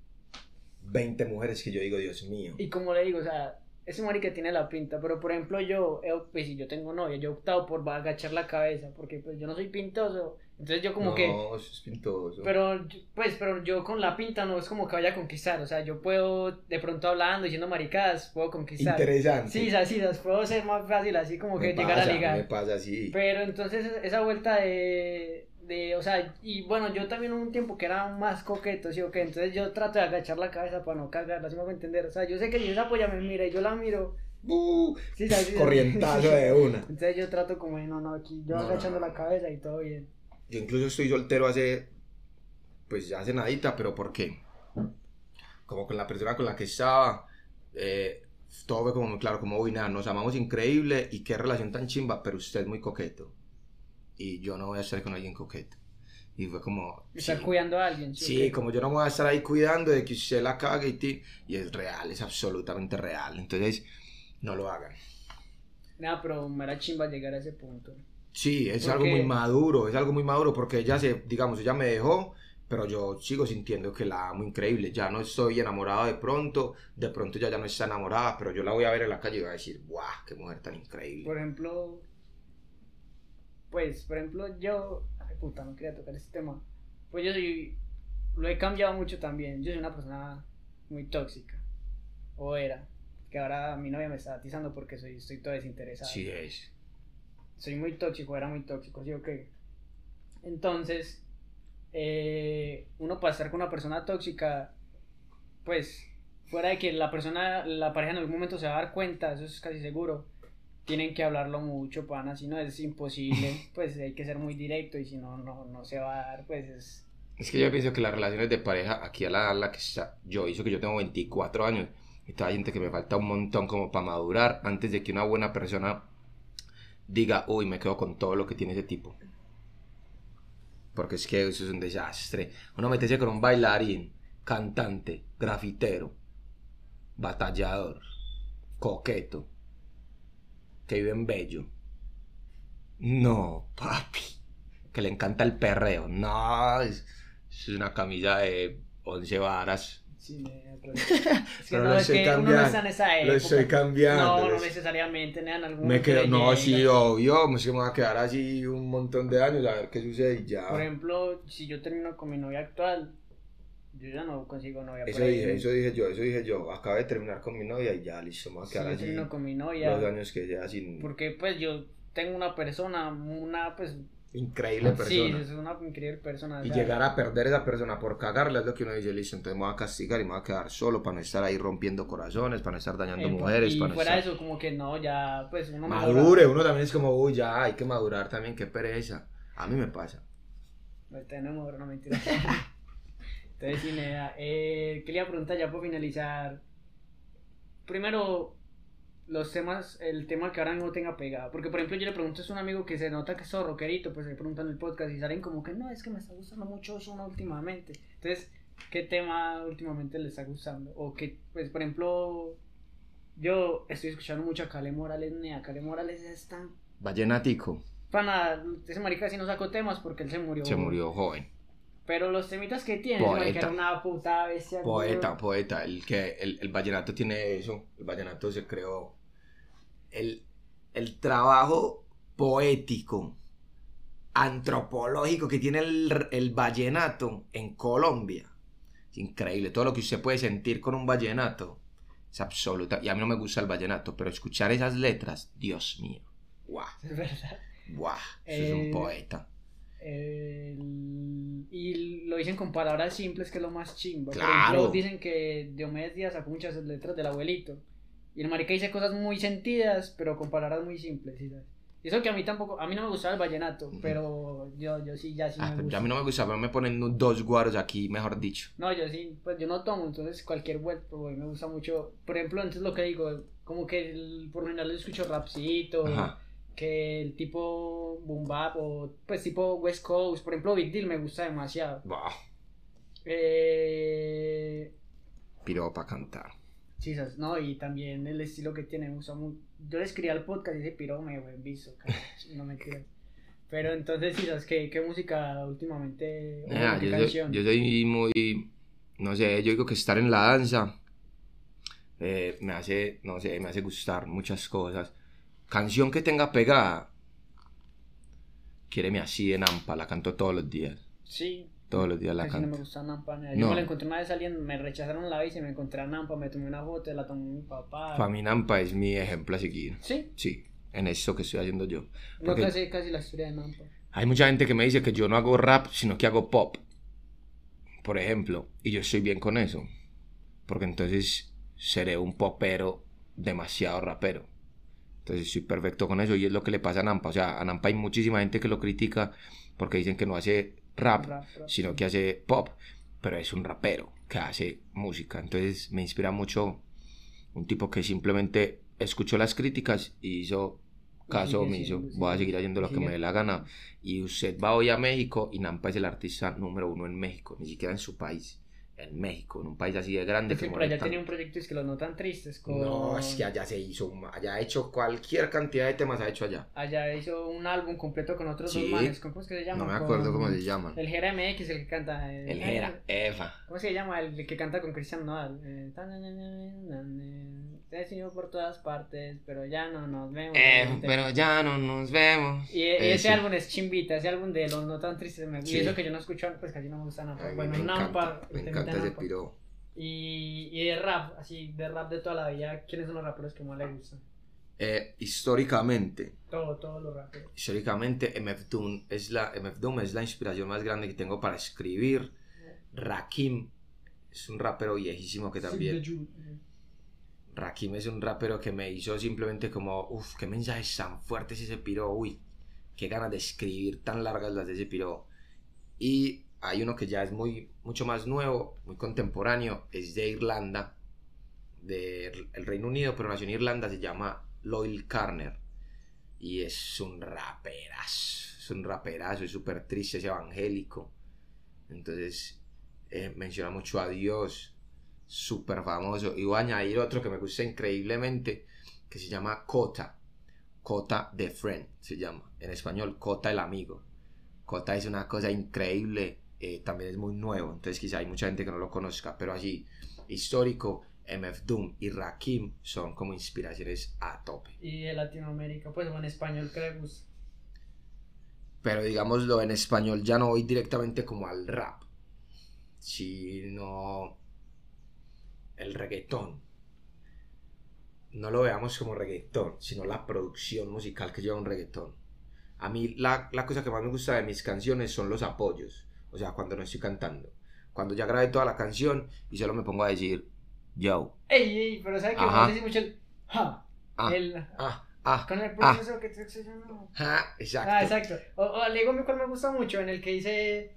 veinte mujeres que yo digo, Dios mío. Y como le digo, o sea, ese marica tiene la pinta, pero por ejemplo yo, eh, pues si yo tengo novia, yo he optado por agachar la cabeza, porque pues yo no soy pintoso, entonces yo como no, que, eso es pintoso. pero yo- pues, pero yo con la pinta no es como que vaya a conquistar, o sea, yo puedo de pronto hablando, diciendo maricadas, puedo conquistar. Interesante. Sí, así, las puedo ser más fácil, así como me que pasa, llegar a a mí ligar. me pasa así. Pero entonces esa vuelta de, de, o sea, y bueno, yo también hubo un tiempo que era más coqueto, ¿sí o qué? Entonces yo trato de agachar la cabeza para no cagarla, así me voy a entender. O sea, yo sé que si esa polla me mira y yo la miro, Uh, sí, sí, sí, corrientazo sí. de una. Entonces yo trato como de, no, no, aquí yo No, agachando no, no, la no. cabeza y todo bien. Yo incluso estoy soltero hace, pues ya hace nadita, pero ¿por qué? Como con la persona con la que estaba, eh, todo fue como muy claro, como, uy, nada, nos amamos increíble y qué relación tan chimba, pero usted es muy coqueto. Y yo no voy a estar con alguien coqueto. Y fue como, Estar sí, cuidando a alguien, ¿sí, sí, o qué? como yo no me voy a estar ahí cuidando de que usted la cague y, ti, y es real, es absolutamente real. Entonces, no lo hagan. Nada, pero me era chimba llegar a ese punto. Sí, es ¿Por algo muy qué? maduro, es algo muy maduro porque ella se, digamos, ella me dejó, pero yo sigo sintiendo que la amo increíble. Ya no estoy enamorado de pronto, de pronto ella ya no está enamorada, pero yo la voy a ver en la calle y voy a decir, ¡guau! ¡Qué mujer tan increíble! Por ejemplo, pues, por ejemplo, yo, ay puta, no quería tocar ese tema. Pues yo soy, lo he cambiado mucho también. Yo soy una persona muy tóxica, o era, que ahora mi novia me está atizando porque soy, estoy todo desinteresado. Sí es. Soy muy tóxico, era muy tóxico, ¿sí o qué? Entonces, eh, uno para estar con una persona tóxica, pues, fuera de que la persona, la pareja en algún momento se va a dar cuenta, eso es casi seguro, tienen que hablarlo mucho, pana, si no es imposible, pues hay que ser muy directo y si no, no, no se va a dar, pues es... Es que yo pienso que las relaciones de pareja, aquí a la edad en la que está, yo hizo que yo tengo veinticuatro años, y todavía siento que me falta un montón como para madurar antes de que una buena persona diga, uy, me quedo con todo lo que tiene ese tipo. Porque es que eso es un desastre. Uno meterse con un bailarín, cantante, grafitero, batallador, coqueto, que vive en Bello. No, papi. Que le encanta el perreo. No, es, es una camisa de once varas. Sí, pero es que, Pero no, lo es estoy que uno no cambiando, está en esa época. lo estoy cambiando. No, no lo- necesariamente, en algún Me momento quedo, le no, llega. sí, obvio, es que me voy a quedar así un montón de años a ver qué sucede y ya. Por ejemplo, si yo termino con mi novia actual, yo ya no consigo novia. Eso por ahí. dije, eso dije yo, eso dije yo. Acabé de terminar con mi novia y ya, listo, me voy a Si quedar yo así termino con mi novia, los años que sea sin... porque pues yo tengo una persona, una pues... Increíble persona. Sí, es una increíble persona. Y o sea, llegar a perder esa persona por cagarle es lo que uno dice, listo, entonces me voy a castigar y me voy a quedar solo para no estar ahí rompiendo corazones, para no estar dañando eh, mujeres, y para no fuera de estar... eso, como que no, ya pues uno Madure, uno también es como, uy, ya, hay que madurar también, qué pereza. A mí me pasa. Ahorita no maduro, no mentira. Entonces, sí, nada, eh, quería preguntar ya por finalizar. Primero, los temas, el tema que ahora mismo tenga pegado. Porque, por ejemplo, yo le pregunto a un amigo que se nota que es todo rockerito, pues le preguntan en el podcast y salen como que no, es que me está gustando mucho Ozuna últimamente. Entonces, ¿qué tema últimamente le está gustando? O que, pues, por ejemplo, yo estoy escuchando mucho a Kale Morales, nea. Kale Morales es tan... Vallenatico. Pana, ese marica casi no sacó temas porque él se murió. Se murió joven. Pero los temitas que tiene, ese marica era una puta bestia. Poeta, güey. poeta. El, que, el, el vallenato tiene eso. El vallenato se creó. El, el trabajo poético, antropológico que tiene el, el vallenato en Colombia. Es increíble. Todo lo que usted puede sentir con un vallenato es absoluta. Y a mí no me gusta el vallenato, pero escuchar esas letras, Dios mío. Guau. Es verdad. Guau. Eso es Eh, un poeta. El- y lo dicen con palabras simples, que es lo más chimba. Claro. Por ejemplo, dicen que Diomedes Díaz sacó muchas letras del abuelito. Y el marica dice cosas muy sentidas, pero con palabras muy simples. ¿Sí sabes? Y eso que a mí tampoco, a mí no me gustaba el vallenato, Ujú. pero yo, yo sí, ya sí Ah, me pero gusta. ya a mí no me gusta, pero me ponen dos guaros aquí, mejor dicho. No, yo sí, pues yo no tomo, entonces cualquier vuelta, pues me gusta mucho. Por ejemplo, entonces lo que digo, como que el- por lo general yo escucho rapcito, Ajá. que el tipo boom bap o pues tipo West Coast, por ejemplo Big Deal me gusta demasiado. Bah, Eh, piro para cantar. sí, sas- no, y también el estilo que tiene me gusta mucho. Yo le escribí al podcast y ese piro me buen visto, no me quiero. Pero entonces, sí, ¿sabes qué, qué música últimamente o Nea, qué yo, soy, canción? yo soy muy, no sé, yo digo que estar en la danza eh, me hace, no sé, me hace gustar muchas cosas. Canción que tenga pegada, Quiéreme así de Nampa, la canto todos los días. Sí. Todos los días la Casi no canto. me gusta Nampa. nada. Yo No. me la encontré una vez saliendo, me rechazaron la bici, me encontré a Nampa, me tomé una foto, la tomó mi papá. Para mí Nampa es mi ejemplo a seguir. Sí, Sí, en esto que estoy haciendo yo. no Porque casi, casi la historia de Nampa. hay mucha gente que me dice que yo no hago rap, sino que hago pop. Por ejemplo, y yo estoy bien con eso. Porque entonces seré un popero demasiado rapero. Entonces estoy perfecto con eso y es lo que le pasa a Nampa. O sea, a Nampa hay muchísima gente que lo critica porque dicen que no hace rap, Rap, rap, sino sí. que hace pop. Pero es un rapero que hace música. Entonces me inspira mucho un tipo que simplemente escuchó las críticas y hizo caso sigue omiso. siendo, Voy a sigue- seguir haciendo lo que sigue- me dé la gana. Y usted va hoy a México y Nampa es el artista número uno en México, ni siquiera en su país. En México, en un país así de grande. Es que que por allá mueve tenía tanto. un proyecto, es que los no tan tristes. Con... No, es que allá se hizo, un- allá ha hecho cualquier cantidad de temas, ha hecho allá. Allá hizo un álbum completo con otros Sí. dos manes. ¿Cómo es que se llama? No me Con- acuerdo cómo se llaman. El Jera M X, el que canta. eh, El Jera, Eva. ¿Cómo se llama? El que canta con Cristian Nodal. Eh, Te he sido por todas partes, pero ya no nos vemos. Eh, Te- pero ya no nos vemos. Y, y ese Ese. álbum es chimbita, ese álbum de los no tan tristes. Me... Sí. Y eso que yo no escucho, pues casi no me gusta Nampa. Ay, Bueno, me Nampa. encanta, me el encanta temita ese Nampa. piro. Y, y de rap, así, de rap de toda la vida, ¿quiénes son los raperos que más le gustan? Eh, históricamente, Todo, todo lo rápido. históricamente M F Doom es la, M F Doom es la inspiración más grande que tengo para escribir. Rakim es un rapero viejísimo que también... Rakim es un rapero que me hizo simplemente como, uff, qué mensajes tan fuertes ese piro, uy, qué ganas de escribir tan largas las de ese piro. Y hay uno que ya es muy, mucho más nuevo, muy contemporáneo, es de Irlanda, del Reino Unido, pero nació en Irlanda, se llama Loyle Carner. Y es un raperazo, es un raperazo, es súper triste, es evangélico. Entonces, eh, menciona mucho a Dios. Súper famoso. Y voy a añadir otro que me gusta increíblemente, que se llama Kota. Kota the Friend se llama. En español, Kota el amigo. Kota es una cosa increíble. Eh, también es muy nuevo. Entonces quizá hay mucha gente que no lo conozca. Pero allí, histórico, M F Doom y Rakim son como inspiraciones a tope. Y de Latinoamérica, pues, o en español, ¿qué le gusta? Pero digámoslo, en español ya no voy directamente como al rap, sino... el reggaetón. No lo veamos como reggaetón, sino la producción musical que lleva un reggaetón. A mí la, la cosa que más me gusta de mis canciones son los apoyos. O sea, cuando no estoy cantando. Cuando ya grabé toda la canción y solo me pongo a decir yo. Ey, ey, pero ¿sabes qué? Me dice mucho el ja. Ah, el, ah, ah, con el ah, proceso que te estoy diciendo. ah, exacto. Ah, exacto. O, o le digo mi cual me gusta mucho, en el que dice...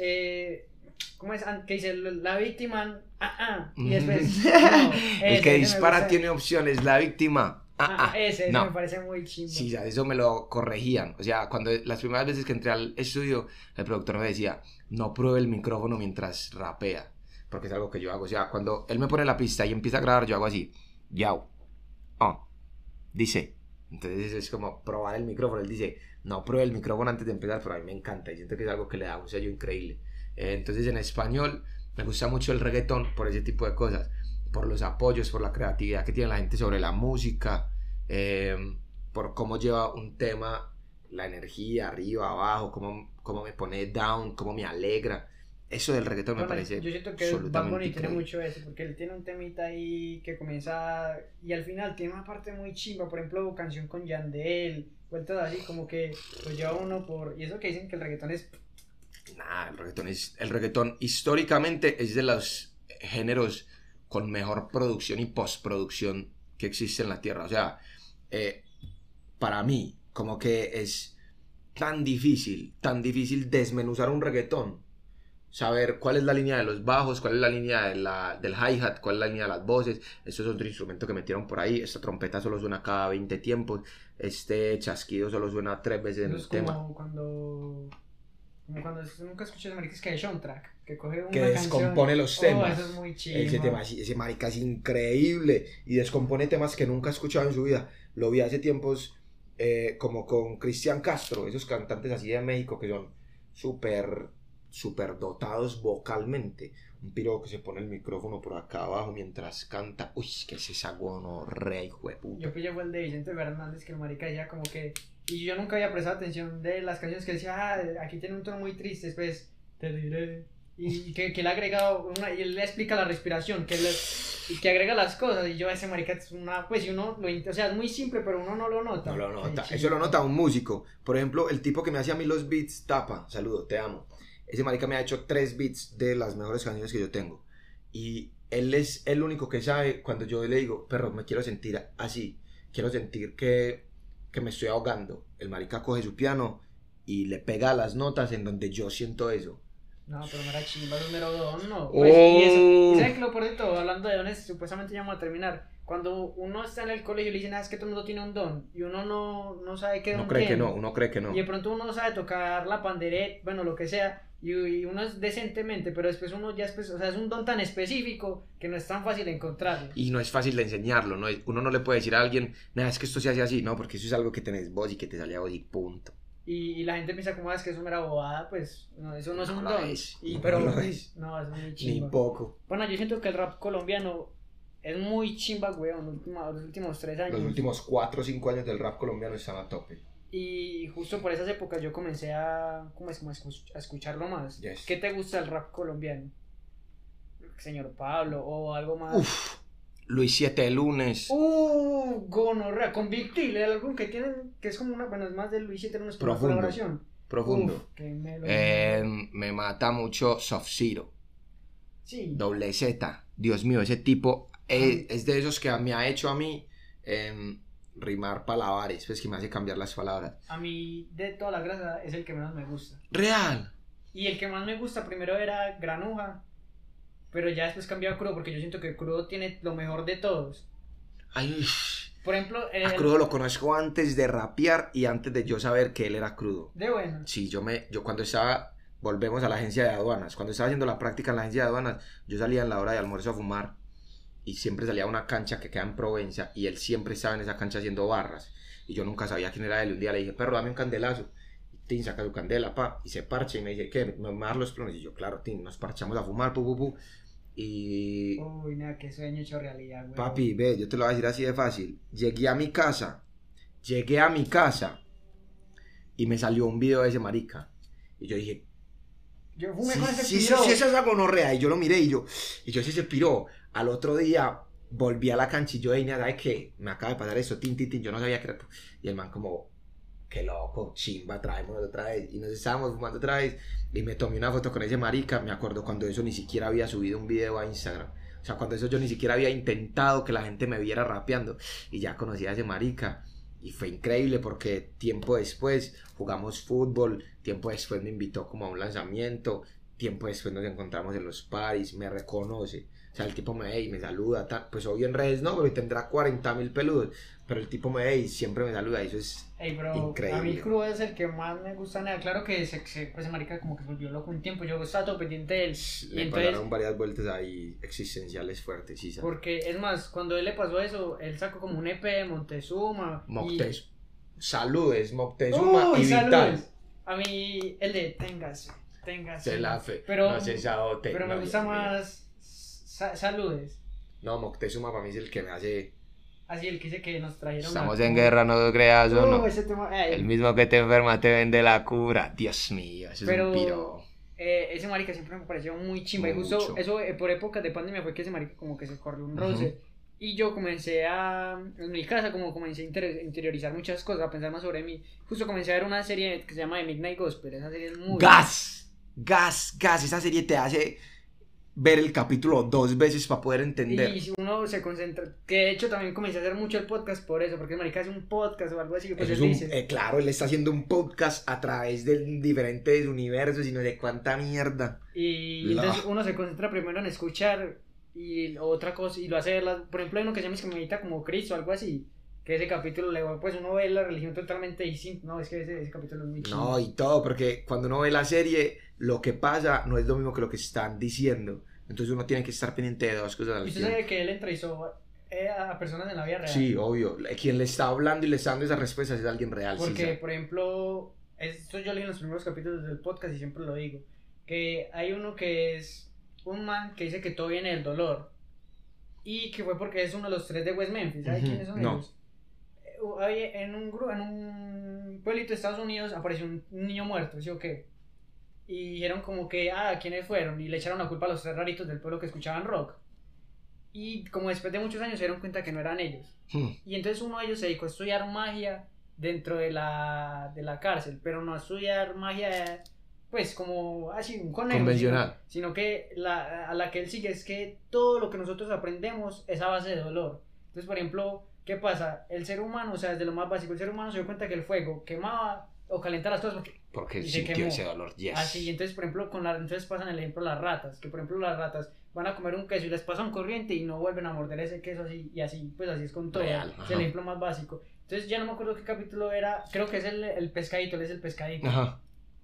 Eh, ¿cómo es? Que dice la víctima, ah, ah, y después, no, el ese, que ese dispara tiene opciones, la víctima, ah, ah, ah, ese, ese no. me parece muy chimbo. Sí, ya, eso me lo corregían, o sea, cuando las primeras veces que entré al estudio, el productor me decía, no pruebe el micrófono mientras rapea, porque es algo que yo hago, o sea, cuando él me pone la pista y empieza a grabar, yo hago así, yao, oh, dice, entonces es como probar el micrófono, él dice, no pruebe el micrófono antes de empezar, pero a mí me encanta y siento que es algo que le da un sello increíble. Entonces en español me gusta mucho el reggaetón por ese tipo de cosas, por los apoyos, por la creatividad que tiene la gente sobre la música, eh, por cómo lleva un tema, la energía arriba, abajo, cómo, cómo me pone down, cómo me alegra. Eso del reggaetón bueno, me parece yo siento que Bad Bunny tiene mucho eso, porque él tiene un temita ahí que comienza y al final tiene una parte muy chimba, por ejemplo, canción con Yandel, vueltas así, como que lo lleva uno por... Y eso que dicen que el reggaetón es... Nah, el reggaetón, es, el reggaetón históricamente es de los géneros con mejor producción y postproducción que existe en la tierra. O sea, eh, para mí, como que es tan difícil, tan difícil desmenuzar un reggaetón. Saber cuál es la línea de los bajos, cuál es la línea de la, del hi-hat, cuál es la línea de las voces. Esto es otro instrumento que metieron por ahí. Esta trompeta solo suena cada veinte tiempos. Este chasquido solo suena tres veces en el tema. Como cuando... Como cuando nunca escuchas maricas que hay soundtrack, que coge una que canción, descompone los temas. Oh, eso es muy chido. Ese tema, ese marica es increíble y descompone temas que nunca ha escuchado en su vida. Lo vi hace tiempos eh, como con Cristian Castro, esos cantantes así de México que son súper, súper dotados vocalmente. Un piro que se pone el micrófono por acá abajo mientras canta. Uy, que ese saguono re hijo de puta. Yo pillé fue el de Vicente Fernández, que el marica decía como que... Y yo nunca había prestado atención de las canciones que decía, ah, aquí tiene un tono muy triste, después te diré. Y que, que le ha agregado, una, y él le explica la respiración, que, le, y que agrega las cosas. Y yo, ese marica es una, pues, y uno lo, o sea, es muy simple, pero uno no lo nota. No lo nota, sí, eso lo nota un músico. Por ejemplo, el tipo que me hacía a mí los beats, Tapa, saludo, te amo. Ese marica me ha hecho tres beats de las mejores canciones que yo tengo. Y él es el único que sabe cuando yo le digo, perro, me quiero sentir así, quiero sentir que... que me estoy ahogando. El marica coge su piano y le pega las notas en donde yo siento eso. No, pero no era chimba, es un mero don, no. Oh. Pues, y eso, ¿y sabes qué lo peor de todo? Hablando de dones, supuestamente ya vamos a terminar. Cuando uno está en el colegio y le dicen, ah, es que todo el mundo tiene un don, y uno no, no sabe qué don No cree tiene. que no, uno cree que no. Y de pronto uno sabe tocar la pandereta, bueno, lo que sea, y, y uno es decentemente, pero después uno ya es, o sea, es un don tan específico que no es tan fácil encontrarlo. Y no es fácil de enseñarlo, ¿no? Uno no le puede decir a alguien, nada, es que esto se hace así, no, porque eso es algo que tenés vos y que te sale a vos y punto. Y, y la gente piensa como, ah, es que eso me era bobada, pues, no, eso no es No un lo don. es, Y, no pero, lo es. no, es muy chimba. Ni poco. Bueno, yo siento que el rap colombiano es muy chimba, weón, los últimos, los últimos tres años. Los últimos cuatro o cinco años del rap colombiano están a tope. Y justo por esas épocas yo comencé a, ¿cómo es? Como a escucharlo más. Yes. ¿Qué te gusta del rap colombiano? Señor Pablo o algo más. Uf, Luis Siete Lunes. Uh, gonorrea, con Big T, el álbum que tienen, que es como una, bueno, es más de Luis Siete Lunes por una Profundo. colaboración. Profundo. Uf, que me, lo Eh, me mata mucho Soft Zero. Sí. Doble Z. Dios mío, ese tipo es, es de esos que me ha hecho a mí eh, rimar palabras, pues que me hace cambiar las palabras. A mí, de toda la grasa, es el que menos me gusta. Real. Y el que más me gusta primero era Granuja, pero ya después cambió a Crudo, porque yo siento que Crudo tiene lo mejor de todos. Ay, Por ejemplo, el... a Crudo lo conozco antes de rapear y antes de yo saber que él era Crudo. De bueno. Sí, yo me, yo cuando estaba, volvemos a la agencia de aduanas, cuando estaba haciendo la práctica en la agencia de aduanas, yo salía en la hora de almuerzo a fumar y siempre salía a una cancha que queda en Provenza y él siempre estaba en esa cancha haciendo barras y yo nunca sabía quién era él. Un día le dije, perro, dame un candelazo. Y Tin saca su candela, pa, y se parcha y me dice, ¿qué? ¿Me va a dar los plones? Y yo, claro, Tin, nos parchamos a fumar, pu, pu, pu. Y... Uy, nada, qué sueño hecho realidad, güey. Papi, ve, yo te lo voy a decir así de fácil. Llegué a mi casa, llegué a mi casa y me salió un video de ese marica. Y yo dije, Yo fumé sí, con ese sí, sí, piro. sí, esa es la gonorrea. Y yo lo miré y yo, y yo sí se piró. Al otro día volví a la cancha y yo, Ey, ¿sabes qué? Me acaba de pasar eso, tin, tin, tin. Yo no sabía que era. Y el man, como, qué loco, chimba, traémonos otra vez. Y nos estábamos fumando otra vez. Y me tomé una foto con ese marica. Me acuerdo cuando eso ni siquiera había subido un video a Instagram. O sea, cuando eso yo ni siquiera había intentado que la gente me viera rapeando. Y ya conocí a ese marica. Y fue increíble porque tiempo después jugamos fútbol. Tiempo después me invitó como a un lanzamiento. Tiempo después nos encontramos en los paris. Me reconoce. O sea, el tipo me ve y me saluda. Tal. Pues obvio en redes no, pero tendrá cuarenta mil peludos. Pero el tipo me ve y siempre me saluda. Y eso es Ey, bro, increíble. a mí Crudo es el que más me gusta. Nada, claro que se, se, pues, marica como que se volvió loco un tiempo. Yo estaba todo pendiente de él. Y Le entonces, pasaron varias vueltas ahí existenciales fuertes. Sí, ¿sabes? porque es más, cuando él le pasó eso, él sacó como un E P de Montezuma. Moctezuma. Y... Saludes, Moctezuma Uy, y Vital. saludes. A mí, el de téngase, téngase. Se la fe. Pero, no se sabote. pero me no, gusta Dios mío. más sa saludes. No, Moctezuma para mí es el que me hace. Así el que dice que nos trajeron. Estamos la en cura. guerra, no creas o Uh, no. ese tema, eh, El mismo que te enferma te vende la cura. Dios mío, eso Pero- es un piro. eh, ese marica siempre me pareció muy chimba. Y justo Mucho. eso eh, por épocas de pandemia fue que ese marica como que se corrió un roce. Ujú. Y yo comencé a, en mi casa, como comencé a inter- interiorizar muchas cosas, a pensar más sobre mí. Justo comencé a ver una serie que se llama The Midnight Gospel. Esa serie es muy... Gas, gas, gas. Esa serie te hace ver el capítulo dos veces para poder entender. Y si uno se concentra, que de hecho también comencé a hacer mucho el podcast por eso, porque el marica hace un podcast o algo así, pues Eso él es un- dice. eh, claro, él está haciendo un podcast a través de diferentes universos y no sé cuánta mierda. Y La- entonces uno se concentra primero en escuchar y otra cosa, y lo hace, ver la- por ejemplo, hay uno que se llama que medita como Cristo o algo así, que ese capítulo, le pues uno ve la religión totalmente distinta, no, es que ese, ese capítulo es muy chido. No, y todo, porque cuando uno ve la serie, lo que pasa no es lo mismo que lo que están diciendo. Entonces uno tiene que estar pendiente de dos cosas Y al usted tiempo. sabe que él entrevistó eh, a personas en la vida real. Sí, obvio. Quien le está hablando y le está dando esas respuestas es alguien real. sí, Porque, sabe. por ejemplo, esto yo leí en los primeros capítulos del podcast y siempre lo digo, que hay uno que es un man que dice que todo viene del dolor y que fue porque es uno de los tres de West Memphis. ¿Sabes Ujú, quiénes son no. ellos? Eh, hay- En un, gru- en un pueblito de Estados Unidos apareció un niño muerto, ¿sí o qué? Y dijeron como que, ah, ¿quiénes fueron? Y le echaron la culpa a los tres raritos del pueblo que escuchaban rock. Y como después de muchos años se dieron cuenta que no eran ellos. Hmm. Y entonces uno de ellos se dedicó a estudiar magia dentro de la, de la cárcel, pero no a estudiar magia, pues como así, un conejo. Convencional. Sino, sino que la, a la que él sigue es que todo lo que nosotros aprendemos es a base de dolor. Entonces, por ejemplo, ¿qué pasa? El ser humano, o sea, desde lo más básico, el ser humano se dio cuenta que el fuego quemaba o calentaba las cosas porque Porque y se sintió quemó. ese dolor. Yes. así, entonces por ejemplo con la, entonces pasan el ejemplo las ratas, que por ejemplo las ratas van a comer un queso y les pasan corriente y no vuelven a morder ese queso así, y así, pues así es con todo, Real, es ajá. el ejemplo más básico. Entonces ya no me acuerdo qué capítulo era, creo que es el, el pescadito, él es el pescadito. Ajá.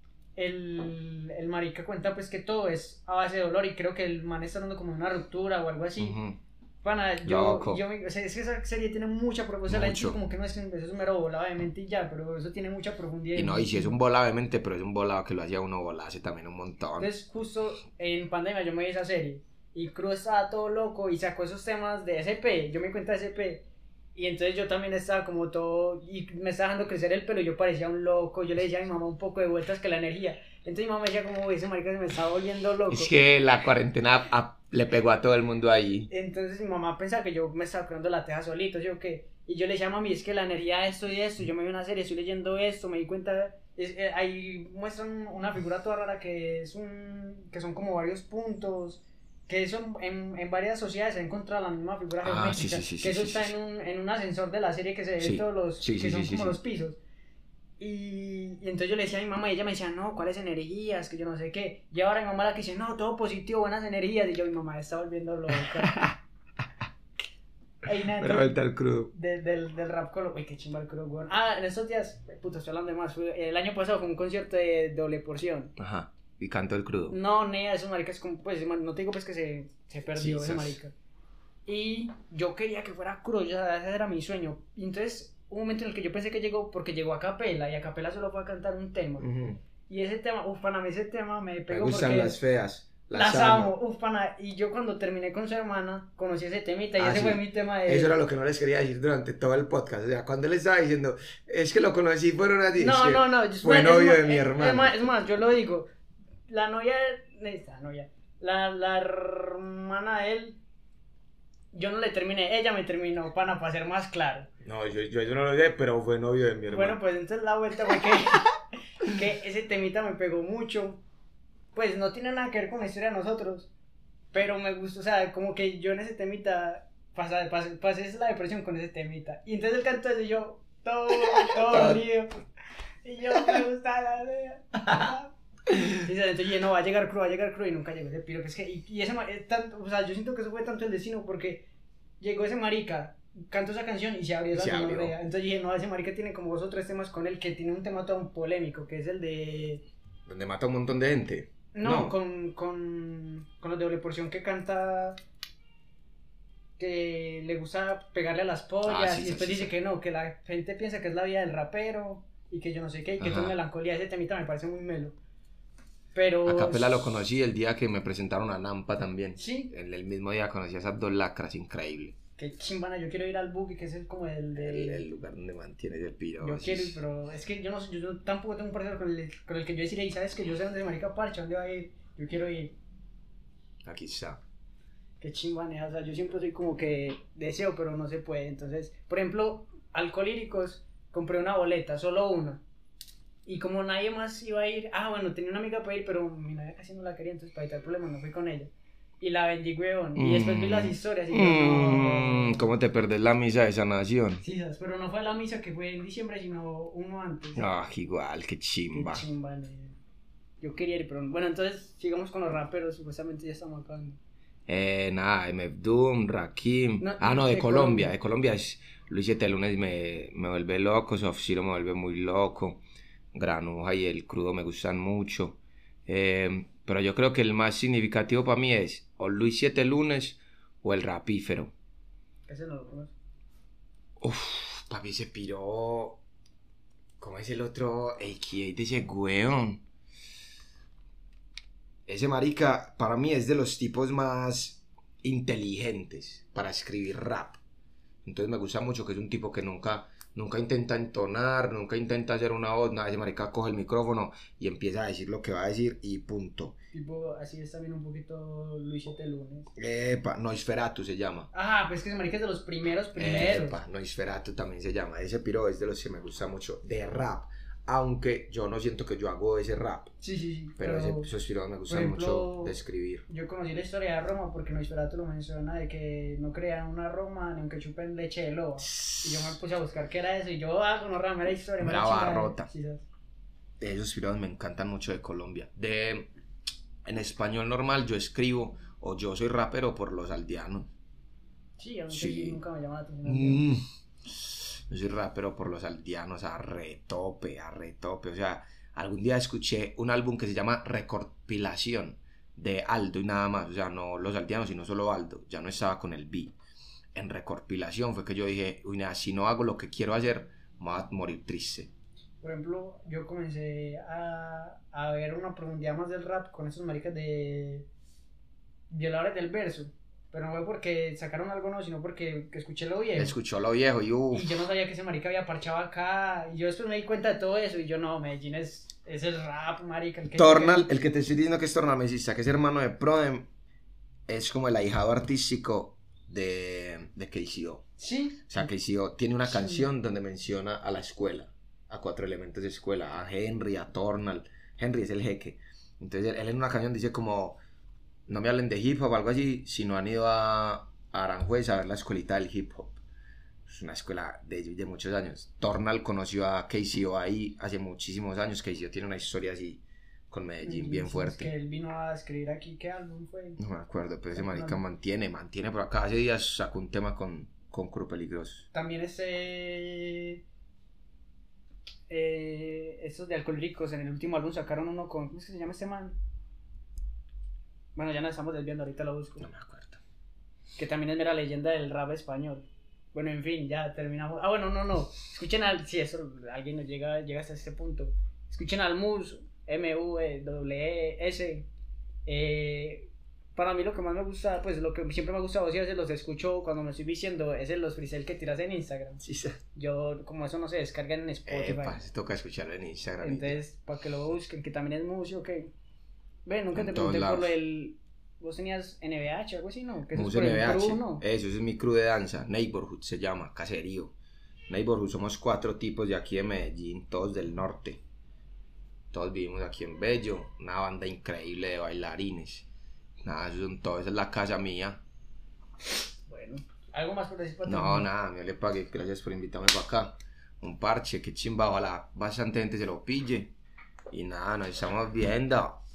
El, el marica cuenta pues que todo es a base de dolor y creo que el man está dando como una ruptura o algo así. Ujú. Pana, yo, Loco. yo me- o sea, es que esa serie tiene mucha profundidad, la gente Mucho. como que no es, eso es mero volado de mente y ya, pero eso tiene mucha profundidad. Y no, y si es un volado de mente, pero es un volado que lo hacía uno volarse también un montón. Entonces, justo en pandemia yo me vi esa serie y Cruz estaba todo loco y sacó esos temas de S P. Yo me di cuenta de S P y entonces yo también estaba como todo y me estaba dejando crecer el pelo y yo parecía un loco. Yo le decía a mi mamá un poco de vueltas que la energía. Entonces mi mamá me decía como ese marica se me estaba volviendo loco. Es que la cuarentena, a- Le pegó a todo el mundo ahí. Entonces mi mamá pensaba que yo me estaba curando la teja solito, ¿sí o qué? Y yo le decía a mami, es que la energía de esto y de esto, yo me vi una serie, estoy leyendo esto, me di cuenta, es, eh, ahí muestran una figura toda rara que es un, que son como varios puntos, que eso en, en varias sociedades se ha encontrado la misma figura Ah, geométrica, sí, sí, sí, que sí, eso sí, está sí. en un, en un ascensor de la serie que se ve Sí, todos los, sí, sí, que son sí, sí, como sí. los pisos. Y, y entonces yo le decía a mi mamá y ella me decía, no, ¿cuáles energías? Que yo no sé qué. Y ahora mi mamá la que dice, no, todo positivo, buenas energías. Y yo, mi mamá está volviendo loca. Ahí nada, Pero vuelta al crudo. de, del, del rap colo. Uy, qué chimba el crudo, weón. Ah, en estos días, puta, estoy hablando de más. Fue, el año pasado fue un concierto de doble porción. Ajá. Y canto el crudo. No, nea, esos maricas, como, pues, no te digo pues que se, se perdió Sí, ese esas- marica. Y yo quería que fuera crudo, ya, ese era mi sueño. Y entonces, un momento en el que yo pensé que llegó, porque llegó a capela, y a capela solo fue a cantar un tema. Ujú. Y ese tema, uff, pana, a mí ese tema me Me pegó gustan porque las feas. las amo, uff, pana. Y yo cuando terminé con su hermana, conocí ese temita y Ah, ese sí. fue mi tema de... Eso era lo que no les quería decir durante todo el podcast. O sea, cuando les estaba diciendo, es que lo conocí, fueron a ti. No, es que no, no, es fue más- novio es de más- mi es- hermano. Es más, es más, yo lo digo. La novia, esta novia, la, la hermana de él, yo no le terminé, ella me terminó, pana, para ser más claro. No, yo, yo, yo no lo sé, pero fue novio de mi hermano. Bueno, pues entonces la vuelta fue que, que ese temita me pegó mucho. Pues no tiene nada que ver con la historia de nosotros, pero me gustó, o sea, como que yo en ese temita pasé, pasé, pasé la depresión con ese temita. Y entonces el canto ese yo, todo, todo lío. Y yo me gusta la idea. Y entonces yo dije, no, va a llegar crudo, va a llegar crudo y nunca llegó ese piro. Que es que, y, y ese, ma- es tanto, o sea, yo siento que eso fue tanto el destino porque llegó ese marica, cantó esa canción y se abrió esa Se abrió. gonorrea. Entonces dije, no, ese marica tiene como dos o tres temas con él que tiene un tema todo polémico, que es el de... Donde mata a un montón de gente. No, No. Con, con, con los de doble porción que canta que le gusta pegarle a las pollas Ah, sí, y sí, después sí, dice sí. que no, que la gente piensa que es la vida del rapero y que yo no sé qué, y que Ajá. todo es melancolía. Ese temita me parece muy melo. Pero... A Capela lo conocí el día que me presentaron a Nampa también. Sí. En el mismo día conocí a esas dos lacras, increíble. Qué chimbana, yo quiero ir al Buggy, que es el, como el del... El, el lugar donde mantiene ese piro. Yo sí, quiero ir, sí. pero es que yo no sé, yo, yo tampoco tengo un parcero con el, con el que yo decirle, y sabes que yo sé dónde marica parcha, dónde va a ir, yo quiero ir. Aquí está. Qué chimbane, o sea, yo siempre soy como que deseo, pero no se puede. Entonces, por ejemplo, Alcolíricos, compré una boleta, solo una. Y como nadie más iba a ir, ah, bueno, tenía una amiga para ir, pero mi novia casi no la quería, entonces para evitar problemas no fui con ella. Y la vendí, weón. Y después vi las historias y yo, Mm, no. ¿Cómo te perdés la misa de sanación? Sí, ¿sabes? Pero no fue la misa que fue en diciembre, sino uno antes. Ah, igual, qué Qué chimba. chimbane. Yo quería ir, pero bueno, entonces sigamos con los raperos, supuestamente ya estamos acabando. Eh, nada, M F Doom, Rakim. No, ah, no, de, de Colombia. Colombia. De Colombia es Luis siete Lunes me, me vuelve loco, Soft Zero me vuelve muy loco. Granuja y el crudo me gustan mucho. Eh, pero yo creo que el más significativo para mí es o Luis siete Lunes o el Rapífero. Ese no lo conozco. Uf, papi se piró. ¿Cómo es el otro? El que de ese weón. Ese marica para mí es de los tipos más inteligentes para escribir rap. Entonces me gusta mucho que es un tipo que nunca, nunca intenta entonar, nunca intenta hacer una voz, nada. Ese marica coge el micrófono y empieza a decir lo que va a decir y punto. Tipo, así es también un poquito Luis siete Lunes. Epa, Nosferatu se llama. Ah, pues que ese marica es de los primeros, primeros. Epa, Nosferatu también se llama. Ese piro es de los que me gusta mucho de rap. Aunque yo no siento que yo hago ese rap. Sí, sí, sí. Pero, ese, esos piros me gustan ejemplo, mucho de escribir. Yo conocí la historia de Roma porque Nosferatu lo menciona de que no crean una Roma ni aunque chupen leche de loba. Y yo me puse a buscar qué era eso y yo, ah, no, rama, era historia. Era era chingada. barrota. Sí, ¿sabes? Esos piros me encantan mucho de Colombia. De, en español normal yo escribo o yo soy rapero por los aldeanos. Sí, a mí Sí. nunca me llama la atención. Mm. Yo soy rapero por los aldeanos a retope, a retope. O sea, algún día escuché un álbum que se llama Recompilación de Aldo y nada más. O sea, no los aldeanos, sino solo Aldo. Ya no estaba con el B. En Recompilación fue que yo dije, uy, nada, si no hago lo que quiero hacer, me voy a morir triste. Por ejemplo, yo comencé a, a ver una profundidad más del rap con esos maricas de Violadores del Verso. Pero no fue porque sacaron algo, no, sino porque que escuché lo viejo. Escuchó lo viejo y uff. Y yo no sabía que ese marica había parchado acá. Y yo después me di cuenta de todo eso. Y yo, no, Medellín es, es el rap, marica. El que Tornal, el que te estoy diciendo que es tornamesista, que es hermano de Prodem, es como el ahijado artístico de, de K C O. Sí. O sea, K C O tiene una Sí. canción donde menciona a la escuela, a cuatro elementos de escuela, a Henry, a Tornal. Henry es el jeque. Entonces él en una canción dice como, no me hablen de hip hop o algo así, si no han ido a, a Aranjuez a ver la escuelita del hip hop. Es una escuela de, de muchos años. Tornal conoció a K C O ahí hace muchísimos años. K C O tiene una historia así con Medellín bien Sí, fuerte. Es que él vino a escribir aquí, ¿qué álbum fue? No me acuerdo, pero ese No, marica no. mantiene, mantiene por acá. Hace días sacó un tema con, con Cru Peligroso. También este... Eh, estos de Alcohólicos en el último álbum sacaron uno con... ¿Cómo es que se llama este man? Bueno, ya nos estamos desviando, ahorita lo busco. No me acuerdo. Que también es mera leyenda del rap español. Bueno, en fin, ya terminamos. Ah, bueno, no, no. Escuchen al... Si eso, alguien nos llega, llega hasta este punto. Escuchen al Mus, M U W S. Eh, para mí lo que más me gusta, pues lo que siempre me ha gustado, si a veces los escucho cuando me estoy diciendo, es el los freestyle que tiras en Instagram. Sí, sí. Yo, como eso no se descarga en Spotify. Epa, se toca escucharlo en Instagram. Entonces, para que lo busquen, que también es músico, ok. Ven, nunca En te todos pregunté por lados. lo del... Vos tenías N B H, algo así, ¿no? Que eso es Mus por el N B H. crew, ¿no? Eso, ese es mi crew de danza. Neighborhood se llama, caserío. Neighborhood somos cuatro tipos de aquí de Medellín, todos del norte. Todos vivimos aquí en Bello, una banda increíble de bailarines. Nada, eso son todos, esa es la casa mía. Bueno, ¿algo más por decir para No, terminar? nada, yo le pagué, gracias por invitarme para acá. Un parche, que chimba, ojalá bastante gente se lo pille. Y nada, nos estamos viendo.